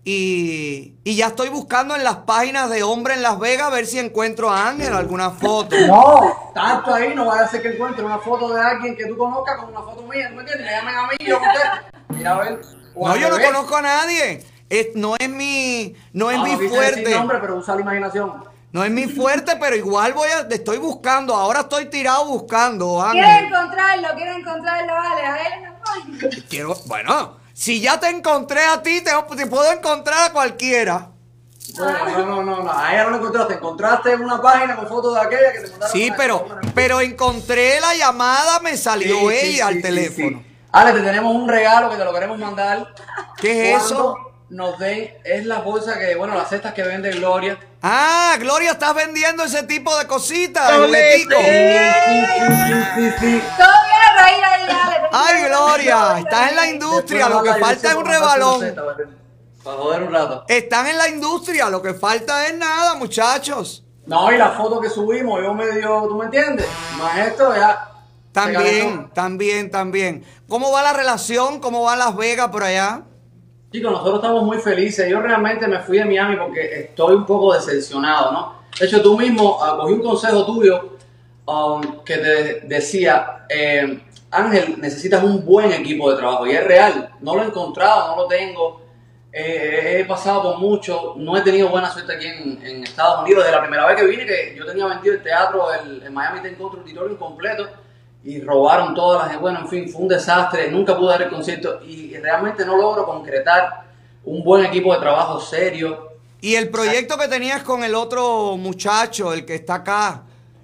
y, y ya estoy buscando en las páginas de Hombre en Las Vegas a ver si encuentro a Ángel alguna foto. No, tanto ahí no vaya a ser que encuentre una foto de alguien que tú conozcas con una foto mía, ¿no me entiendes? Me llamen a mí y yo contesto. Mira a ver. O No, al yo no revés. conozco a nadie. Es- no es mi, no es No, mi no quise fuerte. decir nombre, pero usa la imaginación. No es mi fuerte, pero igual voy a, estoy buscando. Ahora estoy tirado buscando, Quiero Ángel. encontrarlo, quiero encontrarlo, vale. A él no. Quiero, bueno, si ya te encontré a ti, te, te puedo encontrar a cualquiera. Bueno, no, no, no, no, a ella no la encontraste, encontraste en una página con fotos de aquella que te mandaron. Sí, una- pero, pero encontré la llamada, me salió Sí, sí, ella sí, al sí, teléfono. sí. Ale, te tenemos un regalo que te lo queremos mandar. ¿Qué es Cuando eso? Nos den, es la bolsa que, bueno, las cestas que vende Gloria. Ah, Gloria, estás vendiendo ese tipo de cositas, Sí, jugueticos. sí, sí, sí, sí, sí. Todo viene a raíz de ahí, Ale. Ay, Gloria, estás en la industria, lo que falta es un rebalón. Para joder un rato. Están en la industria, lo que falta es nada, muchachos. No, y la foto que subimos, yo medio, ¿tú me entiendes? Más esto ya. se También, calentó. también, también. ¿Cómo va la relación? ¿Cómo va Las Vegas por allá? Chicos, nosotros estamos muy felices. Yo realmente me fui de Miami porque estoy un poco decepcionado, ¿no? De hecho, tú mismo uh, cogí un consejo tuyo um, que te decía, eh, Ángel, necesitas un buen equipo de trabajo. Y es real. No lo he encontrado, no lo tengo. Eh, he pasado por mucho. No he tenido buena suerte aquí en, en Estados Unidos. Desde la primera vez que vine, que yo tenía vendido el teatro, el, el Miami Ten Country Auditorium completo. Y robaron todas las... Bueno, en fin, fue un desastre. Nunca pude dar el concierto. Y realmente no logro concretar un buen equipo de trabajo serio. Y el proyecto que tenías con el otro muchacho, el que está acá.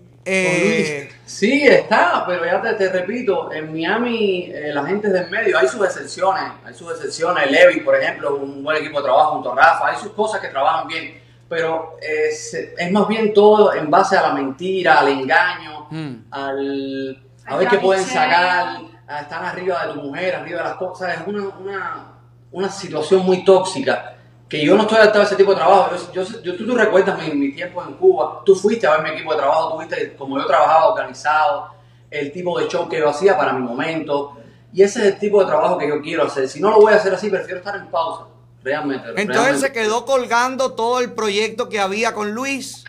eh, Sí, está, pero ya te, te repito, en Miami eh, la gente es del medio, hay sus excepciones, hay sus excepciones. Levi, por ejemplo, un buen equipo de trabajo junto a Rafa, hay sus cosas que trabajan bien, pero es, es más bien todo en base a la mentira, al engaño, mm. al... a Al ver qué pueden trapicheo. sacar, a estar arriba de tu mujer, arriba de las cosas. Es una, una, una situación muy tóxica, que yo no estoy adaptado a ese tipo de trabajo. Yo, yo, yo- tú, tú recuerdas mi, mi tiempo en Cuba, tú fuiste a ver mi equipo de trabajo, tú viste como yo trabajaba organizado, el tipo de show que yo hacía para mi momento, y ese es el tipo de trabajo que yo quiero hacer. Si no lo voy a hacer así, prefiero estar en pausa, realmente. Entonces realmente. se quedó colgando todo el proyecto que había con Luis.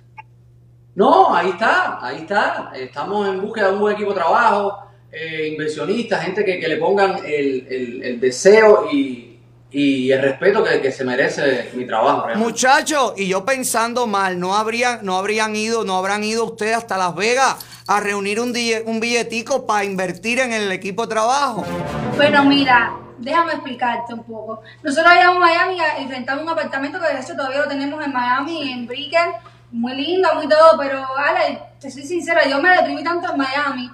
No, ahí está, ahí está. Estamos en búsqueda de un buen equipo de trabajo, eh, inversionistas, gente que, que le pongan el, el- el deseo y, y el respeto que, que se merece mi trabajo. realmente. Muchachos, y yo pensando mal, ¿no habrían, no habrían ido, no habrán ido ustedes hasta Las Vegas a reunir un, di- un billetico para invertir en el equipo de trabajo? Bueno, mira, déjame explicarte un poco. Nosotros allá en Miami y rentamos un apartamento que de hecho todavía lo tenemos en Miami, en Brickell, muy lindo, muy todo, pero Ale, te soy sincera, yo me deprimí tanto en Miami.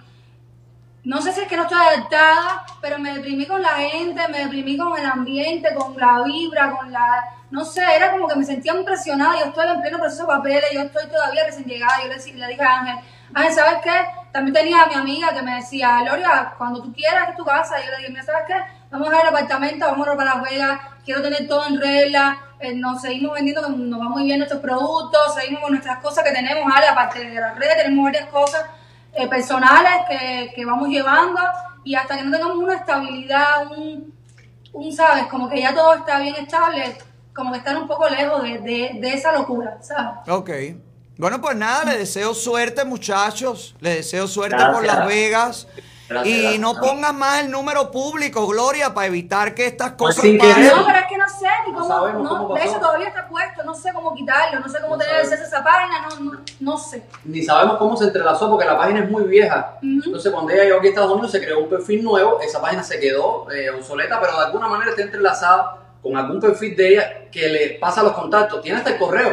No sé si es que no estoy adaptada, pero me deprimí con la gente, me deprimí con el ambiente, con la vibra, con la... No sé, era como que me sentía muy presionada. Yo estoy en pleno proceso de papeles, yo estoy todavía recién llegada. Yo le, le dije a Ángel, Ángel, ¿sabes qué? También tenía a mi amiga que me decía, Gloria, cuando tú quieras, es tu casa. Y yo le dije, mira, ¿sabes qué? Vamos a ver el apartamento, vamos a para Las Vegas, quiero tener todo en regla. Eh, nos seguimos vendiendo, nos va muy bien nuestros productos, seguimos con nuestras cosas que tenemos, Ale, aparte de las redes, tenemos varias cosas eh, personales que, que vamos llevando, y hasta que no tengamos una estabilidad, un, un, ¿sabes? Como que ya todo está bien estable, como que estar un poco lejos de, de, de esa locura, ¿sabes? Ok. Bueno, pues nada, le deseo suerte, muchachos. Le deseo suerte Gracias. por Las Vegas. Gracias, y gracias. no pongas más el número público, Gloria, para evitar que estas Pues cosas sin pasen. querer. No, pero es que no sé ni No cómo, sabemos no, cómo de pasó. hecho todavía está puesto, no sé cómo quitarlo, no sé cómo No tener sabemos. esa página, no, no, no sé. Ni sabemos cómo se entrelazó porque la página es muy vieja. Ujú. Entonces, cuando ella llegó aquí a Estados Unidos, se creó un perfil nuevo. Esa página se quedó eh, obsoleta, pero de alguna manera está entrelazada con algún perfil de ella que le pasa los contactos. Tiene hasta el correo.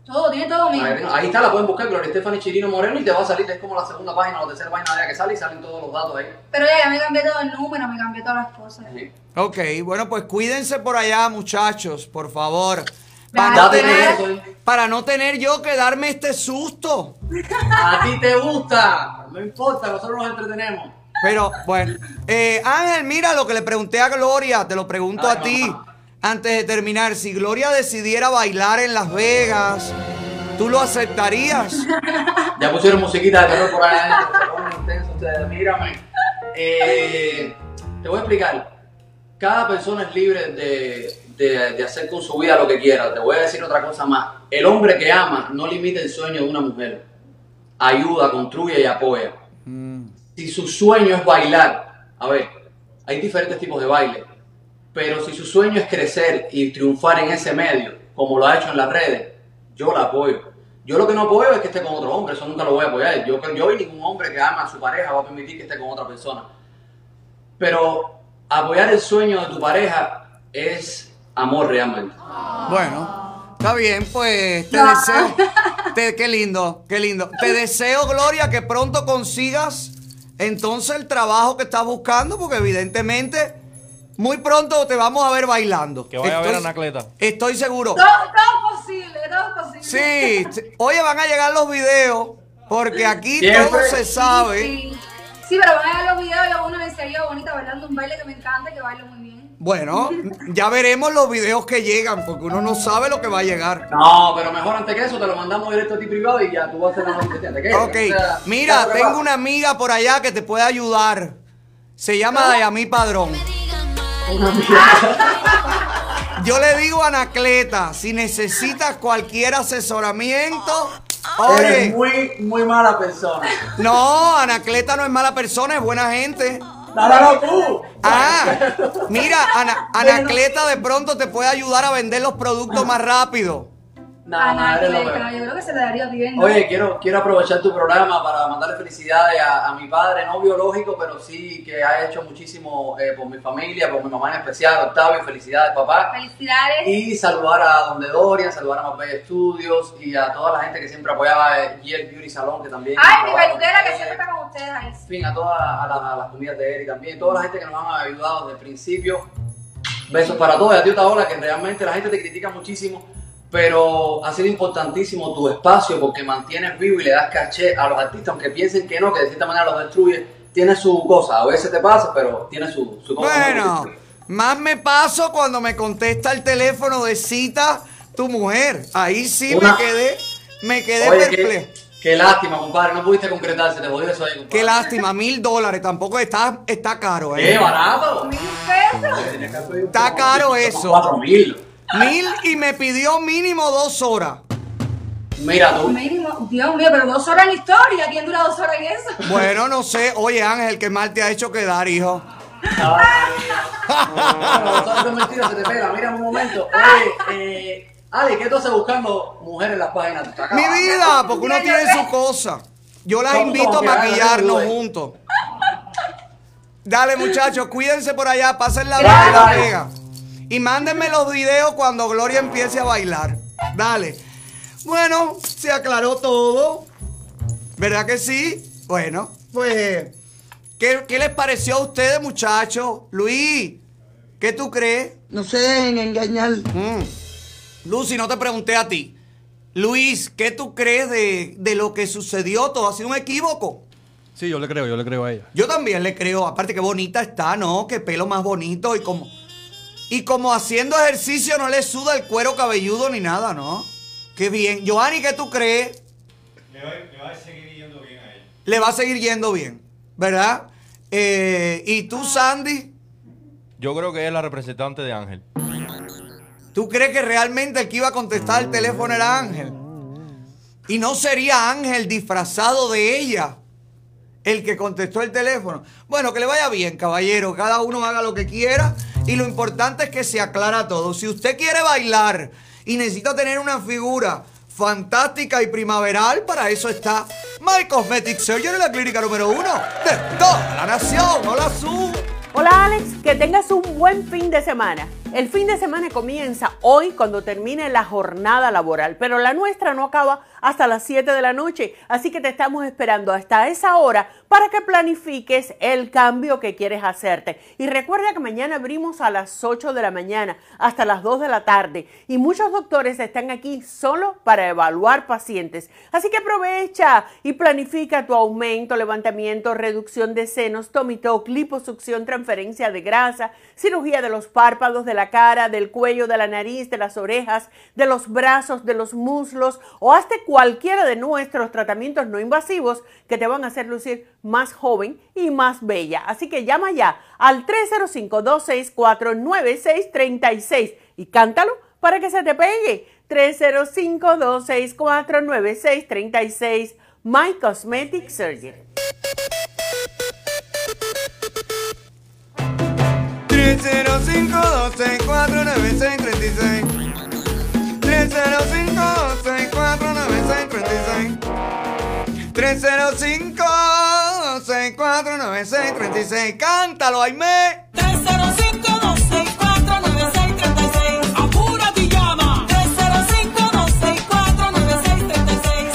Todo, tiene todo mío. Ahí, ahí está, la pueden buscar, Gloria Estefany Chirino Moreno, y te va a salir, es como la segunda página o la tercera página de ella que sale y salen todos los datos ahí. Pero ya, ya me cambié todo el número, me cambié todas las cosas. Sí. Ok, bueno, pues cuídense por allá, muchachos, por favor. Para no, Gracias. tener, para no tener yo que darme este susto. A ti te gusta, no importa, nosotros nos entretenemos. Pero, bueno, eh, Ángel, mira lo que le pregunté a Gloria, te lo pregunto Ay, a ti, mamá. Antes de terminar. Si Gloria decidiera bailar en Las Vegas, ¿tú lo aceptarías? Ya pusieron musiquita de terror por ahí adentro, se ponen intensos ustedes, mírame. Eh, te voy a explicar. Cada persona es libre de, de, de hacer con su vida lo que quiera. Te voy a decir otra cosa más. El hombre que ama no limita el sueño de una mujer. Ayuda, construye y apoya. Mm. Si su sueño es bailar, a ver, hay diferentes tipos de baile, pero si su sueño es crecer y triunfar en ese medio, como lo ha hecho en las redes, yo la apoyo. Yo lo que no apoyo es que esté con otro hombre, eso nunca lo voy a apoyar. Yo, yo y ningún hombre que ama a su pareja va a permitir que esté con otra persona. Pero apoyar el sueño de tu pareja es amor realmente. Bueno, está bien, pues te deseo. Te, qué lindo, qué lindo. Te deseo, Gloria, que pronto consigas entonces el trabajo que estás buscando, porque evidentemente muy pronto te vamos a ver bailando. Que vaya estoy, a ver a Anacleta. Estoy seguro. Todo, todo posible, todo posible. Sí, sí. Oye, van a llegar los videos, porque aquí Siempre. todo se sabe. Sí, sí. Sí, pero van a llegar los videos y a uno le sería bonita bailando un baile que me encanta, que bailo muy bien. Bueno, ya veremos los videos que llegan, porque uno no sabe lo que va a llegar. No, pero mejor antes que eso te lo mandamos directo a ti privado y ya tú vas a hacer la noticia. ¿Qué? Ok, o sea, mira, tengo una amiga por allá que te puede ayudar. Se llama Dayami Padrón. Yo le digo a Anacleta, si necesitas cualquier asesoramiento, oye. Eres muy, muy mala persona. No, Anacleta no es mala persona, es buena gente. No, no, no, tú. Ah, mira, Ana, Anacleta de pronto te puede ayudar a vender los productos más rápido. No, Anacleta, yo creo que se le daría bien, ¿no? Oye, quiero, quiero aprovechar tu programa para mandarle felicidades a, a mi padre, no biológico, pero sí que ha hecho muchísimo eh, por mi familia, por mi mamá en especial, Octavio. Felicidades, papá. Felicidades. Y saludar a Donde Dorian, saludar a Mapei Studios y a toda la gente que siempre apoyaba a Yel Beauty Salon, que también. Ay, mi peluquera que siempre está con ustedes ahí. En fin, a todas a la, a las comidas de Eri también, toda la gente que nos han ayudado desde el principio. Besos para todos. Y a ti, Otaola, que realmente la gente te critica muchísimo, pero ha sido importantísimo tu espacio porque mantienes vivo y le das caché a los artistas, aunque piensen que no, que de cierta manera los destruye. Tiene su cosa, a veces te pasa, pero tiene su, su cosa. Bueno, más me paso cuando me contesta el teléfono de cita tu mujer. Ahí sí Una... me quedé, me quedé Oye, perplejo. Qué, qué lástima, compadre, no pudiste concretarse, te jodió eso ahí, compadre. Qué lástima, mil dólares, tampoco está, está caro. ¿Eh? ¡Qué barato! Mil pesos. Está caro eso. Cuatro mil. Mil y me pidió mínimo dos horas. Mira tú. Mínimo, Dios mío, pero dos horas en historia. ¿Quién dura dos horas en eso? Bueno, no sé. Oye, Ángel, ¿qué mal te ha hecho quedar, hijo? No, no, no, mentira, se te pega. Mira un momento. Oye, eh, Ale, ¿qué tú haces buscando mujeres en las páginas? Mi vida, porque uno tiene su cosa. Yo las invito a maquillarnos juntos. Dale, muchachos, cuídense por allá, pasen la vida de La Vega. Y mándenme los videos cuando Gloria empiece a bailar. Dale. Bueno, se aclaró todo. ¿Verdad que sí? Bueno, pues, ¿qué, qué les pareció a ustedes, muchachos? Luis, ¿qué tú crees? No se dejen engañar. Mm. Lucy, no te pregunté a ti. Luis, ¿qué tú crees de, de lo que sucedió? ¿Todo ha sido un equívoco? Sí, yo le creo, yo le creo a ella. Yo también le creo. Aparte, qué bonita está, ¿no? Qué pelo más bonito y como... Y como haciendo ejercicio no le suda el cuero cabelludo ni nada, ¿no? Qué bien. Giovanni, ¿qué tú crees? Le va, le va a seguir yendo bien a ella. Le va a seguir yendo bien, ¿verdad? Eh, ¿Y tú, Sandy? Yo creo que es la representante de Ángel. ¿Tú crees que realmente el que iba a contestar el teléfono era Ángel? ¿Y no sería Ángel disfrazado de ella el que contestó el teléfono? Bueno, que le vaya bien, caballero. Cada uno haga lo que quiera. Y lo importante es que se aclara todo. Si usted quiere bailar y necesita tener una figura fantástica y primaveral, para eso está My Cosmetic Surgery, la clínica número uno de toda la nación. Hola, Su. Hola, Alex. Que tengas un buen fin de semana. El fin de semana comienza hoy cuando termine la jornada laboral, pero la nuestra no acaba hasta las siete de la noche, así que te estamos esperando hasta esa hora para que planifiques el cambio que quieres hacerte. Y recuerda que mañana abrimos a las ocho de la mañana hasta las dos de la tarde y muchos doctores están aquí solo para evaluar pacientes, así que aprovecha y planifica tu aumento, levantamiento, reducción de senos, tummy tuck, liposucción, transferencia de grasa, cirugía de los párpados, de la cara, del cuello, de la nariz, de las orejas, de los brazos, de los muslos o hasta cualquiera de nuestros tratamientos no invasivos que te van a hacer lucir más joven y más bella. Así que llama ya al tres cero cinco, dos seis cuatro, nueve seis tres seis y cántalo para que se te pegue. tres cero cinco, dos seis cuatro, nueve seis tres seis, My Cosmetic Surgery. tres cero cinco, dos seis cuatro, nueve seis tres seis. tres cero cinco, dos seis cuatro, nueve seis tres seis. tres cero cinco, dos seis cuatro, nueve seis tres seis. Cántalo, Aimé. tres cero cinco, dos seis cuatro, nueve seis tres seis. Apúrate y llama. tres cero cinco, dos seis cuatro, nueve seis tres seis.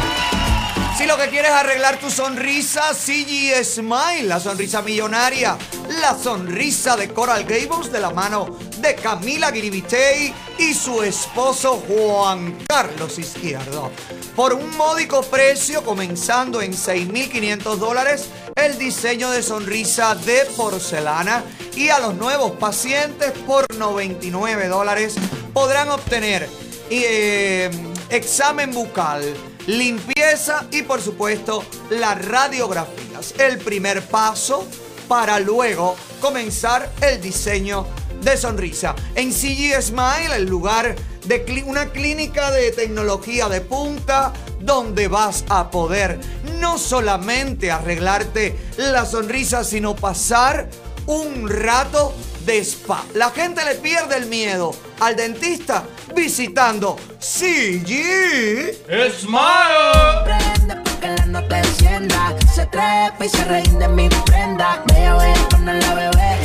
Si lo que quieres es arreglar tu sonrisa, C G Smile, la sonrisa millonaria, la sonrisa de Coral Gables de la mano de Camila Guiribitey y su esposo Juan Carlos Izquierdo. Por un módico precio, comenzando en seis mil quinientos dólares, el diseño de sonrisa de porcelana, y a los nuevos pacientes por noventa y nueve dólares podrán obtener eh, examen bucal, limpieza y por supuesto las radiografías. El primer paso para luego comenzar el diseño de sonrisa. En C G Smile, el lugar de cli- una clínica de tecnología de punta donde vas a poder no solamente arreglarte la sonrisa, sino pasar un rato de spa. La gente le pierde el miedo al dentista visitando C G Smile. Que la nota encienda, se trepa y se rinde mi prenda. Me voy a poner la bebé.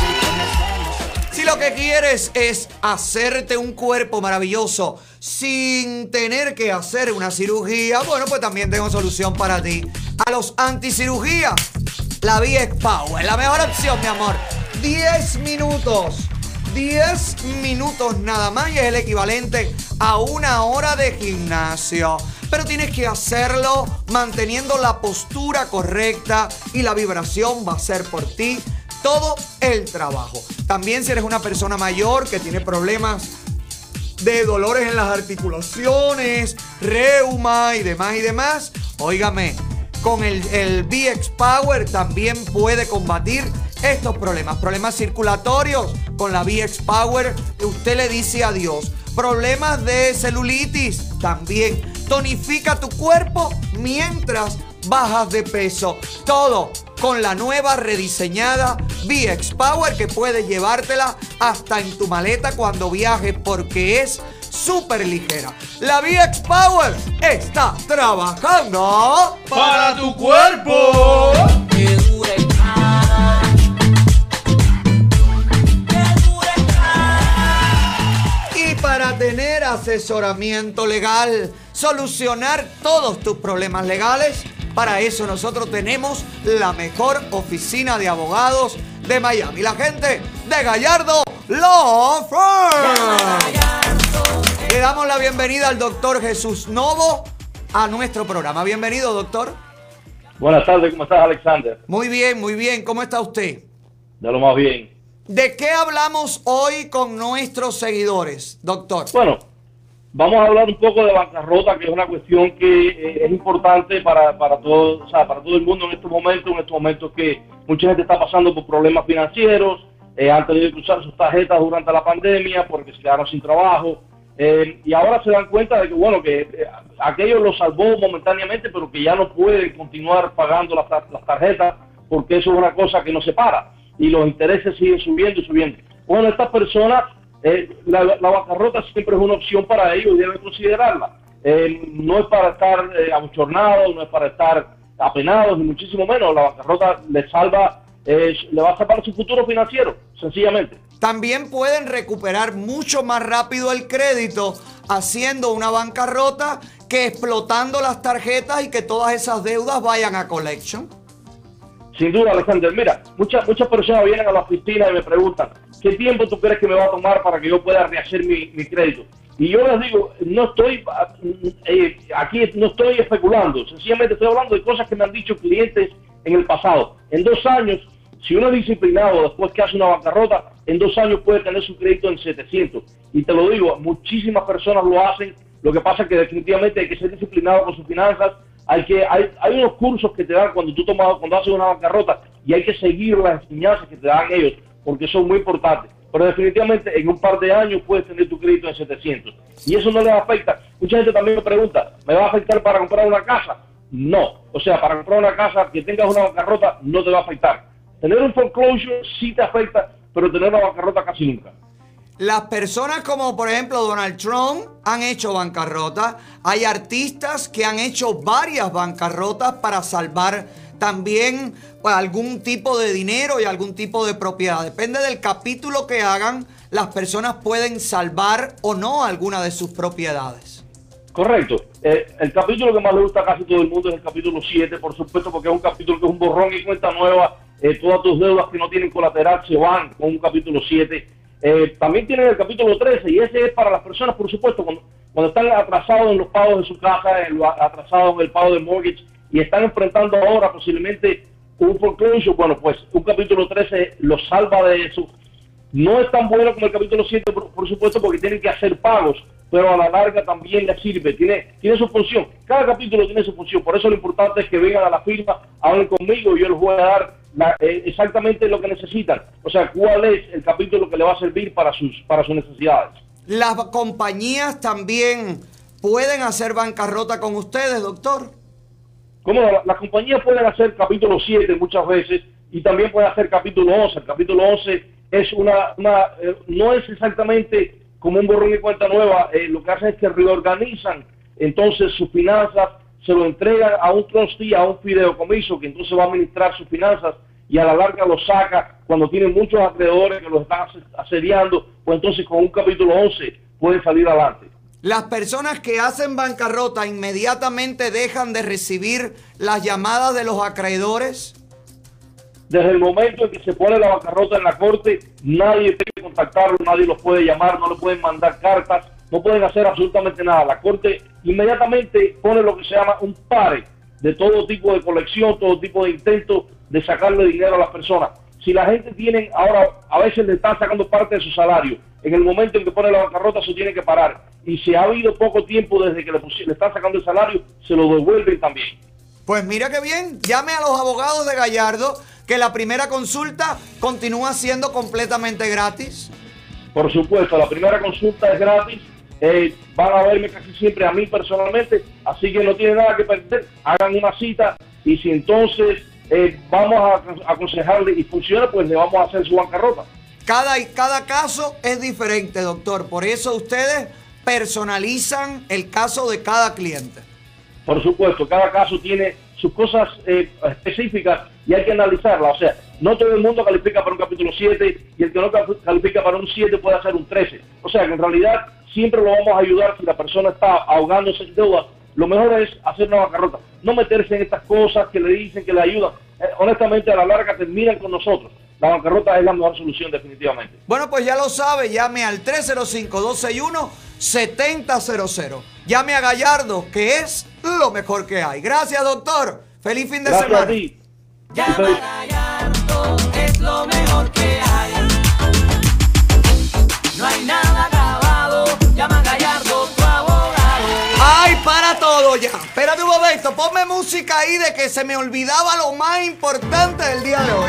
Si lo que quieres es hacerte un cuerpo maravilloso sin tener que hacer una cirugía, bueno, pues también tengo solución para ti. A los anticirugías, la V-X-Power, la mejor opción, mi amor. diez minutos. diez minutos nada más y es el equivalente a una hora de gimnasio. Pero tienes que hacerlo manteniendo la postura correcta y la vibración va a ser por ti todo el trabajo. También si eres una persona mayor que tiene problemas de dolores en las articulaciones, reuma y demás y demás, óigame, con el, el V-X-Power también puede combatir estos problemas. Problemas circulatorios, con la V-X-Power usted le dice adiós. Problemas de celulitis, también. Tonifica tu cuerpo mientras bajas de peso. Todo con la nueva rediseñada V-X-Power, que puedes llevártela hasta en tu maleta cuando viajes porque es súper ligera. La V-X-Power está trabajando para tu cuerpo. Que dure cada, que dure cada. Y para tener asesoramiento legal, solucionar todos tus problemas legales, para eso nosotros tenemos la mejor oficina de abogados de Miami, la gente de Gallardo Law Firm. Le damos la bienvenida al doctor Jesús Novo a nuestro programa. Bienvenido, doctor. Buenas tardes, ¿cómo estás, Alexander? Muy bien, muy bien. ¿Cómo está usted? De lo más bien. ¿De qué hablamos hoy con nuestros seguidores, doctor? Bueno, vamos a hablar un poco de bancarrota, que es una cuestión que eh, es importante para, para, todo, o sea, para todo el mundo en estos momentos, en estos momentos que mucha gente está pasando por problemas financieros, eh, han tenido que usar sus tarjetas durante la pandemia porque se quedaron sin trabajo, eh, y ahora se dan cuenta de que, bueno, que eh, aquello los salvó momentáneamente, pero que ya no pueden continuar pagando las, las tarjetas porque eso es una cosa que no se para y los intereses siguen subiendo y subiendo. Bueno, estas personas, Eh, la, la bancarrota siempre es una opción para ellos y deben considerarla. Eh, no es para estar eh, abochornados, no es para estar apenados, ni muchísimo menos. La bancarrota les salva eh, le va a salvar su futuro financiero, sencillamente. También pueden recuperar mucho más rápido el crédito haciendo una bancarrota que explotando las tarjetas y que todas esas deudas vayan a collection. Sin duda, Alexander. Mira, muchas muchas personas vienen a la oficina y me preguntan, ¿qué tiempo tú crees que me va a tomar para que yo pueda rehacer mi, mi crédito? Y yo les digo, no estoy, eh, aquí no estoy especulando, sencillamente estoy hablando de cosas que me han dicho clientes en el pasado. En dos años, si uno es disciplinado después que hace una bancarrota, en dos años puede tener su crédito en setecientos. Y te lo digo, muchísimas personas lo hacen. Lo que pasa es que definitivamente hay que ser disciplinado con sus finanzas. Hay que hay, hay unos cursos que te dan cuando tú tomas, cuando haces una bancarrota, y hay que seguir las enseñanzas que te dan ellos, porque son muy importantes. Pero definitivamente en un par de años puedes tener tu crédito en setecientos. Y eso no les afecta. Mucha gente también me pregunta, ¿me va a afectar para comprar una casa? No. O sea, para comprar una casa que tengas una bancarrota no te va a afectar. Tener un foreclosure sí te afecta, pero tener una bancarrota casi nunca. Las personas como por ejemplo Donald Trump han hecho bancarrota. Hay artistas que han hecho varias bancarrotas para salvar también pues, algún tipo de dinero y algún tipo de propiedad. Depende del capítulo que hagan, las personas pueden salvar o no alguna de sus propiedades. Correcto. Eh, el capítulo que más le gusta a casi todo el mundo es el capítulo siete, por supuesto, porque es un capítulo que es un borrón y cuenta nueva. Eh, todas tus deudas que no tienen colateral se van con un capítulo siete. Eh, también tienen el capítulo trece, y ese es para las personas, por supuesto, cuando, cuando están atrasados en los pagos de su casa, en lo, atrasados en el pago del mortgage, y están enfrentando ahora posiblemente un foreclosure. Bueno, pues un capítulo trece los salva de eso. No es tan bueno como el capítulo siete, por, por supuesto, porque tienen que hacer pagos, pero a la larga también les sirve, tiene, tiene su función. Cada capítulo tiene su función, por eso lo importante es que vengan a la firma, hablen conmigo y yo les voy a dar la, eh, exactamente lo que necesitan. O sea, cuál es el capítulo que le va a servir para sus, para sus necesidades. ¿Las compañías también pueden hacer bancarrota con ustedes, doctor? Como las la compañías pueden hacer capítulo siete muchas veces y también pueden hacer capítulo once. El capítulo once es una, una eh, no es exactamente como un borrón y cuenta nueva. Eh, lo que hacen es que reorganizan entonces sus finanzas, se lo entregan a un trustee, a un fideicomiso que entonces va a administrar sus finanzas y a la larga lo saca cuando tienen muchos acreedores que los están asediando, pues entonces con un capítulo once pueden salir adelante. Las personas que hacen bancarrota inmediatamente dejan de recibir las llamadas de los acreedores. Desde el momento en que se pone la bancarrota en la corte, nadie puede contactarlo, nadie los puede llamar, no le pueden mandar cartas, no pueden hacer absolutamente nada. La corte inmediatamente pone lo que se llama un pare de todo tipo de colección, todo tipo de intento de sacarle dinero a las personas. Si la gente tiene, ahora a veces le están sacando parte de su salario, en el momento en que pone la bancarrota se tiene que parar. Y si ha habido poco tiempo desde que le, le están sacando el salario, se lo devuelven también. Pues mira qué bien, llame a los abogados de Gallardo, que la primera consulta continúa siendo completamente gratis. Por supuesto, la primera consulta es gratis. Eh, van a verme casi siempre a mí personalmente, así que no tienen nada que perder. Hagan una cita y si entonces eh, vamos a aconsejarle y funciona, pues le vamos a hacer su bancarrota. Cada, cada caso es diferente, doctor. Por eso ustedes personalizan el caso de cada cliente. Por supuesto, cada caso tiene sus cosas eh, específicas y hay que analizarlas. O sea, no todo el mundo califica para un capítulo siete y el que no califica para un siete puede hacer un trece. O sea, que en realidad siempre lo vamos a ayudar si la persona está ahogándose en deudas. Lo mejor es hacer una bancarrota, no meterse en estas cosas que le dicen que le ayudan. Eh, honestamente, a la larga terminan con nosotros. La bancarrota es la mejor solución definitivamente. Bueno, pues ya lo sabe, llame al tres cero cinco, dos seis uno, siete cero cero cero. Llame a Gallardo, que es lo mejor que hay. Gracias, doctor. Feliz fin de Gracias semana. A ti. Llama a Gallardo, es lo mejor que hay. No hay nada acabado, llama a Gallardo, tu abogado. ¡Ay, para todo ya! Espérate un momento, ponme música ahí de que se me olvidaba lo más importante del día de hoy.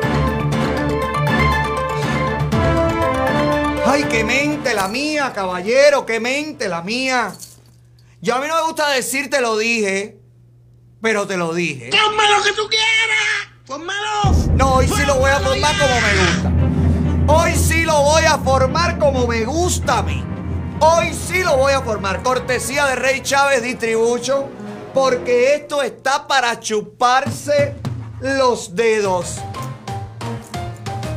¡Ay, qué mente la mía, caballero! ¡Qué mente la mía! Yo a mí no me gusta decir te lo dije, pero te lo dije. ¡Ponme lo que tú quieras! ¡Pónmelo! No, hoy sí lo voy a formar como me gusta. Hoy sí lo voy a formar como me gusta a mí. Hoy sí lo voy a formar. Cortesía de Rey Chávez Distribution, porque esto está para chuparse los dedos.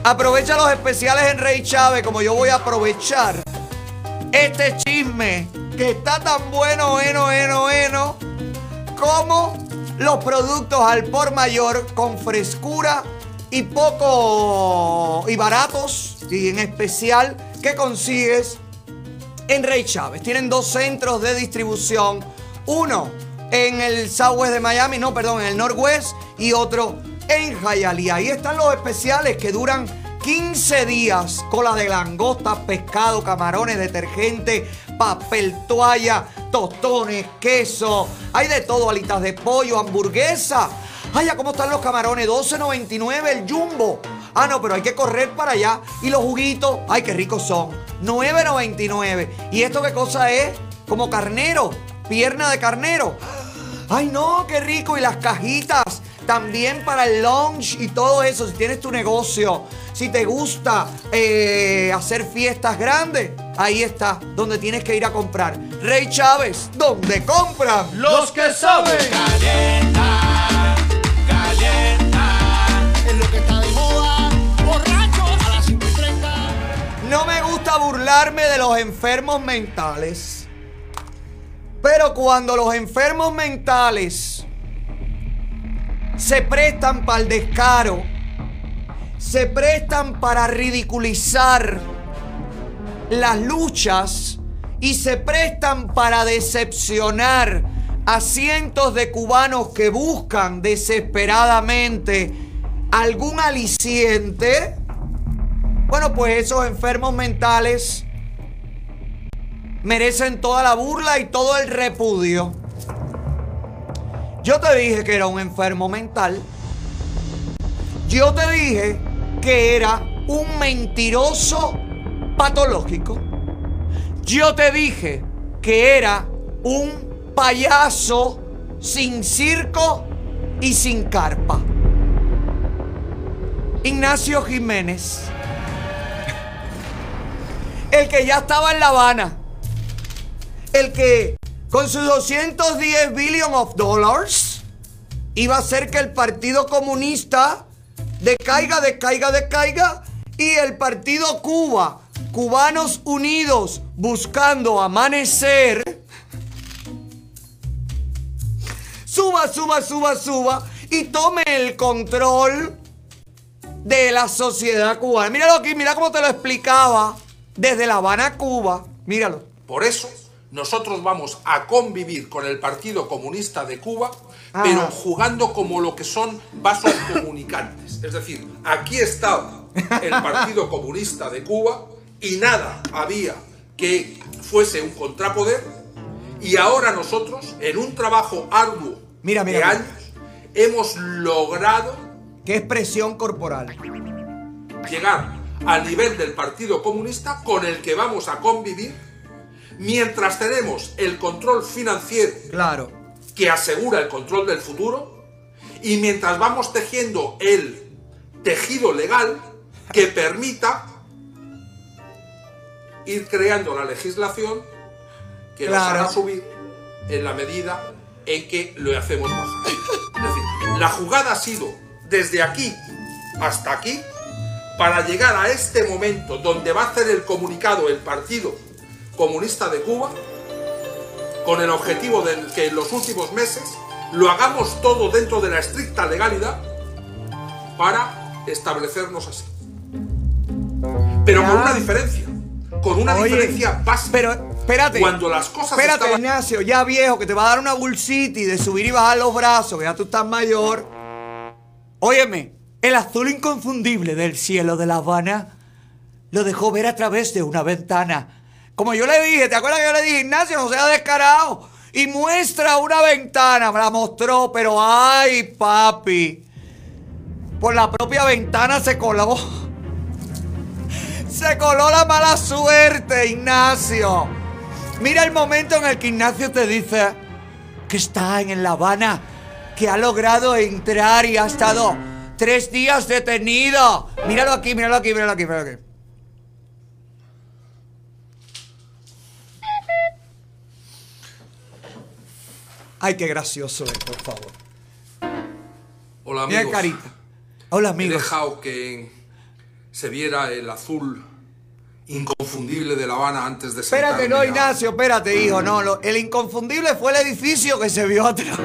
Aprovecha los especiales en Rey Chávez, como yo voy a aprovechar este chisme que está tan bueno, bueno, bueno, bueno, como los productos al por mayor con frescura y poco y baratos, y en especial que consigues en Rey Chávez. Tienen dos centros de distribución, uno en el Southwest de Miami, no, perdón, en el Northwest, y otro en Hialeah. Ahí están los especiales que duran quince días. Cola de langosta, pescado, camarones, detergente, papel toalla, tostones, queso. Hay de todo, alitas de pollo, hamburguesa. Ay, ya cómo están los camarones, doce noventa y nueve el jumbo. Ah, no, pero hay que correr para allá. Y los juguitos, ay, qué ricos son, nueve noventa y nueve. ¿Y esto qué cosa es? Como carnero, pierna de carnero. Ay, no, qué rico. Y las cajitas también para el lunch y todo eso. Si tienes tu negocio, si te gusta eh, hacer fiestas grandes, ahí está, donde tienes que ir a comprar. Rey Chávez, donde compran Los que saben. Calienta, calienta. Es lo que está de moda. Borrachos a las cinco y treinta. No me gusta burlarme de los enfermos mentales, pero cuando los enfermos mentales se prestan para el descaro, se prestan para ridiculizar las luchas y se prestan para decepcionar a cientos de cubanos que buscan desesperadamente algún aliciente, bueno, pues esos enfermos mentales merecen toda la burla y todo el repudio. Yo te dije que era un enfermo mental. Yo te dije que era un mentiroso patológico. Yo te dije que era un payaso sin circo y sin carpa. Ignacio Jiménez, el que ya estaba en La Habana, el que con sus doscientos diez billion of dollars iba a hacer que el Partido Comunista decaiga, decaiga, decaiga, y el Partido Cuba, Cubanos Unidos buscando amanecer, suba, suba, suba, suba y tome el control de la sociedad cubana. Míralo aquí, mira cómo te lo explicaba desde La Habana, Cuba. Míralo. Por eso nosotros vamos a convivir con el Partido Comunista de Cuba, Ah. pero jugando como lo que son vasos comunicantes. Es decir, aquí estaba el Partido Comunista de Cuba y nada había que fuese un contrapoder, y ahora nosotros, en un trabajo arduo Mira, mira, de mira. años, hemos logrado... ¿Qué expresión corporal? Llegar al nivel del Partido Comunista, con el que vamos a convivir mientras tenemos el control financiero, claro, que asegura el control del futuro, y mientras vamos tejiendo el tejido legal que permita ir creando la legislación que Claro. nos hará subir en la medida en que lo hacemos bajar. Es decir, la jugada ha sido desde aquí hasta aquí para llegar a este momento donde va a hacer el comunicado el Partido Comunista de Cuba, con el objetivo de que en los últimos meses lo hagamos todo dentro de la estricta legalidad para establecernos así. Pero con una diferencia, con una Oye, diferencia básica. Pero espérate, Cuando las cosas espérate, estaban... Ignacio, ya viejo, que te va a dar una bullcity de subir y bajar los brazos, que ya tú estás mayor. Óyeme, el azul inconfundible del cielo de La Habana lo dejó ver a través de una ventana. Como yo le dije, ¿te acuerdas que yo le dije, Ignacio, no sea descarado? Y muestra una ventana, me la mostró, pero ay, papi, por la propia ventana se coló. Se coló la mala suerte, Ignacio. Mira el momento en el que Ignacio te dice que está en La Habana, que ha logrado entrar y ha estado tres días detenido. Míralo aquí, míralo aquí, míralo aquí, míralo aquí. Ay, qué gracioso es, por favor. Hola, Mira amigos. carita. Hola, He amigos. dejado que se viera el azul inconfundible de La Habana antes de Espérate, sentarme no, a- Ignacio, espérate, hijo. No, lo- el inconfundible fue el edificio que se vio atrás.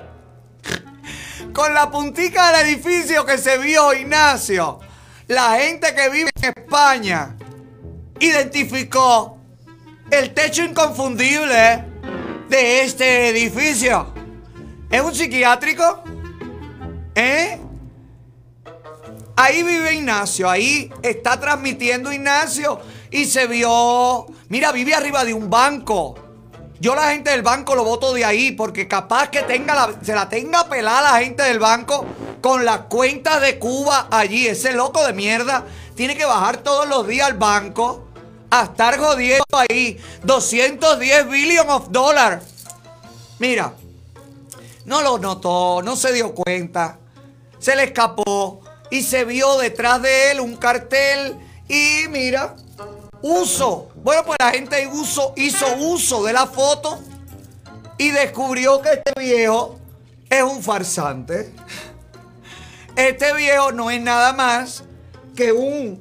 Con la puntica del edificio que se vio, Ignacio. La gente que vive en España identificó el techo inconfundible de este edificio. ¿Es un psiquiátrico? ¿Eh? Ahí vive Ignacio, ahí está transmitiendo Ignacio y se vio... Mira, vive arriba de un banco. Yo la gente del banco lo voto de ahí porque capaz que tenga la, se la tenga pelada la gente del banco con las cuentas de Cuba allí. Ese loco de mierda tiene que bajar todos los días al banco a estar jodiendo ahí doscientos diez billion of dólares. Mira, no lo notó, no se dio cuenta, se le escapó y se vio detrás de él un cartel y mira, uso. Bueno, pues la gente uso, hizo uso de la foto y descubrió que este viejo es un farsante. Este viejo no es nada más que un,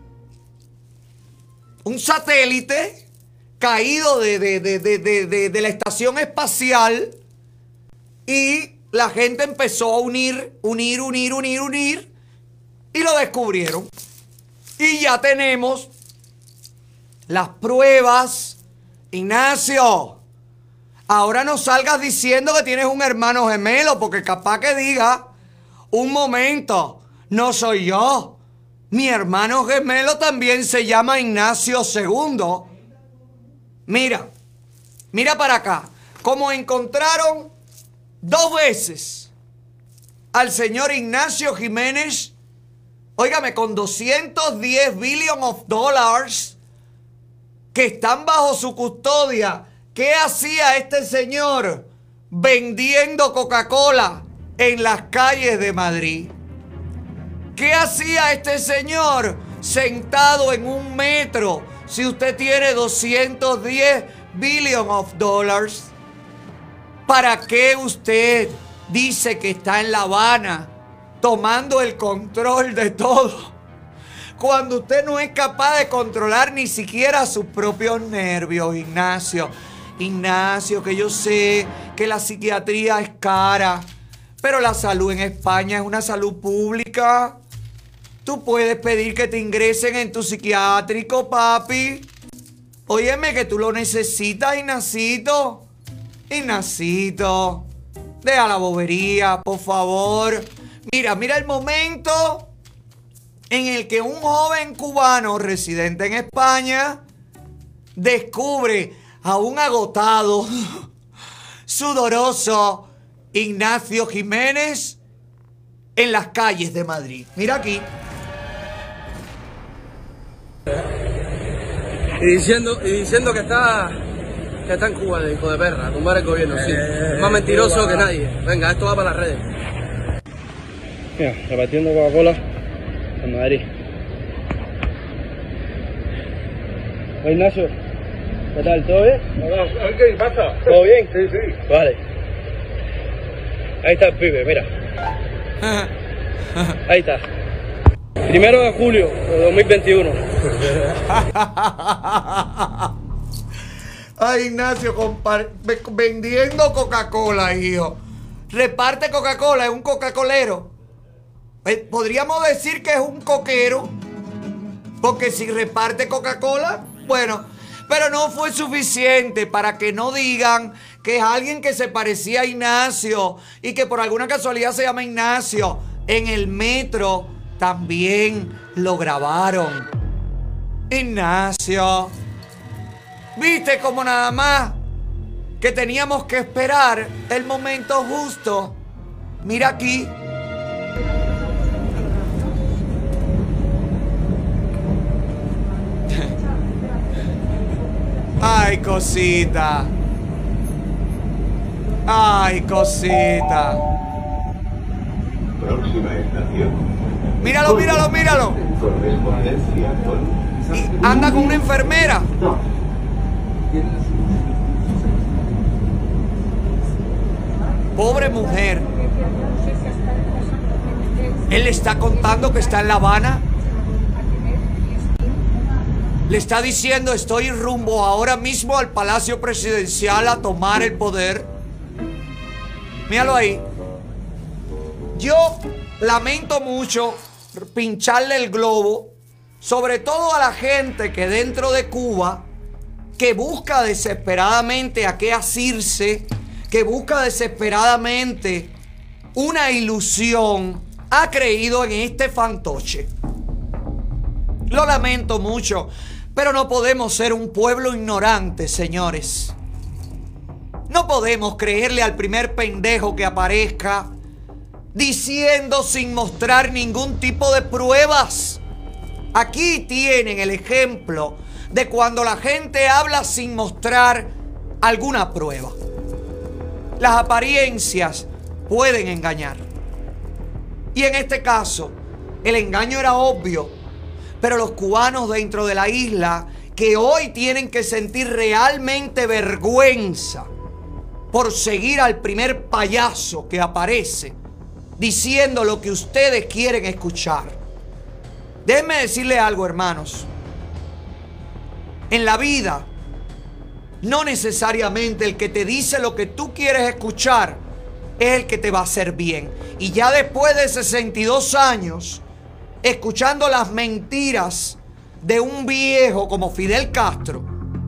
un satélite caído de, de, de, de, de, de, de la estación espacial y la gente empezó a unir, unir, unir, unir, unir y lo descubrieron. Y ya tenemos las pruebas. Ignacio, ahora no salgas diciendo que tienes un hermano gemelo, porque capaz que diga, un momento, no soy yo. Mi hermano gemelo también se llama Ignacio segundo. Mira, mira para acá. Como encontraron dos veces al señor Ignacio Jiménez, óigame, con doscientos diez billion of dollars que están bajo su custodia. ¿Qué hacía este señor vendiendo Coca-Cola en las calles de Madrid? ¿Qué hacía este señor sentado en un metro si usted tiene doscientos diez billion of dollars? ¿Para qué usted dice que está en La Habana tomando el control de todo, cuando usted no es capaz de controlar ni siquiera sus propios nervios, Ignacio? Ignacio, que yo sé que la psiquiatría es cara, pero la salud en España es una salud pública. Tú puedes pedir que te ingresen en tu psiquiátrico, papi. Óyeme, que tú lo necesitas, Ignacito. Ignacito, deja la bobería, por favor. Mira, mira el momento en el que un joven cubano residente en España descubre a un agotado, sudoroso Ignacio Jiménez en las calles de Madrid. Mira aquí. Y diciendo, y diciendo que está que está en Cuba, de hijo de perra, a tumbar el gobierno, sí. Más mentiroso que nadie. Venga, esto va para las redes. Mira, repartiendo Coca-Cola en Madrid. Hola, Ignacio, ¿qué tal? ¿Todo bien? Hola, ¿qué pasa? ¿Todo bien? Sí, sí. Vale. Ahí está el pibe, mira. Ahí está. Primero de julio de dos mil veintiuno. Ay, Ignacio, vendiendo Coca-Cola, hijo. Reparte Coca-Cola, es un Coca-Colero. Podríamos decir que es un coquero, porque si reparte Coca-Cola, bueno, pero no fue suficiente para que no digan que es alguien que se parecía a Ignacio y que por alguna casualidad se llama Ignacio. En el metro también lo grabaron. Ignacio, ¿viste como nada más que teníamos que esperar el momento justo? Mira aquí. Ay, cosita. Ay, cosita. Próxima estación. Míralo, míralo, míralo. Correspondencia con... Y anda con una enfermera. Pobre mujer. Él le está contando que está en La Habana Le está diciendo, estoy rumbo ahora mismo al Palacio Presidencial a tomar el poder. Míralo ahí. Yo lamento mucho pincharle el globo, sobre todo a la gente que dentro de Cuba, que busca desesperadamente a qué asirse, que busca desesperadamente una ilusión, ha creído en este fantoche. Lo lamento mucho, pero no podemos ser un pueblo ignorante, señores. No podemos creerle al primer pendejo que aparezca diciendo sin mostrar ningún tipo de pruebas. Aquí tienen el ejemplo de cuando la gente habla sin mostrar alguna prueba. Las apariencias pueden engañar. Y en este caso, el engaño era obvio, pero los cubanos dentro de la isla, que hoy tienen que sentir realmente vergüenza por seguir al primer payaso que aparece diciendo lo que ustedes quieren escuchar. Déjenme decirle algo, hermanos. En la vida, no necesariamente el que te dice lo que tú quieres escuchar es el que te va a hacer bien. Y ya después de sesenta y dos años, escuchando las mentiras de un viejo como Fidel Castro,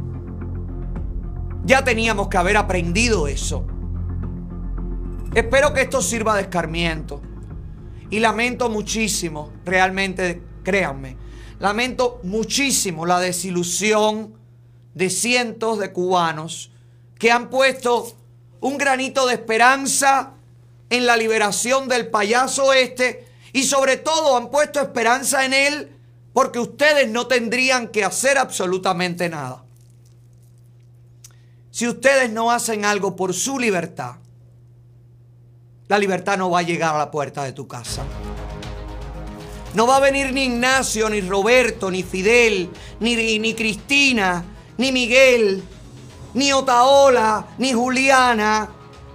ya teníamos que haber aprendido eso. Espero que esto sirva de escarmiento. Y lamento muchísimo, realmente, créanme, lamento muchísimo la desilusión de cientos de cubanos que han puesto un granito de esperanza en la liberación del payaso este, y sobre todo han puesto esperanza en él porque ustedes no tendrían que hacer absolutamente nada. Si ustedes no hacen algo por su libertad, la libertad no va a llegar a la puerta de tu casa. No va a venir ni Ignacio, ni Roberto, ni Fidel, ni, ni Cristina, ni Miguel, ni Otaola, ni Juliana.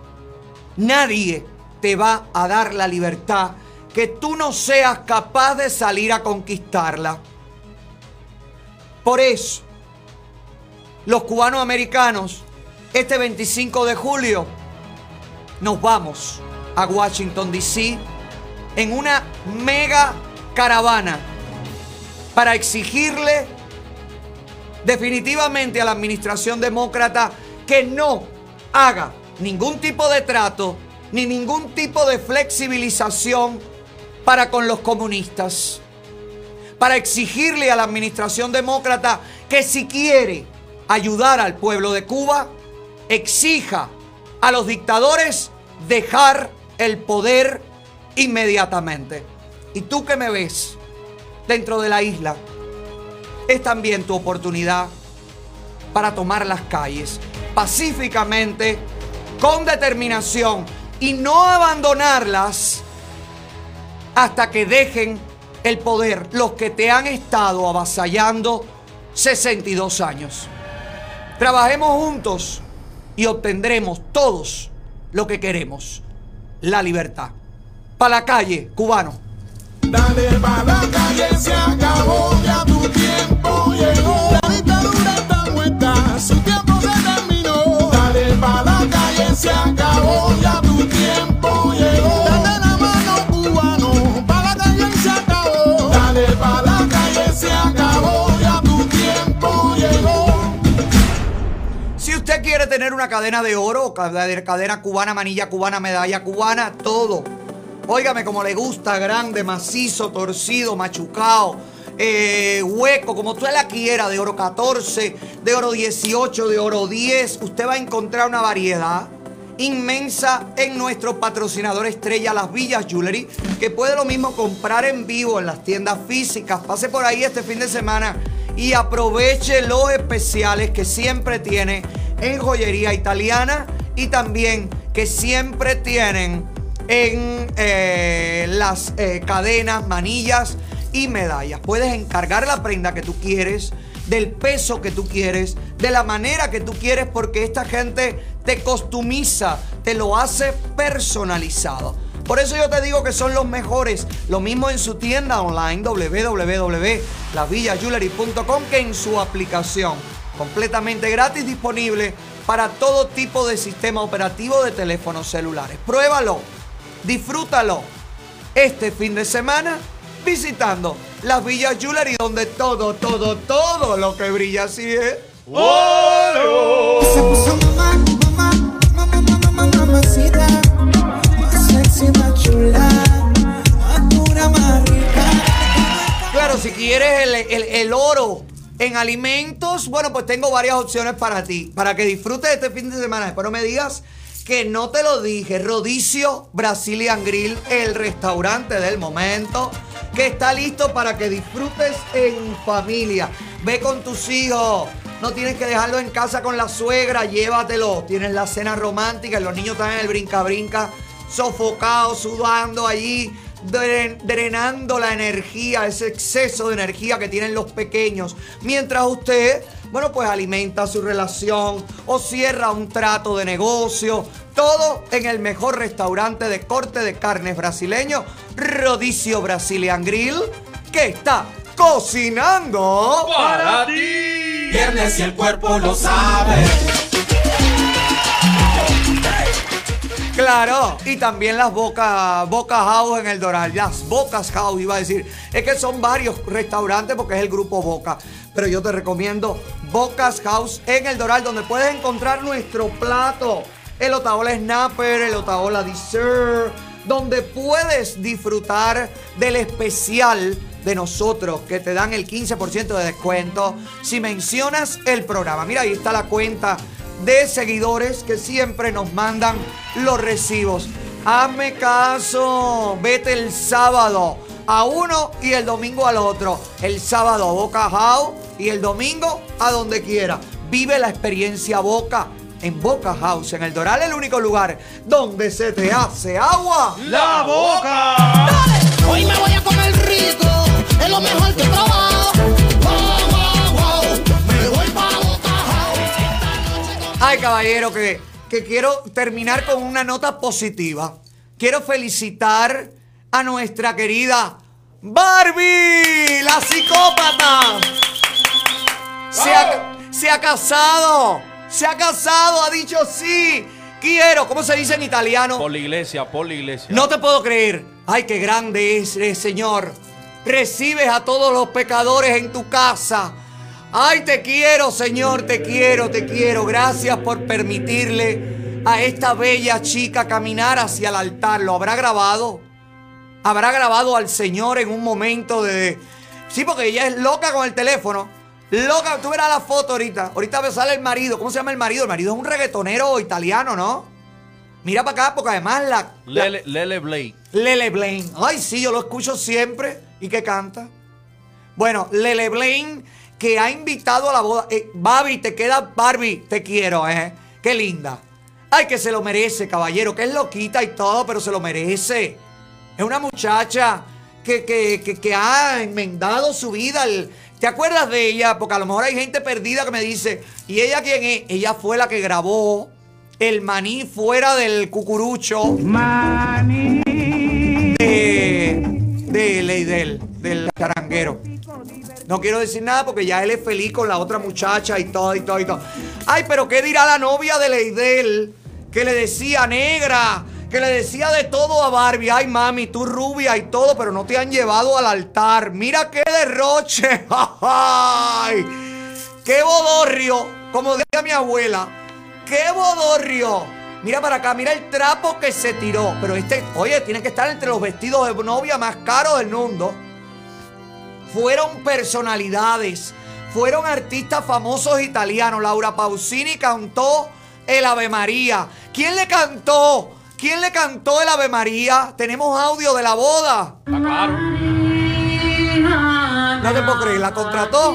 Nadie te va a dar la libertad que tú no seas capaz de salir a conquistarla. Por eso, los cubanos americanos, este veinticinco de julio, nos vamos a Washington, D C en una mega caravana para exigirle definitivamente a la administración demócrata que no haga ningún tipo de trato ni ningún tipo de flexibilización para con los comunistas. Para exigirle a la administración demócrata que si quiere ayudar al pueblo de Cuba, exija a los dictadores dejar el poder inmediatamente. Y tú que me ves dentro de la isla, es también tu oportunidad para tomar las calles pacíficamente, con determinación, y no abandonarlas hasta que dejen el poder los que te han estado avasallando sesenta y dos años. Trabajemos juntos y obtendremos todos lo que queremos: la libertad. Pa' la calle, cubano. Dale pa' la calle, se acabó, ya tu tiempo llegó. La dictadura está muerta, su tiempo se terminó. Dale pa' la calle, se acabó, ya tu tiempo llegó. Dale la mano, cubano, pa' la calle se acabó. Dale pa' la calle, se acabó, ya tu tiempo llegó. Si usted quiere tener una cadena de oro, cadena cubana, manilla cubana, medalla cubana, todo, óigame, como le gusta, grande, macizo, torcido, machucado, eh, hueco, como usted la quiera, de oro catorce, de oro dieciocho, de oro diez, usted va a encontrar una variedad inmensa en nuestro patrocinador estrella, Las Villas Jewelry, que puede lo mismo comprar en vivo en las tiendas físicas. Pase por ahí este fin de semana y aproveche los especiales que siempre tiene en joyería italiana y también que siempre tienen en eh, las eh, cadenas, manillas y medallas. Puedes encargar la prenda que tú quieres, del peso que tú quieres, de la manera que tú quieres, porque esta gente te customiza, te lo hace personalizado. Por eso yo te digo que son los mejores. Lo mismo en su tienda online, doble u doble u doble u punto la villa jewelry punto com, que en su aplicación. Completamente gratis, disponible para todo tipo de sistema operativo de teléfonos celulares. Pruébalo, disfrútalo este fin de semana visitando Las Villas Jewelry, donde todo, todo, todo lo que brilla así es oro. Se puso mamá, mamá, mamá, mamá, mamá, mamacita, más sexy, más chula, más dura, más rica. Claro, si quieres el, el, el oro en alimentos, bueno, pues tengo varias opciones para ti, para que disfrutes este fin de semana. Después no me digas que no te lo dije. Rodicio Brazilian Grill, el restaurante del momento, que está listo para que disfrutes en familia. Ve con tus hijos, no tienes que dejarlo en casa con la suegra, llévatelo. Tienes la cena romántica y los niños están en el brinca-brinca, sofocados, sudando allí, dren- drenando la energía, ese exceso de energía que tienen los pequeños. Mientras usted, bueno, pues alimenta su relación o cierra un trato de negocio. Todo en el mejor restaurante de corte de carnes brasileño, Rodicio Brazilian Grill, que está cocinando para ti. Viernes y el cuerpo lo sabe. Claro, y también las Boca, Boca House en el Doral. Las Bocas House, iba a decir. Es que son varios restaurantes porque es el grupo Boca. Pero yo te recomiendo Bocas House en el Doral, donde puedes encontrar nuestro plato. El Otaola Snapper, el Otaola Dessert, donde puedes disfrutar del especial de nosotros, que te dan el quince por ciento de descuento si mencionas el programa. Mira, ahí está la cuenta de seguidores que siempre nos mandan los recibos. Hazme caso, vete el sábado a uno y el domingo al otro. El sábado a Boca House y el domingo a donde quiera. Vive la experiencia Boca en Boca House, en el Doral, el único lugar donde se te hace agua la boca. Dale, hoy me voy a comer rico, es lo mejor que he probado. Wow, wow, wow, me voy pa' Boca House. Ay, caballero, que, que quiero terminar con una nota positiva. Quiero felicitar a nuestra querida Barbie, la psicópata. Se ha, se ha casado. Se ha casado, ha dicho sí, quiero. ¿Cómo se dice en italiano? Por la iglesia, por la iglesia. No te puedo creer. Ay, qué grande es, eh, Señor. Recibes a todos los pecadores en tu casa. Ay, te quiero, Señor, te quiero, te quiero. Gracias por permitirle a esta bella chica caminar hacia el altar. ¿Lo habrá grabado? ¿Habrá grabado al Señor en un momento de... Sí, porque ella es loca con el teléfono. Loca, tú verás la foto ahorita. Ahorita me sale el marido. ¿Cómo se llama el marido? El marido es un reggaetonero italiano, ¿no? Mira para acá, porque además la... Lele, Lele Blaine. Lele Blaine. Ay, sí, yo lo escucho siempre. ¿Y qué canta? Bueno, Lele Blaine, que ha invitado a la boda. Eh, Barbie, te queda... Barbie, te quiero, ¿eh? Qué linda. Ay, que se lo merece, caballero. Que es loquita y todo, pero se lo merece. Es una muchacha que, que, que, que ha enmendado su vida. El, ¿Te acuerdas de ella? Porque a lo mejor hay gente perdida que me dice, ¿y ella quién es? Ella fue la que grabó el maní fuera del cucurucho. Maní. De, de Leidel, del charanguero. No quiero decir nada porque ya él es feliz con la otra muchacha y todo, y todo, y todo. Ay, pero ¿qué dirá la novia de Leidel? Que le decía negra, que le decía de todo a Barbie. Ay, mami, tú rubia y todo, pero no te han llevado al altar. Mira qué derroche. Ay, qué bodorrio. Como decía mi abuela, qué bodorrio. Mira para acá, mira el trapo que se tiró. Pero este, oye, tiene que estar entre los vestidos de novia más caros del mundo. Fueron personalidades, fueron artistas famosos italianos. Laura Pausini cantó el Ave María. ¿Quién le cantó? ¿Quién le cantó el Ave María? Tenemos audio de la boda. Está claro. No te puedo creer, la contrató.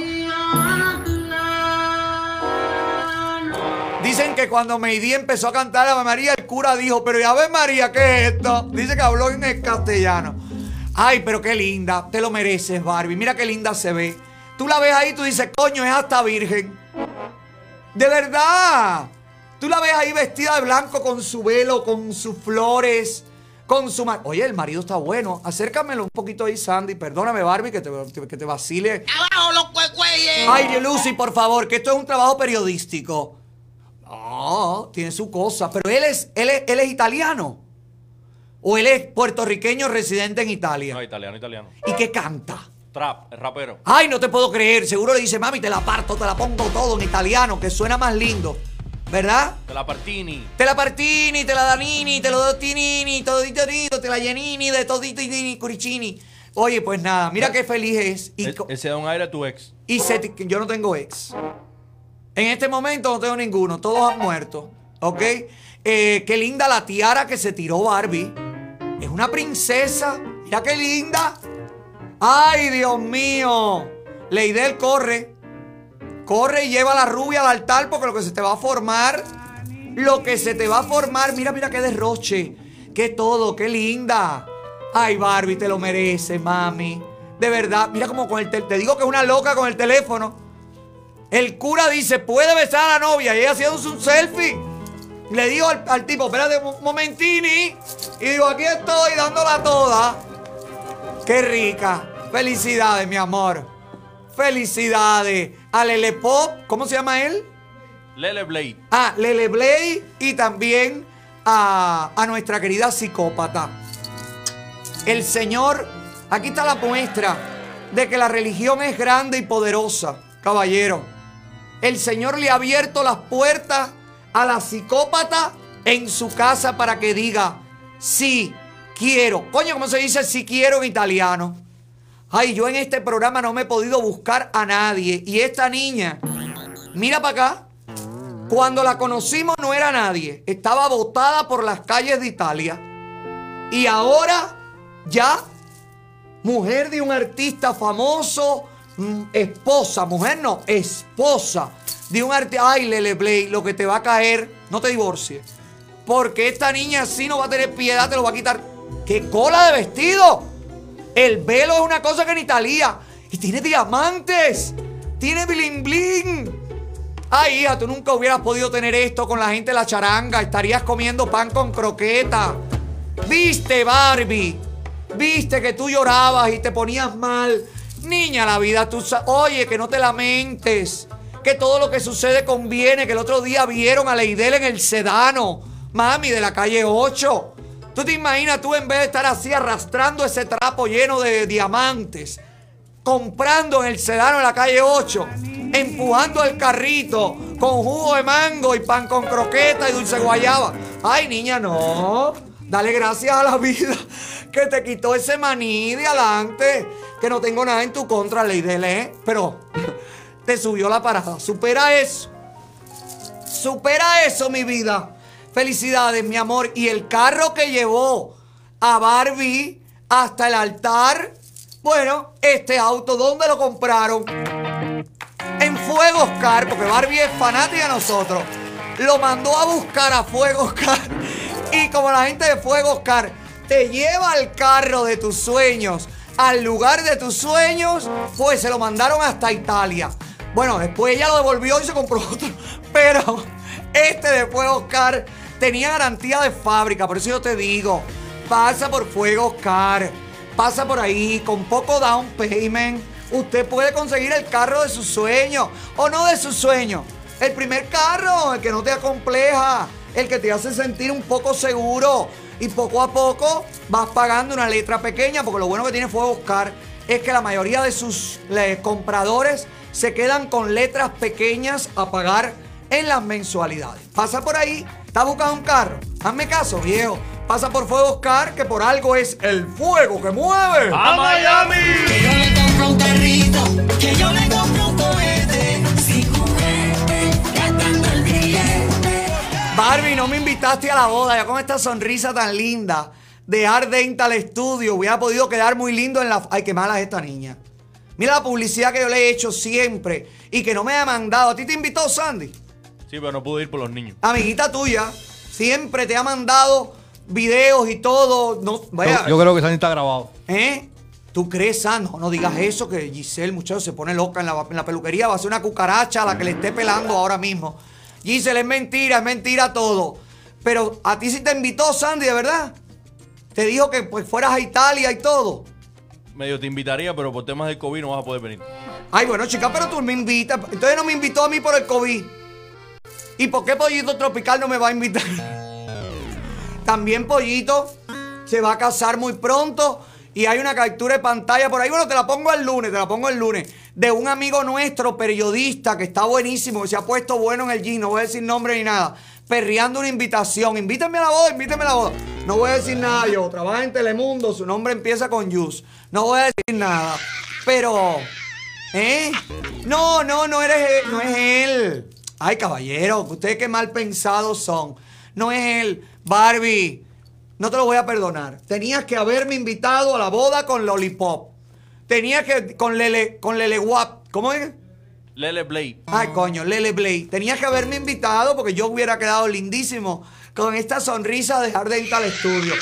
Dicen que cuando Meidi empezó a cantar el Ave María, el cura dijo, pero ¿y Ave María qué es esto? Dice que habló en el castellano. Ay, pero qué linda, te lo mereces, Barbie. Mira qué linda se ve. Tú la ves ahí y tú dices, coño, es hasta virgen. De verdad. Tú la ves ahí vestida de blanco con su velo, con sus flores. con su marido. Oye, el marido está bueno. Acércamelo un poquito ahí, Sandy. Perdóname, Barbie, que te, que te vacile. ¡Abajo los cuecueyes! Ay, Lucy, por favor, que esto es un trabajo periodístico. No, tiene su cosa. Pero él es, él es, él es italiano. ¿O él es puertorriqueño residente en Italia? No, italiano, italiano. ¿Y qué canta? Trap, es rapero. Ay, no te puedo creer. Seguro le dice, mami, te la parto, te la pongo todo en italiano, que suena más lindo. ¿Verdad? Te la partini. Te la partini, te la danini, te lo dotinini, todito, te la llenini, de todito y curicini. Oye, pues nada, mira qué feliz es. Y, Él, él se da un aire a tu ex. y se, yo no tengo ex. En este momento no tengo ninguno. Todos han muerto. ¿Ok? Eh, qué linda la tiara que se tiró Barbie. Es una princesa. Mira qué linda. Ay, Dios mío. Leidel, corre. Corre y lleva a la rubia al altar porque lo que se te va a formar, lo que se te va a formar, mira, mira qué derroche, qué todo, qué linda. Ay, Barbie, te lo mereces, mami. De verdad, mira como con el te, te digo que es una loca con el teléfono. El cura dice, puede besar a la novia y ella haciéndose un selfie. Le digo al, al tipo, espérate un momentini. Y digo, aquí estoy dándola toda. Qué rica. Felicidades, mi amor. Felicidades a Lele Pop, ¿cómo se llama él? Lele Blade. Ah, Lele Blade y también a, a nuestra querida psicópata. El Señor, aquí está la muestra de que la religión es grande y poderosa, caballero. El Señor le ha abierto las puertas a la psicópata en su casa para que diga, sí, quiero. Coño, ¿cómo se dice sí quiero en italiano? Ay, yo en este programa no me he podido buscar a nadie. Y esta niña, mira para acá. Cuando la conocimos no era nadie. Estaba botada por las calles de Italia. Y ahora ya, mujer de un artista famoso, esposa, mujer no, esposa de un artista. Ay, Lele Blade, lo que te va a caer, no te divorcies. Porque esta niña así no va a tener piedad, te lo va a quitar. ¡Qué cola de vestido! El velo es una cosa que en Italia. Y tiene diamantes. Tiene bling bling. Ay, hija, tú nunca hubieras podido tener esto con la gente de la charanga. Estarías comiendo pan con croqueta. ¿Viste, Barbie? ¿Viste que tú llorabas y te ponías mal? Niña, la vida, tú sabes. Oye, que no te lamentes. Que todo lo que sucede conviene. Que el otro día vieron a Leidel en el Sedano. Mami, de la calle ocho. ¿Tú te imaginas tú en vez de estar así arrastrando ese trapo lleno de diamantes, comprando en el Sedano en la calle ocho, empujando el carrito con jugo de mango y pan con croqueta y dulce guayaba? Ay, niña, no. Dale gracias a la vida que te quitó ese maní de adelante. Que no tengo nada en tu contra, Leidel, ¿eh? Pero te subió la parada. Supera eso. Supera eso, mi vida. Felicidades, mi amor. Y el carro que llevó a Barbie hasta el altar, bueno, este auto, ¿dónde lo compraron? En Fuego Oscar, porque Barbie es fanática de nosotros. Lo mandó a buscar a Fuego Oscar. Y como la gente de Fuego Oscar te lleva el carro de tus sueños al lugar de tus sueños, pues se lo mandaron hasta Italia. Bueno, después ella lo devolvió y se compró otro. Pero este de Fuego Oscar tenía garantía de fábrica. Por eso yo te digo, pasa por Fuego Oscar, pasa por ahí, con poco down payment, usted puede conseguir el carro de sus sueños, o no de sus sueños, el primer carro, el que no te acompleja, el que te hace sentir un poco seguro, y poco a poco vas pagando una letra pequeña, porque lo bueno que tiene Fuego Oscar es que la mayoría de sus eh, compradores se quedan con letras pequeñas a pagar en las mensualidades. Pasa por ahí. ¿Estás buscando un carro? Hazme caso, viejo. Pasa por Fuego Oscar, que por algo es el fuego que mueve ¡a Miami! Que yo le compro un carrito, que yo le compro un cohete, sin juguete, gastando el billete. Barbie, no me invitaste a la boda. Ya con esta sonrisa tan linda de Art Dental Studio hubiera podido quedar muy lindo en la... Ay, qué mala es esta niña. Mira la publicidad que yo le he hecho siempre y que no me ha mandado. ¿A ti te invitó Sandy? Sí, pero no pude ir por los niños. Amiguita tuya, siempre te ha mandado videos y todo. No, vaya. Yo, yo creo que Sandy está grabado. ¿Eh? ¿Tú crees, Sandy? No, no digas eso, que Giselle, muchacho, se pone loca en la, en la peluquería. Va a ser una cucaracha a la que le esté pelando ahora mismo. Giselle, es mentira, es mentira todo. Pero a ti sí te invitó Sandy, ¿de verdad? Te dijo que pues fueras a Italia y todo. Medio te invitaría, pero por temas del COVID no vas a poder venir. Ay, bueno, chica, pero tú me invitas. Entonces no me invitó a mí por el COVID. ¿Y por qué Pollito Tropical no me va a invitar? También Pollito se va a casar muy pronto y hay una captura de pantalla por ahí. Bueno, te la pongo el lunes, te la pongo el lunes. De un amigo nuestro, periodista, que está buenísimo, que se ha puesto bueno en el gym. No voy a decir nombre ni nada. Perreando una invitación. Invítenme a la boda, invítenme a la boda. No voy a decir nada yo. Trabaja en Telemundo, su nombre empieza con Yus. No voy a decir nada. Pero, ¿eh? No, no, no eres él, no es él. Ay, caballero, ustedes qué mal pensados son. No es él. Barbie, no te lo voy a perdonar. Tenías que haberme invitado a la boda con Lollipop. Tenías que, con Lele, con Lele Guap. ¿Cómo es? Lele Blade. Ay, coño, Lele Blade. Tenías que haberme invitado porque yo hubiera quedado lindísimo con esta sonrisa de Art Dental Studio.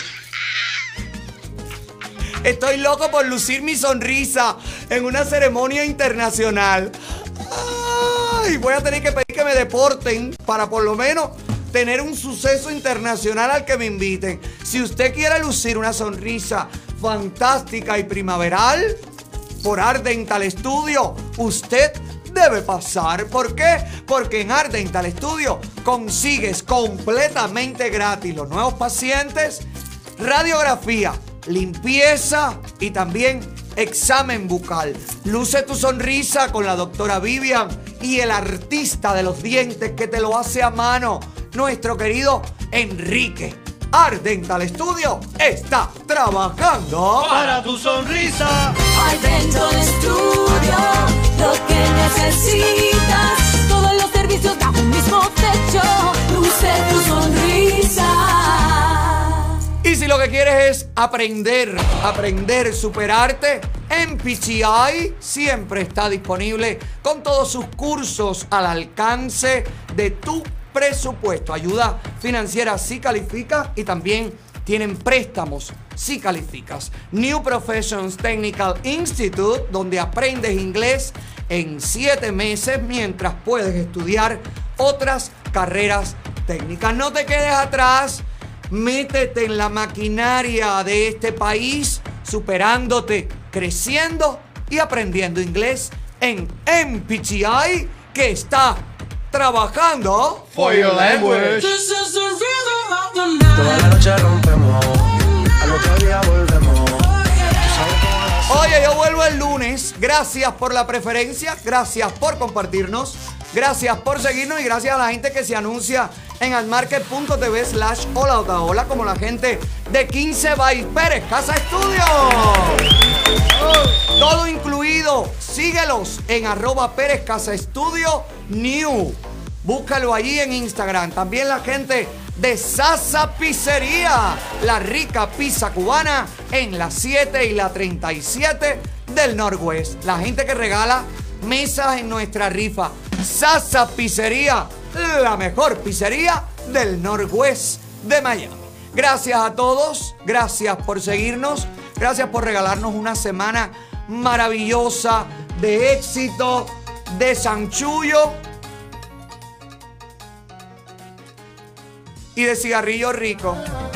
Estoy loco por lucir mi sonrisa en una ceremonia internacional. Ay, voy a tener que pedir que me deporten para por lo menos tener un suceso internacional al que me inviten. Si usted quiere lucir una sonrisa fantástica y primaveral por Art Dental Studio, usted debe pasar. ¿Por qué? Porque en Art Dental Studio consigues completamente gratis los nuevos pacientes, radiografía, limpieza y también examen bucal. Luce tu sonrisa con la doctora Vivian y el artista de los dientes que te lo hace a mano, nuestro querido Enrique. Art Dental Studio está trabajando para tu sonrisa. Art Dental Studio, lo que necesitas. Todos los servicios bajo un mismo techo. Luce tu sonrisa. Y si lo que quieres es aprender, aprender, superarte, M P T I siempre está disponible con todos sus cursos al alcance de tu presupuesto. Ayuda financiera si calificas y también tienen préstamos si calificas. New Professions Technical Institute, donde aprendes inglés en siete meses mientras puedes estudiar otras carreras técnicas. No te quedes atrás. Métete en la maquinaria de este país, superándote, creciendo y aprendiendo inglés en M P T I, que está trabajando for your language. Toda la noche rompemos, al otro día volvemos. Oye, yo vuelvo el lunes. Gracias por la preferencia, gracias por compartirnos, gracias por seguirnos y gracias a la gente que se anuncia en almarket.tv slash hola otaola, como la gente de quince by Pérez Casa Estudio. Todo incluido. Síguelos en arroba Pérez Casa Estudio New. Búscalo allí en Instagram. También la gente de Sasa Pizzería, la rica pizza cubana en la siete y la treinta y siete del Northwest. La gente que regala mesas en nuestra rifa. Sasa Pizzería, la mejor pizzería del Northwest de Miami. Gracias a todos, gracias por seguirnos, gracias por regalarnos una semana maravillosa de éxito, de chanchullo y de cigarrillo rico.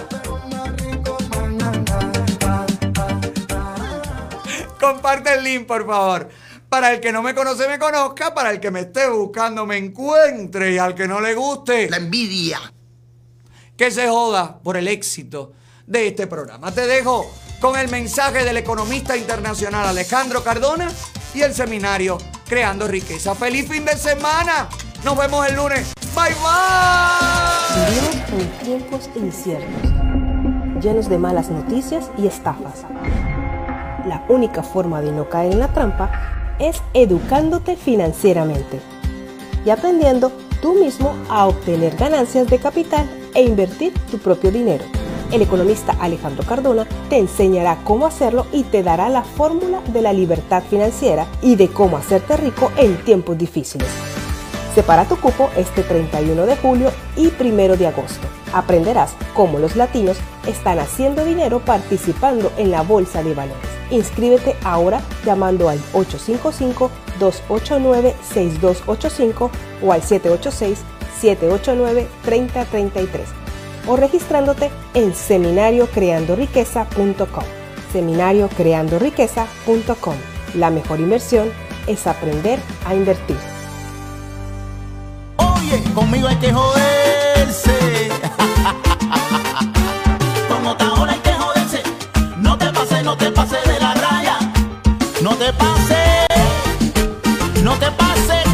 Comparte el link, por favor. Para el que no me conoce, me conozca. Para el que me esté buscando, me encuentre. Y al que no le guste, la envidia, que se joda por el éxito de este programa. Te dejo con el mensaje del economista internacional Alejandro Cardona y el seminario Creando Riqueza. ¡Feliz fin de semana! Nos vemos el lunes. ¡Bye, bye! Vivimos en tiempos inciertos, llenos de malas noticias y estafas. La única forma de no caer en la trampa es educándote financieramente y aprendiendo tú mismo a obtener ganancias de capital e invertir tu propio dinero. El economista Alejandro Cardona te enseñará cómo hacerlo y te dará la fórmula de la libertad financiera y de cómo hacerte rico en tiempos difíciles. Separa tu cupo este treinta y uno de julio y primero de agosto. Aprenderás cómo los latinos están haciendo dinero participando en la bolsa de valores. Inscríbete ahora llamando al ocho cinco cinco, dos ocho nueve, seis dos ocho cinco o al siete ocho seis, siete ocho nueve, tres cero tres tres. o registrándote en seminario creando riqueza punto com. seminario creando riqueza punto com. La mejor inversión es aprender a invertir. Oye, conmigo hay que joderse. Con Otaola hay que joderse. No te pases, no te pases de la raya. No te pases, no te pases.